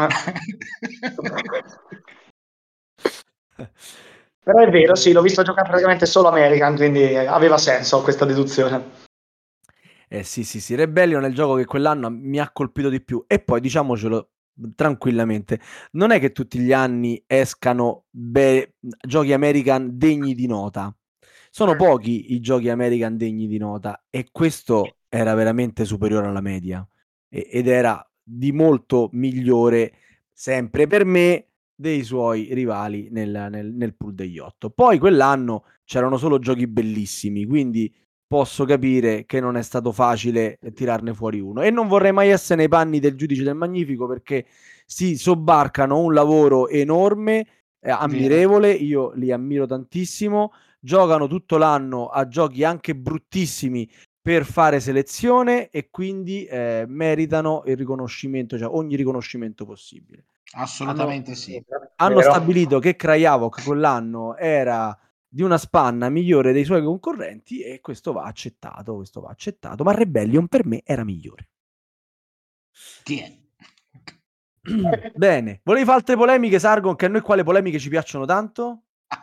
[SPEAKER 5] Però è vero, sì, l'ho visto giocare praticamente solo American, quindi aveva senso questa deduzione.
[SPEAKER 1] Eh sì, sì, sì, Rebellion è il gioco che quell'anno mi ha colpito di più. E poi diciamocelo tranquillamente, non è che tutti gli anni escano be- giochi American degni di nota. Sono pochi i giochi American degni di nota, e questo era veramente superiore alla media, e- ed era di molto migliore, sempre per me, dei suoi rivali nel, nel, nel pool degli otto. Poi quell'anno c'erano solo giochi bellissimi, quindi posso capire che non è stato facile tirarne fuori uno, e non vorrei mai essere nei panni del giudice del Magnifico, perché si sobbarcano un lavoro enorme, eh, ammirevole, io li ammiro tantissimo, giocano tutto l'anno a giochi anche bruttissimi per fare selezione, e quindi eh, meritano il riconoscimento, cioè ogni riconoscimento possibile.
[SPEAKER 4] Assolutamente
[SPEAKER 1] Hanno,
[SPEAKER 4] sì.
[SPEAKER 1] hanno
[SPEAKER 5] Vero.
[SPEAKER 1] stabilito che Krajavok quell'anno era di una spanna migliore dei suoi concorrenti, e questo va accettato, questo va accettato, ma Rebellion per me era migliore.
[SPEAKER 4] Chi è?
[SPEAKER 1] Bene, volevi fare altre polemiche, Sargon, che a noi qua le polemiche ci piacciono tanto?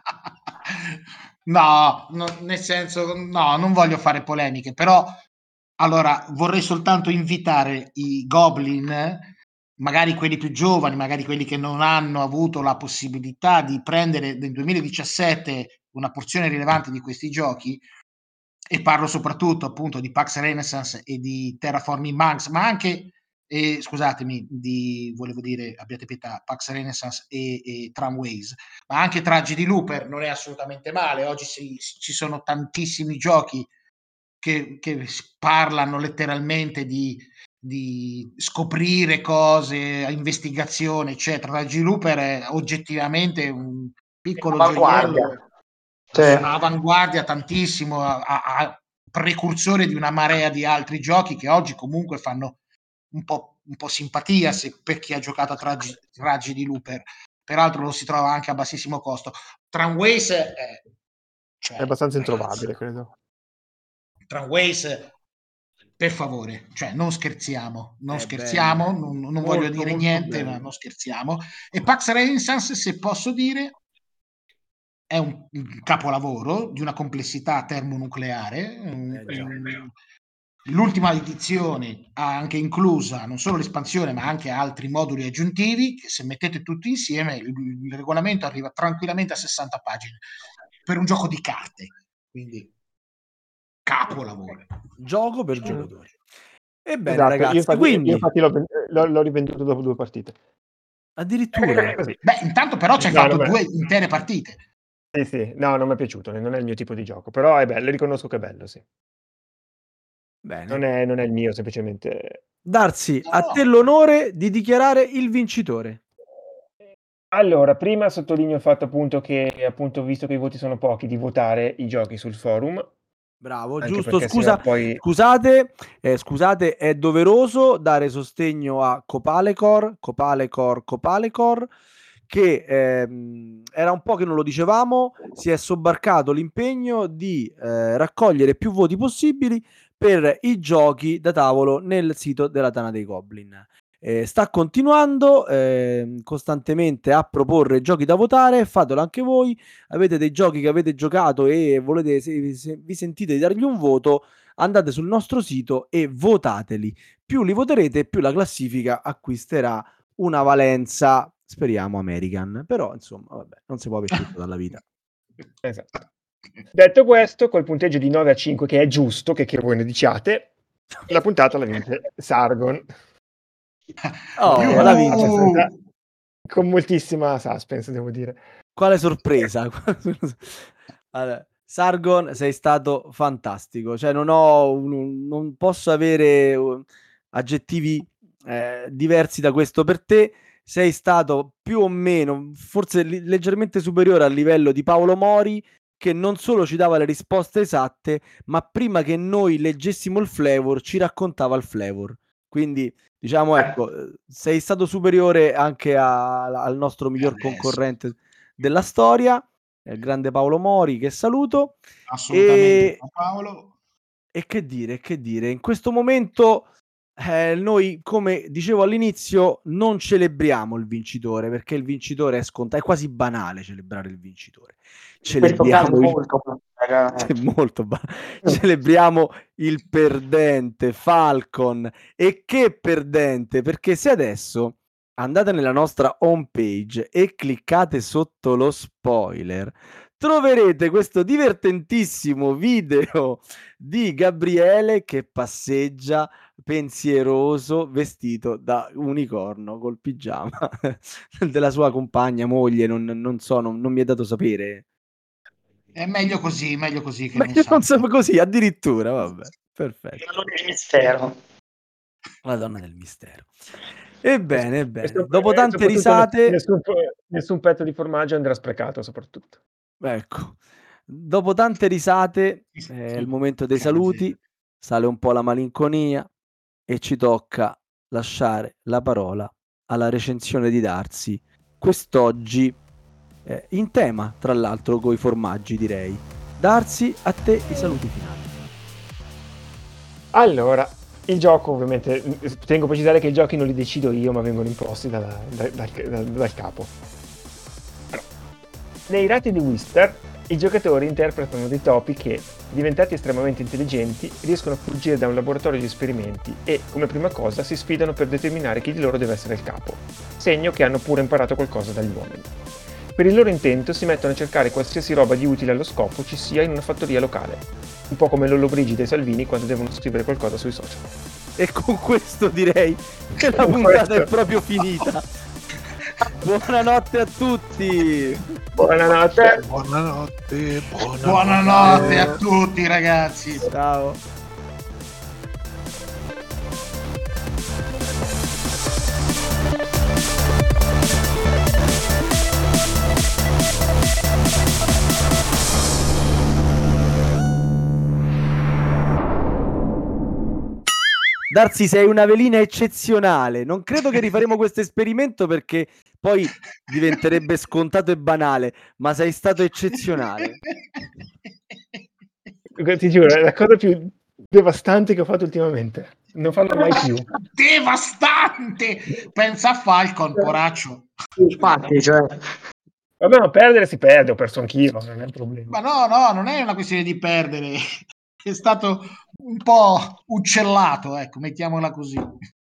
[SPEAKER 4] No, no, nel senso, no, non voglio fare polemiche, però allora vorrei soltanto invitare i Goblin, magari quelli più giovani, magari quelli che non hanno avuto la possibilità di prendere nel duemiladiciassette una porzione rilevante di questi giochi, e parlo soprattutto appunto di Pax Renaissance e di Terraforming Mars, ma anche, eh, scusatemi, di, volevo dire, abbiate pietà, Pax Renaissance e, e Tramways, ma anche Tragedy Looper non è assolutamente male. Oggi si, ci sono tantissimi giochi che, che parlano letteralmente di, di scoprire cose, investigazione, eccetera. Tragedy Looper è oggettivamente un piccolo
[SPEAKER 5] Avanguardia.
[SPEAKER 4] gioiello,
[SPEAKER 5] Cioè,
[SPEAKER 4] avanguardia tantissimo, a, a, a precursore di una marea di altri giochi che oggi comunque fanno un po', un po' simpatia se, per chi ha giocato a Tragi, Tragedy Looper. Peraltro lo si trova anche a bassissimo costo. Tramways è, cioè,
[SPEAKER 3] È abbastanza
[SPEAKER 4] ragazzi,
[SPEAKER 3] introvabile, credo.
[SPEAKER 4] Tramways, per favore, cioè non scherziamo, non
[SPEAKER 1] È
[SPEAKER 4] scherziamo,
[SPEAKER 1] bello.
[SPEAKER 4] non, non
[SPEAKER 1] Molto,
[SPEAKER 4] voglio dire
[SPEAKER 1] molto
[SPEAKER 4] niente, ma
[SPEAKER 1] bello.
[SPEAKER 4] non scherziamo. E Pax Renaissance, se posso dire, è un, un capolavoro di una complessità termonucleare. un-
[SPEAKER 1] Eh già.
[SPEAKER 4] un- L'ultima edizione ha anche inclusa non solo l'espansione, ma anche altri moduli aggiuntivi che, se mettete tutti insieme, il, il regolamento arriva tranquillamente a sessanta pagine per un gioco di carte. Quindi capolavoro.
[SPEAKER 1] Gioco per
[SPEAKER 3] Mm.
[SPEAKER 1] giocatori. Ebbene,
[SPEAKER 3] Esatto, io
[SPEAKER 1] ragazzi,
[SPEAKER 3] infatti,
[SPEAKER 1] quindi
[SPEAKER 3] io infatti l'ho, l'ho- l'ho rivenduto dopo due partite.
[SPEAKER 1] addirittura
[SPEAKER 3] Così.
[SPEAKER 4] Beh, intanto però ci hai
[SPEAKER 3] No,
[SPEAKER 4] fatto
[SPEAKER 3] non me-
[SPEAKER 4] due intere partite.
[SPEAKER 3] Sì, sì, no, non mi è piaciuto, non è il mio tipo di gioco, però è bello, riconosco che è bello, sì.
[SPEAKER 1] bene.
[SPEAKER 3] Non è, non è il mio, semplicemente.
[SPEAKER 1] Darsi a
[SPEAKER 4] No.
[SPEAKER 1] te l'onore di dichiarare il vincitore.
[SPEAKER 3] Allora, prima sottolineo il fatto appunto che, appunto, visto che i voti sono pochi, di votare i giochi sul forum.
[SPEAKER 1] Bravo,
[SPEAKER 3] Anche
[SPEAKER 1] giusto,
[SPEAKER 3] perché
[SPEAKER 1] scusa,
[SPEAKER 3] sennò poi...
[SPEAKER 1] scusate, eh, scusate, è doveroso dare sostegno a Copalecor, Copalecor, Copalecor, che ehm, era un po' che non lo dicevamo, si è sobbarcato l'impegno di eh, raccogliere più voti possibili per i giochi da tavolo nel sito della Tana dei Goblin. Eh, sta continuando eh, costantemente a proporre giochi da votare, fatelo anche voi. Avete dei giochi che avete giocato e volete, se, se vi sentite di dargli un voto, andate sul nostro sito e votateli. Più li voterete, più la classifica acquisterà una valenza speriamo American, però insomma vabbè, non si può avere tutto dalla vita.
[SPEAKER 3] Esatto. Detto questo, col punteggio di nove a cinque, che è giusto, che, che voi ne diciate, la puntata la vince Sargon.
[SPEAKER 1] Oh,
[SPEAKER 3] Era
[SPEAKER 1] la vince.
[SPEAKER 3] abbastanza- con moltissima suspense, devo dire.
[SPEAKER 1] Quale sorpresa. Allora, Sargon, sei stato fantastico, cioè non ho un- non posso avere uh, aggettivi eh, diversi da questo per te. Sei stato più o meno, forse li- leggermente superiore al livello di Paolo Mori, che non solo ci dava le risposte esatte, ma prima che noi leggessimo il flavor ci raccontava il flavor. Quindi diciamo, ecco, eh, sei stato superiore anche a- al nostro miglior
[SPEAKER 4] adesso.
[SPEAKER 1] concorrente della storia, il grande Paolo Mori, che saluto.
[SPEAKER 4] Assolutamente,
[SPEAKER 1] E,
[SPEAKER 4] Paolo.
[SPEAKER 1] e che dire, che dire, in questo momento eh, noi, come dicevo all'inizio, non celebriamo il vincitore, perché il vincitore è scontato, è quasi banale celebrare il vincitore.
[SPEAKER 5] In questo caso
[SPEAKER 1] Celebriamo il
[SPEAKER 5] molto
[SPEAKER 1] È molto ba- celebriamo il perdente Falcon. E che perdente, perché se adesso andate nella nostra home page e cliccate sotto lo spoiler, troverete questo divertentissimo video di Gabriele che passeggia pensieroso vestito da unicorno col pigiama della sua compagna, moglie, non, non so, non, non mi è dato sapere.
[SPEAKER 4] È meglio così, meglio così che
[SPEAKER 1] Ma
[SPEAKER 4] non
[SPEAKER 1] che non
[SPEAKER 4] sappia.
[SPEAKER 1] so così, addirittura, vabbè, perfetto.
[SPEAKER 5] Il mistero.
[SPEAKER 1] La donna del mistero. Ebbene,
[SPEAKER 3] E
[SPEAKER 1] ebbene,
[SPEAKER 3] sop-
[SPEAKER 1] dopo
[SPEAKER 3] e
[SPEAKER 1] tante
[SPEAKER 3] soprattutto
[SPEAKER 1] risate,
[SPEAKER 3] nessun, nessun pezzo di formaggio andrà sprecato, soprattutto.
[SPEAKER 1] ecco, dopo tante risate, è il momento dei saluti, sale un po' la malinconia e ci tocca lasciare la parola alla recensione di Darsi, quest'oggi eh, in tema, tra l'altro, coi formaggi, direi. Darsi, a te i saluti finali.
[SPEAKER 3] Allora, il gioco, ovviamente, tengo a precisare che i giochi non li decido io, ma vengono imposti dalla- da- dal, dal- dal capo. Allora, nei rati di Whistler, i giocatori interpretano dei topi che, diventati estremamente intelligenti, riescono a fuggire da un laboratorio di esperimenti e, come prima cosa, si sfidano per determinare chi di loro deve essere il capo, segno che hanno pure imparato qualcosa dagli uomini. Per il loro intento si mettono a cercare qualsiasi roba di utile allo scopo ci sia in una fattoria locale, un po' come Lollobrigida e Salvini quando devono scrivere qualcosa sui social.
[SPEAKER 1] E con questo direi che la
[SPEAKER 3] Con
[SPEAKER 1] puntata
[SPEAKER 3] questo.
[SPEAKER 1] è proprio finita. Buonanotte a tutti.
[SPEAKER 3] Buonanotte!
[SPEAKER 2] Buonanotte, buonanotte.
[SPEAKER 4] Buonanotte a tutti, ragazzi.
[SPEAKER 1] Ciao. Darsi, sei una velina eccezionale. Non credo che rifaremo questo esperimento perché poi diventerebbe scontato e banale, ma sei stato eccezionale.
[SPEAKER 3] Ti giuro, è la cosa più devastante che ho fatto ultimamente. Non farlo mai più.
[SPEAKER 4] Devastante! Pensa a Falcon, poraccio.
[SPEAKER 5] Infatti, cioè,
[SPEAKER 3] Vabbè, ma perdere si perde, ho perso anch'io, non è un problema.
[SPEAKER 4] Ma no, no, non è una questione di perdere. È stato un po' uccellato, ecco, mettiamola così.